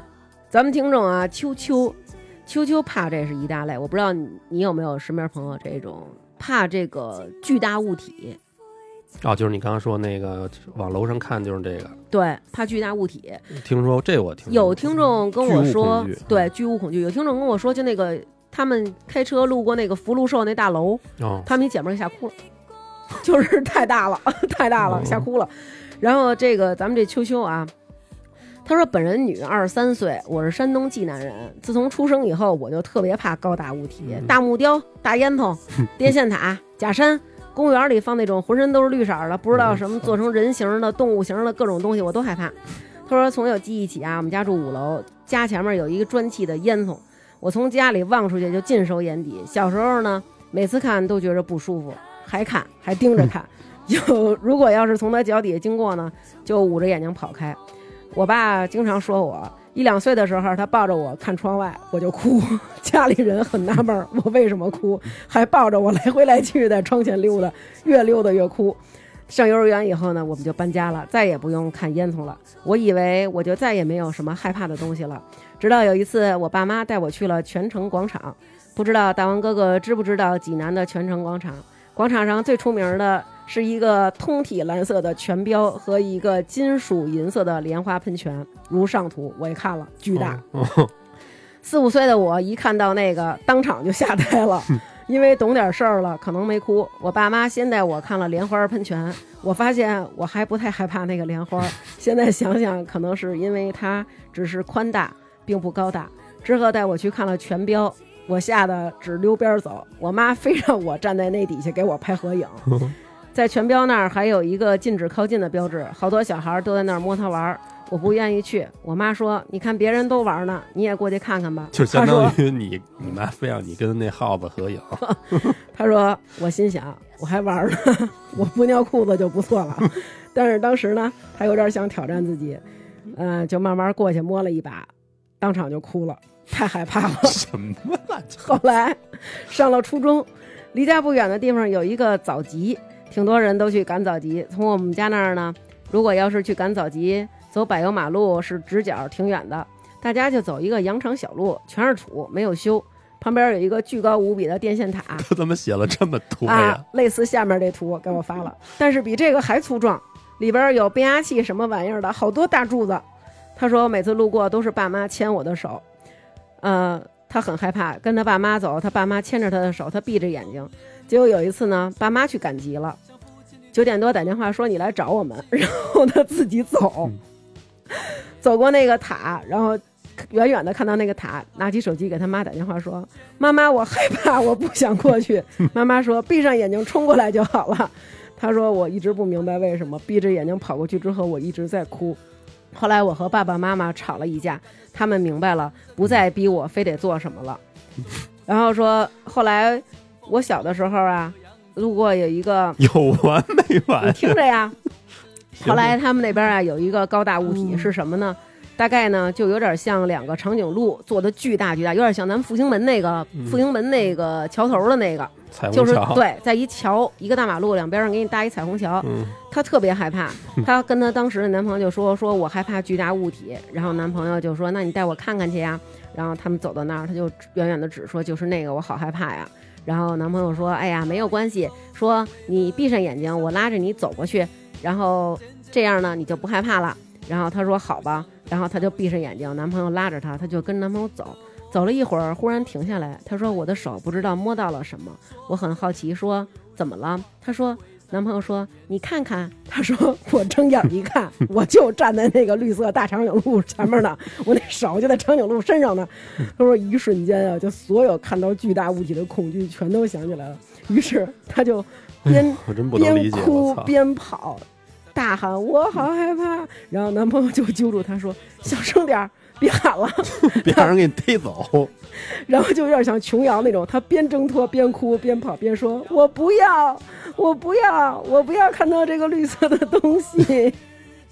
咱们听众啊，秋秋，秋秋怕这是一大类，我不知道你你有没有身边朋友这种怕这个巨大物体。 哦，就是你刚刚说那个往楼上看，就是这个， 对，怕巨大物体。 听说这我听有听众跟我说， 巨对，巨物恐惧。有听众跟我说，就那个他们开车路过那个福禄寿那大楼， 哦， 他们一姐们儿给吓哭了，就是太大了，太大了，吓哭了。然后这个咱们这秋秋啊，他说本人女，二十三岁，我是山东济南人。自从出生以后，我就特别怕高大物体，嗯、大木雕、大烟囱、电线塔、假山。公园里放那种浑身都是绿色的，不知道什么做成人形的、动物形的各种东西，我都害怕。他说从有记忆起啊，我们家住五楼，家前面有一个砖砌的烟囱，我从家里望出去就尽收眼底。小时候呢，每次看都觉着不舒服，还看还盯着看，就如果要是从他脚底下经过呢，就捂着眼睛跑开。我爸经常说我一两岁的时候，他抱着我看窗外，我就哭，家里人很纳闷我为什么哭，还抱着我来回来去在窗前溜达，越溜达越哭。上幼儿园以后呢，我们就搬家了，再也不用看烟囱了。我以为我就再也没有什么害怕的东西了，直到有一次我爸妈带我去了泉城广场。不知道大王哥哥知不知道济南的泉城广场？广场上最出名的是一个通体蓝色的泉标和一个金属银色的莲花喷泉，如上图，我也看了，巨大。 哦哦、 四五岁的我一看到那个，当场就吓呆了，因为懂点事儿了，可能没哭。我爸妈先带我看了莲花喷泉，我发现我还不太害怕那个莲花。现在想想，可能是因为它只是宽大，并不高大。之后带我去看了泉标。我吓得只溜边走，我妈非让我站在那底下给我拍合影。在泉标那儿还有一个禁止靠近的标志，好多小孩都在那儿摸它玩，我不愿意去。我妈说你看别人都玩呢，你也过去看看吧。 就相当于你你妈非让你跟那耗子合影。 她说我心想我还玩呢，我不尿裤子就不错了。但是当时呢她有点想挑战自己，嗯、呃，就慢慢过去摸了一把，当场就哭了，太害怕了。 什么了？ 后来上了初中，离家不远的地方有一个早集，挺多人都去赶早集。从我们家那儿呢，如果要是去赶早集，走柏油马路是直角，挺远的，大家就走一个羊肠小路，全是土，没有修，旁边有一个巨高无比的电线塔。 他怎么写了这么多呀、 啊？类似下面这图给我发了，但是比这个还粗壮，里边有变压器什么玩意儿的，好多大柱子。他说每次路过都是爸妈牵我的手，呃，他很害怕，跟他爸妈走，他爸妈牵着他的手，他闭着眼睛。结果有一次呢，爸妈去赶集了，九点多打电话说你来找我们，然后他自己走，嗯、走过那个塔，然后远远的看到那个塔，拿起手机给他妈打电话说：“妈妈，我害怕，我不想过去。”妈妈说：“闭上眼睛冲过来就好了。”他说：“我一直不明白为什么，闭着眼睛跑过去之后，我一直在哭。”后来我和爸爸妈妈吵了一架，他们明白了，不再逼我非得做什么了。然后说后来我小的时候啊，路过有一个有完没完？ 你听着呀。后来他们那边啊有一个高大物体是什么呢？大概呢就有点像两个长颈鹿做的巨大巨大，有点像咱们复兴门那个、嗯、复兴门那个桥头的那个。就是对，在一桥一个大马路两边上给你搭一彩虹桥、嗯，他特别害怕，他跟他当时的男朋友就说说我害怕巨大物体，然后男朋友就说那你带我看看去呀，然后他们走到那儿，他就远远的指说就是那个，我好害怕呀。然后男朋友说哎呀没有关系，说你闭上眼睛，我拉着你走过去，然后这样呢你就不害怕了。然后他说好吧，然后他就闭上眼睛，男朋友拉着他，他就跟男朋友走。走了一会儿，忽然停下来。他说：“我的手不知道摸到了什么。”我很好奇，说：“怎么了？”他说：“男朋友说你看看。”他说：“我睁眼一看，我就站在那个绿色大长颈鹿前面呢，我那手就在长颈鹿身上呢。”他说：“一瞬间啊，就所有看到巨大物体的恐惧全都想起来了。”于是他就边、哎、边哭边跑，大喊：“我好害怕！”然后男朋友就揪住他说：“小声点。”别喊了， 别让人给你推走。 然后就有点像琼瑶那种，他边挣脱边哭边跑边说：“我不要，我不要，我不要看到这个绿色的东西。”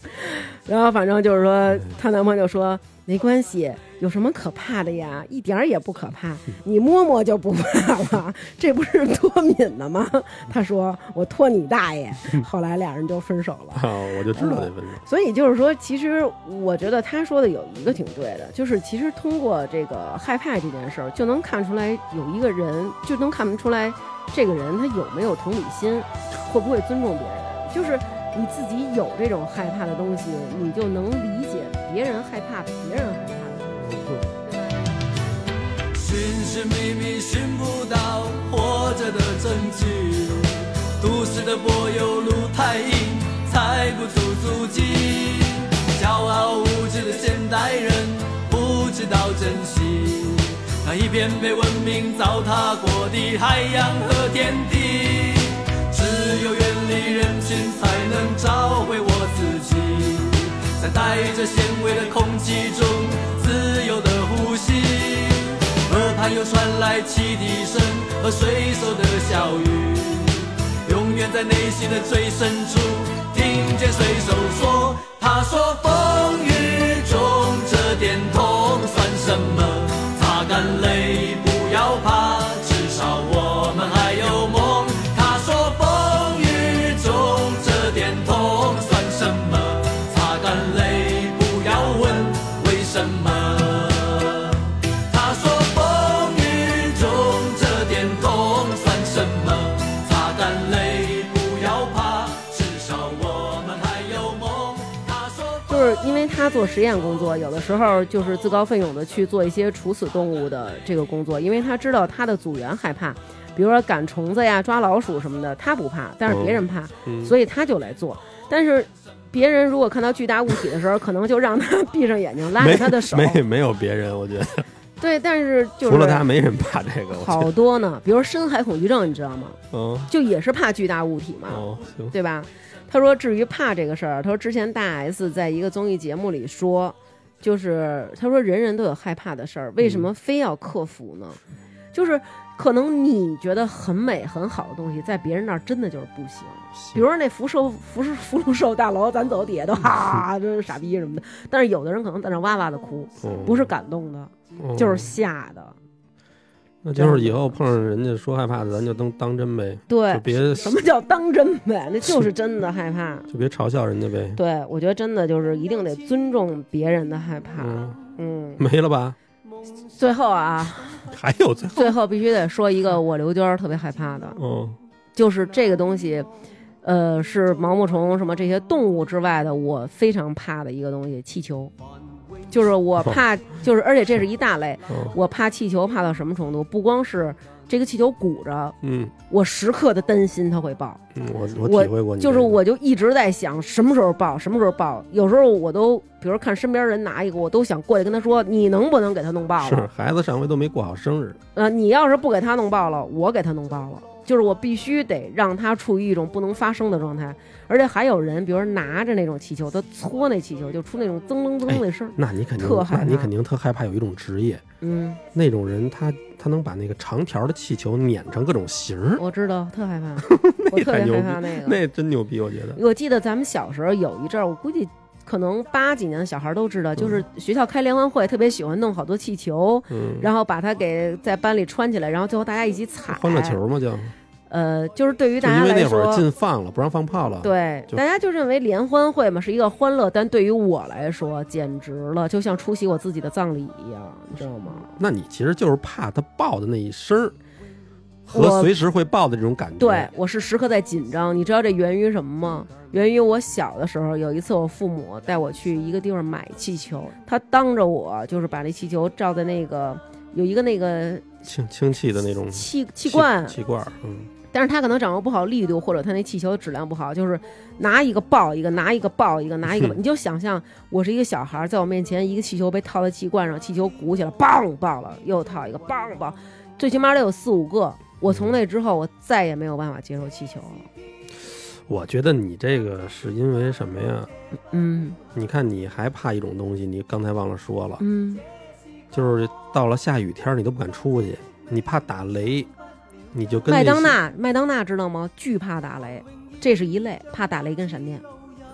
然后反正就是说，她男朋友就说没关系，有什么可怕的呀？一点儿也不可怕，你摸摸就不怕了，这不是脱敏的吗？他说我脱你大爷。后来俩人就分手了。 哦，我就知道得分手。 嗯、所以就是说，其实我觉得他说的有一个挺对的，就是其实通过这个害怕这件事儿，就能看出来有一个人，就能看出来这个人他有没有同理心，会不会尊重别人。就是你自己有这种害怕的东西，你就能理解别人害怕别人害怕的东西，对吧？ 寻寻觅觅寻不到活着的证据，都市的柏油路太硬，踩不出足迹。骄傲无知的现代人不知道珍惜那一片被文明糟蹋过的海洋和天地。只有远离人群才能找回我自己，在带着咸味的空气中自由的呼吸。耳畔又传来汽笛声和水手的笑语，永远在内心的最深处听见水手说，他说风雨中这点痛算什么，擦干泪不要怕，至少我们还有梦。他说风雨中这点痛算什么，擦干泪不要问为什么。他说风雨中这点痛算什么，擦干泪不要怕，至少我们还有梦。他说就是因为他做实验工作，有的时候就是自告奋勇的去做一些处死动物的这个工作，因为他知道他的组员害怕，比如说赶虫子呀、抓老鼠什么的，他不怕，但是别人怕， 嗯、 所以他就来做。但是别人如果看到巨大物体的时候，可能就让他闭上眼睛，拉着他的手。 没没没有别人，我觉得。 对，但是就是除了他，没人怕这个。 好多呢，比如深海恐惧症，你知道吗？ 嗯， 就也是怕巨大物体嘛， 哦， 对吧？他说，至于怕这个事儿，他说之前大 S 在一个综艺节目里说，就是他说人人都有害怕的事儿，为什么非要克服呢？嗯、就是可能你觉得很美很好的东西，在别人那儿真的就是不行。比如说那福寿福福禄寿大楼，咱走底下都哈，这是傻逼什么的。但是有的人可能在那哇哇的哭， 嗯、 不是感动的，嗯、就是吓的。 那就是以后碰上人家说害怕的，咱就当当真呗。 对， 就别什么叫当真呗？那就是真的害怕， 就别嘲笑人家呗。 对，我觉得真的就是一定得尊重别人的害怕。嗯，嗯没了吧？ 最后啊， 还有最后， 最后必须得说一个我刘娟特别害怕的， 嗯， 就是这个东西，呃，是毛毛虫什么这些动物之外的，我非常怕的一个东西——气球。就是我怕，哦、就是而且这是一大类，哦、我怕气球怕到什么程度？不光是这个气球鼓着， 嗯， 我时刻的担心它会爆。 嗯，我我体会过你、 这个，就是我就一直在想什么时候爆，什么时候爆。有时候我都，比如看身边人拿一个，我都想过去跟他说：“你能不能给他弄爆了？” 是，孩子上回都没过好生日。 呃，你要是不给他弄爆了，我给他弄爆了。就是我必须得让他处于一种不能发生的状态，而且还有人，比如拿着那种气球，他搓那气球就出那种噌楞噌楞的声、哎， 那你肯定特害怕， 你肯定特害怕有一种职业， 嗯， 那种人他他能把那个长条的气球碾成各种形儿， 我知道，特害怕，我特别害怕那个， 那真牛逼，我觉得。 我记得咱们小时候有一阵儿，我估计。可能八几年的小孩都知道，就是学校开联欢会，特别喜欢弄好多气球，嗯，然后把它给在班里穿起来，然后最后大家一起踩。 欢乐球嘛，叫。 呃，就是对于大家来说， 因为那会儿禁放了，不让放炮了。 对，大家就认为联欢会嘛是一个欢乐，但对于我来说简直了，就像出席我自己的葬礼一样，你知道吗？ 那你其实就是怕它爆的那一声和随时会爆的这种感觉。 对，我是时刻在紧张。你知道这源于什么吗？源于我小的时候，有一次我父母带我去一个地方买气球，他当着我就是把那气球罩在那个有一个那个氢氢气的那种气气罐气罐，嗯。 但是他可能掌握不好力度，或者他那气球质量不好，就是拿一个爆一个，拿一个爆一个，拿一个，你就想象我是一个小孩，在我面前一个气球被套在气罐上，气球鼓起来，梆爆了，又套一个，梆爆，最起码得有四五个。我从那之后，我再也没有办法接受气球了。 我觉得你这个是因为什么呀？ 嗯， 你看你还怕一种东西，你刚才忘了说了， 嗯， 就是到了下雨天你都不敢出去，你怕打雷。你就跟麦当娜，麦当娜知道吗？巨怕打雷，这是一类，怕打雷跟闪电。 啊，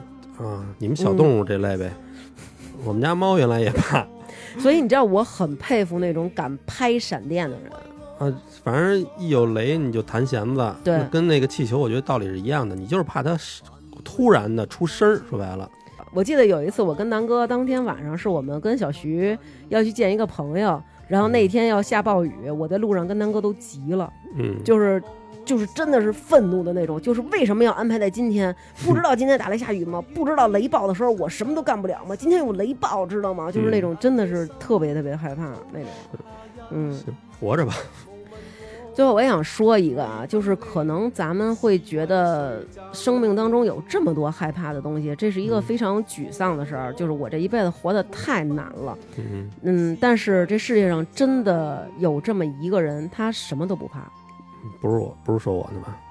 啊，你们小动物这类呗，嗯、我们家猫原来也怕。 所以你知道我很佩服那种敢拍闪电的人啊，反正一有雷你就弹弦子， 对， 跟那个气球我觉得道理是一样的，你就是怕它突然的出声，说白了。 我记得有一次我跟南哥当天晚上是我们跟小徐要去见一个朋友，然后那天要下暴雨，我在路上跟南哥都急了， 嗯， 就是就是真的是愤怒的那种，就是为什么要安排在今天？不知道今天打雷下雨吗？不知道雷暴的时候我什么都干不了吗？今天有雷暴知道吗？就是那种真的是特别特别害怕那种，嗯， 活着吧。 最后我也想说一个啊，就是可能咱们会觉得生命当中有这么多害怕的东西，这是一个非常沮丧的事儿，就是我这一辈子活得太难了。 嗯嗯，但是这世界上真的有这么一个人，他什么都不怕。 不是我，不是说我呢吧？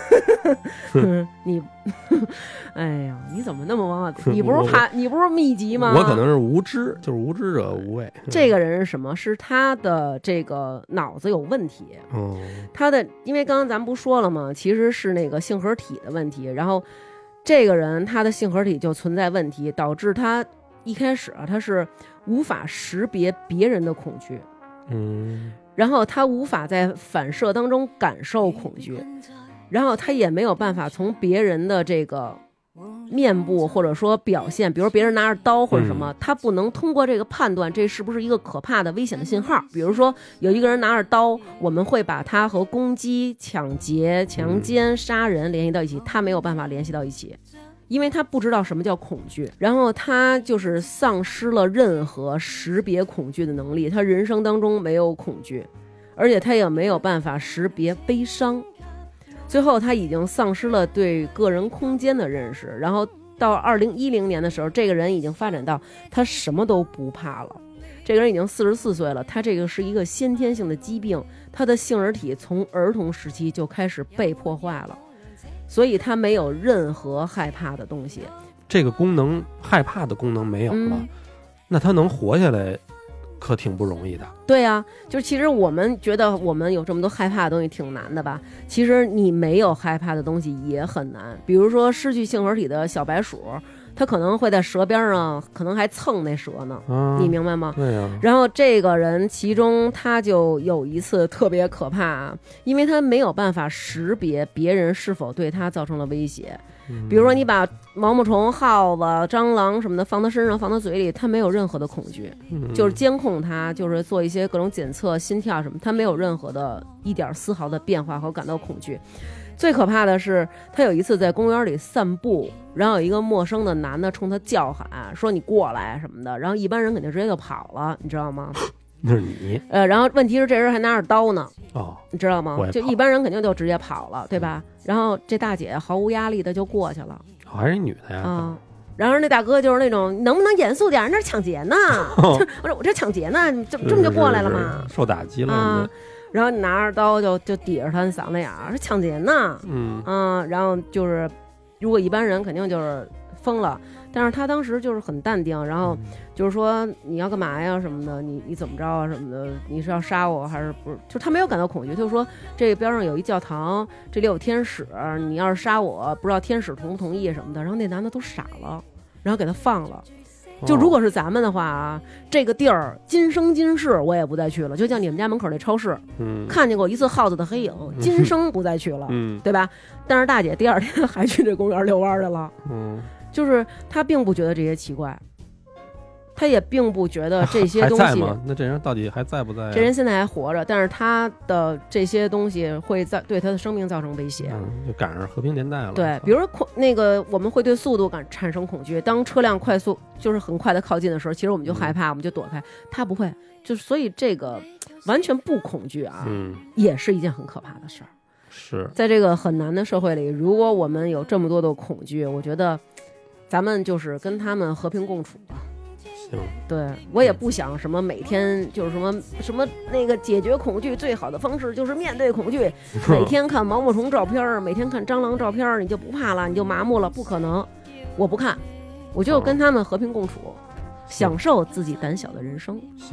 你，哎呀，你怎么那么往我？你不是怕？你不是密集吗？ 我可能是无知，就是无知者无畏。 这个人是什么？是他的这个脑子有问题。 哦， 他的，因为刚刚咱们不说了吗？其实是那个性核体的问题。然后，这个人他的性核体就存在问题，导致他一开始啊，他是无法识别别人的恐惧。 嗯。 然后他无法在反射当中感受恐惧，然后他也没有办法从别人的这个面部或者说表现，比如别人拿着刀或者什么，他不能通过这个判断这是不是一个可怕的危险的信号。比如说有一个人拿着刀，我们会把他和攻击、抢劫、强奸、杀人联系到一起，他没有办法联系到一起，因为他不知道什么叫恐惧，然后他就是丧失了任何识别恐惧的能力，他人生当中没有恐惧，而且他也没有办法识别悲伤，最后他已经丧失了对个人空间的认识，然后到二零一零年的时候，这个人已经发展到他什么都不怕了。这个人已经四十四岁了，他这个是一个先天性的疾病，他的性儿体从儿童时期就开始被破坏了，所以他没有任何害怕的东西， 这个功能害怕的功能没有了、嗯、那他能活下来可挺不容易的。 对啊，就是其实我们觉得我们有这么多害怕的东西挺难的吧，其实你没有害怕的东西也很难。比如说失去性核体的小白鼠，它可能会在蛇边上可能还蹭那蛇呢、啊、你明白吗？ 对啊。 然后这个人其中他就有一次特别可怕啊，因为他没有办法识别别人是否对他造成了威胁。比如说你把毛毛虫、耗子、蟑螂什么的放他身上放他嘴里，他没有任何的恐惧、嗯、就是监控他，就是做一些各种检测心跳什么，他没有任何的一点丝毫的变化和感到恐惧。最可怕的是他有一次在公园里散步，然后有一个陌生的男的冲他叫喊说你过来什么的，然后一般人肯定直接就跑了，你知道吗？ 那是你。 呃，然后问题是这人还拿着刀呢， 哦， 你知道吗？就一般人肯定就直接跑了，对吧？然后这大姐毫无压力的就过去了， 哦、还是女的呀？ 啊、嗯，然后那大哥就是那种能不能严肃点？那是抢劫呢！哦、我说我这抢劫呢，你这这么就过来了吗？ 受打击了啊！然后你拿着刀就就抵着他的嗓子眼儿，说抢劫呢， 嗯啊，然后就是如果一般人肯定就是疯了。但是他当时就是很淡定，然后就是说你要干嘛呀什么的，你你怎么着啊什么的，你是要杀我还是不是？就他没有感到恐惧，他就说这边上有一教堂，这里有天使，你要是杀我，不知道天使同不同意什么的。然后那男的都傻了，然后给他放了。就如果是咱们的话啊，这个地儿今生今世我也不再去了，就像你们家门口那超市， 嗯， 看见过一次耗子的黑影，今生不再去了，嗯，对吧？但是大姐第二天还去这公园遛弯去了， 嗯。 就是他并不觉得这些奇怪，他也并不觉得这些东西。 还在吗？那这人到底还在不在、啊？ 这人现在还活着，但是他的这些东西会在对他的生命造成威胁。 嗯，就赶上和平年代了。 对，比如说那个我们会对速度感产生恐惧，当车辆快速就是很快的靠近的时候，其实我们就害怕，嗯、我们就躲开。他不会，就是所以这个完全不恐惧啊， 嗯， 也是一件很可怕的事儿。 是在这个很难的社会里，如果我们有这么多的恐惧，我觉得。咱们就是跟他们和平共处吧。 行， 对我也不想什么每天就是什么什么那个解决恐惧最好的方式就是面对恐惧，每天看毛毛虫照片，每天看蟑螂照片，你就不怕了，你就麻木了，不可能，我不看，我就跟他们和平共处，享受自己胆小的人生。 行，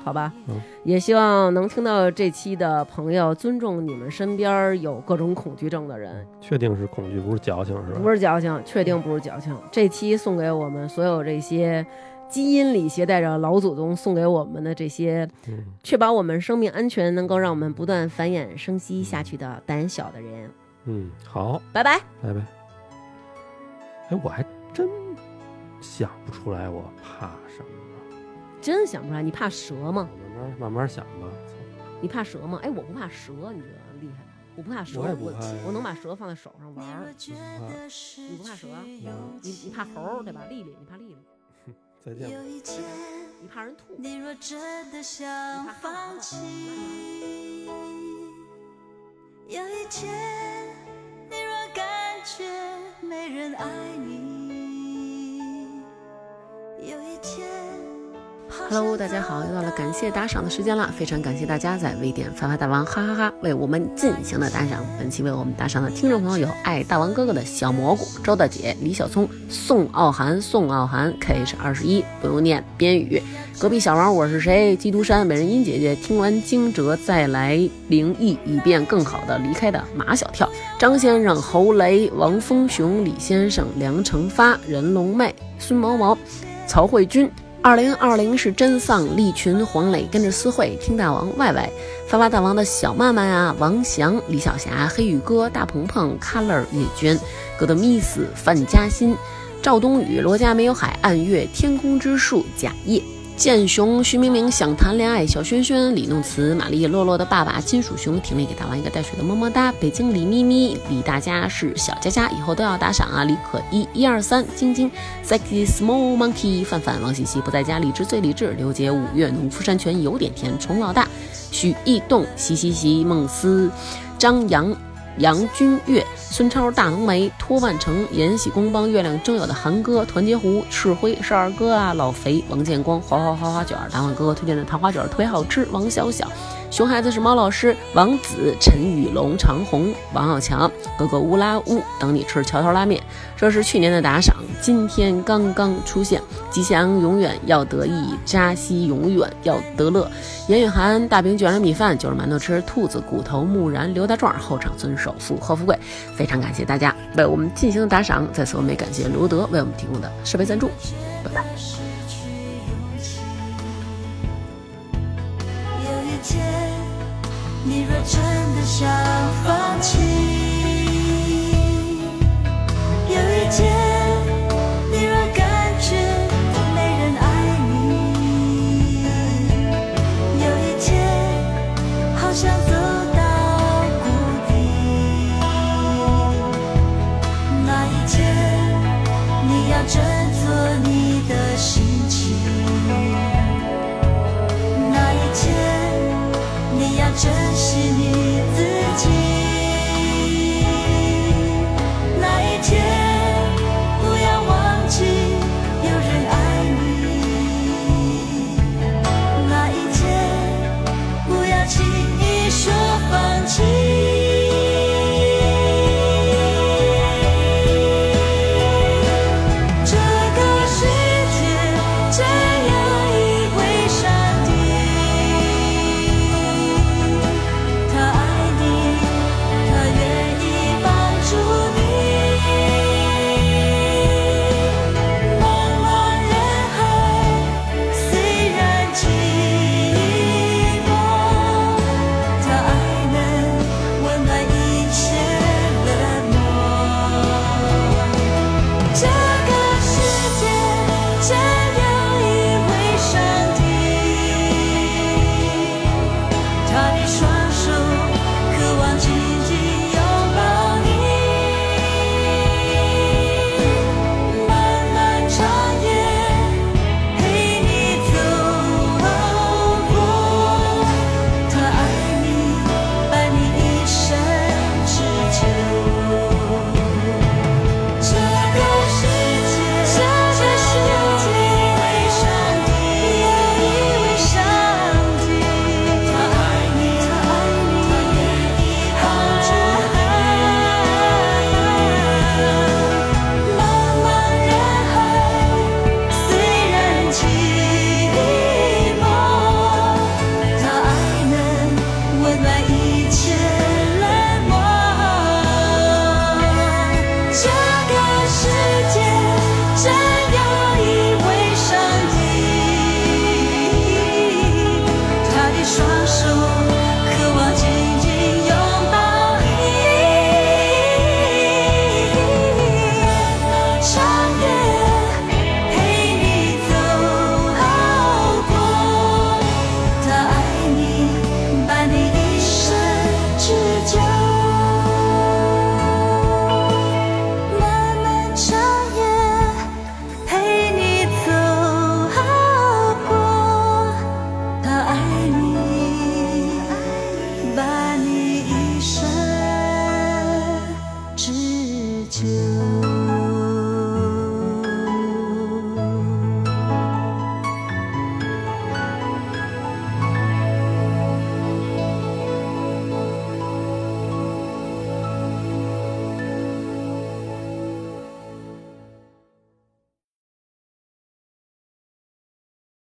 好吧、 嗯、 也希望能听到这期的朋友尊重你们身边有各种恐惧症的人。 确定是恐惧，不是矫情是吧？ 不是矫情，确定不是矫情。这期送给我们所有这些基因里携带着老祖宗送给我们的这些、嗯、确保我们生命安全能够让我们不断繁衍生息下去的胆小的人。 嗯，好， 拜拜拜拜。哎，我还真想不出来我怕什么。 真想不出来，你怕蛇吗？ 慢慢慢慢想吧。 你怕蛇吗？哎，我不怕蛇，你觉得厉害吗？我不怕蛇， 我也不怕我, 我能把蛇放在手上玩儿。你不怕蛇？ 嗯、 你你怕猴对吧？丽丽，你怕丽丽。 再见。 你怕人吐。 你若真的想放弃，有一天你若感觉没人爱你，有一天。 Hello， 大家好，又到了感谢打赏的时间了，非常感谢大家在微店发发大王哈哈哈为我们进行的打赏。本期为我们打赏的听众朋友有爱大王哥哥的小蘑菇、周大姐、李小聪、宋傲寒、宋傲寒 K H 二十一不用念边宇、隔壁小王我是谁、基督山、美人音姐姐、听完惊蛰再来灵异，以便更好的离开的马小跳、张先生、侯雷、王峰雄、李先生、梁成发、任龙妹、孙毛毛、曹慧君。二零二零是真丧，利群、黄磊跟着私会听大王外外发发大王的小曼曼啊，王翔、李小霞、黑羽哥、大鹏鹏、Color、叶娟、戈德米斯、范嘉欣、赵冬雨、罗家没有海、暗月、天空之树、贾叶、建雄、徐明明想谈恋爱、小轩轩、李弄慈、玛丽洛洛的爸爸金属熊、婷丽给大王一个带水的么么哒，北京李咪咪、李大家是小佳佳，以后都要打赏啊！李可一、一二三、晶晶、Sexy Small Monkey、范范、王茜茜不在家、理智最理智、刘杰、五月、农夫山泉有点甜、虫老大、许艺栋、西西西、孟思、张扬、杨君月、孙超、大浓眉、托万成、延禧宫帮月亮争友的韩哥、团结湖、赤辉、是二哥啊、老肥、王建光、花花花花卷、大碗哥哥推荐的糖花卷特别好吃、王小小、熊孩子是猫老师、王子、陈宇龙、长虹、王小强、哥哥乌拉乌等你吃桥头拉面。这是去年的打赏，今天刚刚出现。吉祥永远要得意，扎西永远要得乐。严雨涵、大饼卷着米饭，就是馒头吃。兔子骨头木然刘大壮，后场村首富贺富贵。非常感谢大家为我们进行的打赏，在此我们也感谢罗德为我们提供的设备赞助。拜拜。 有一天，你若真的想放弃。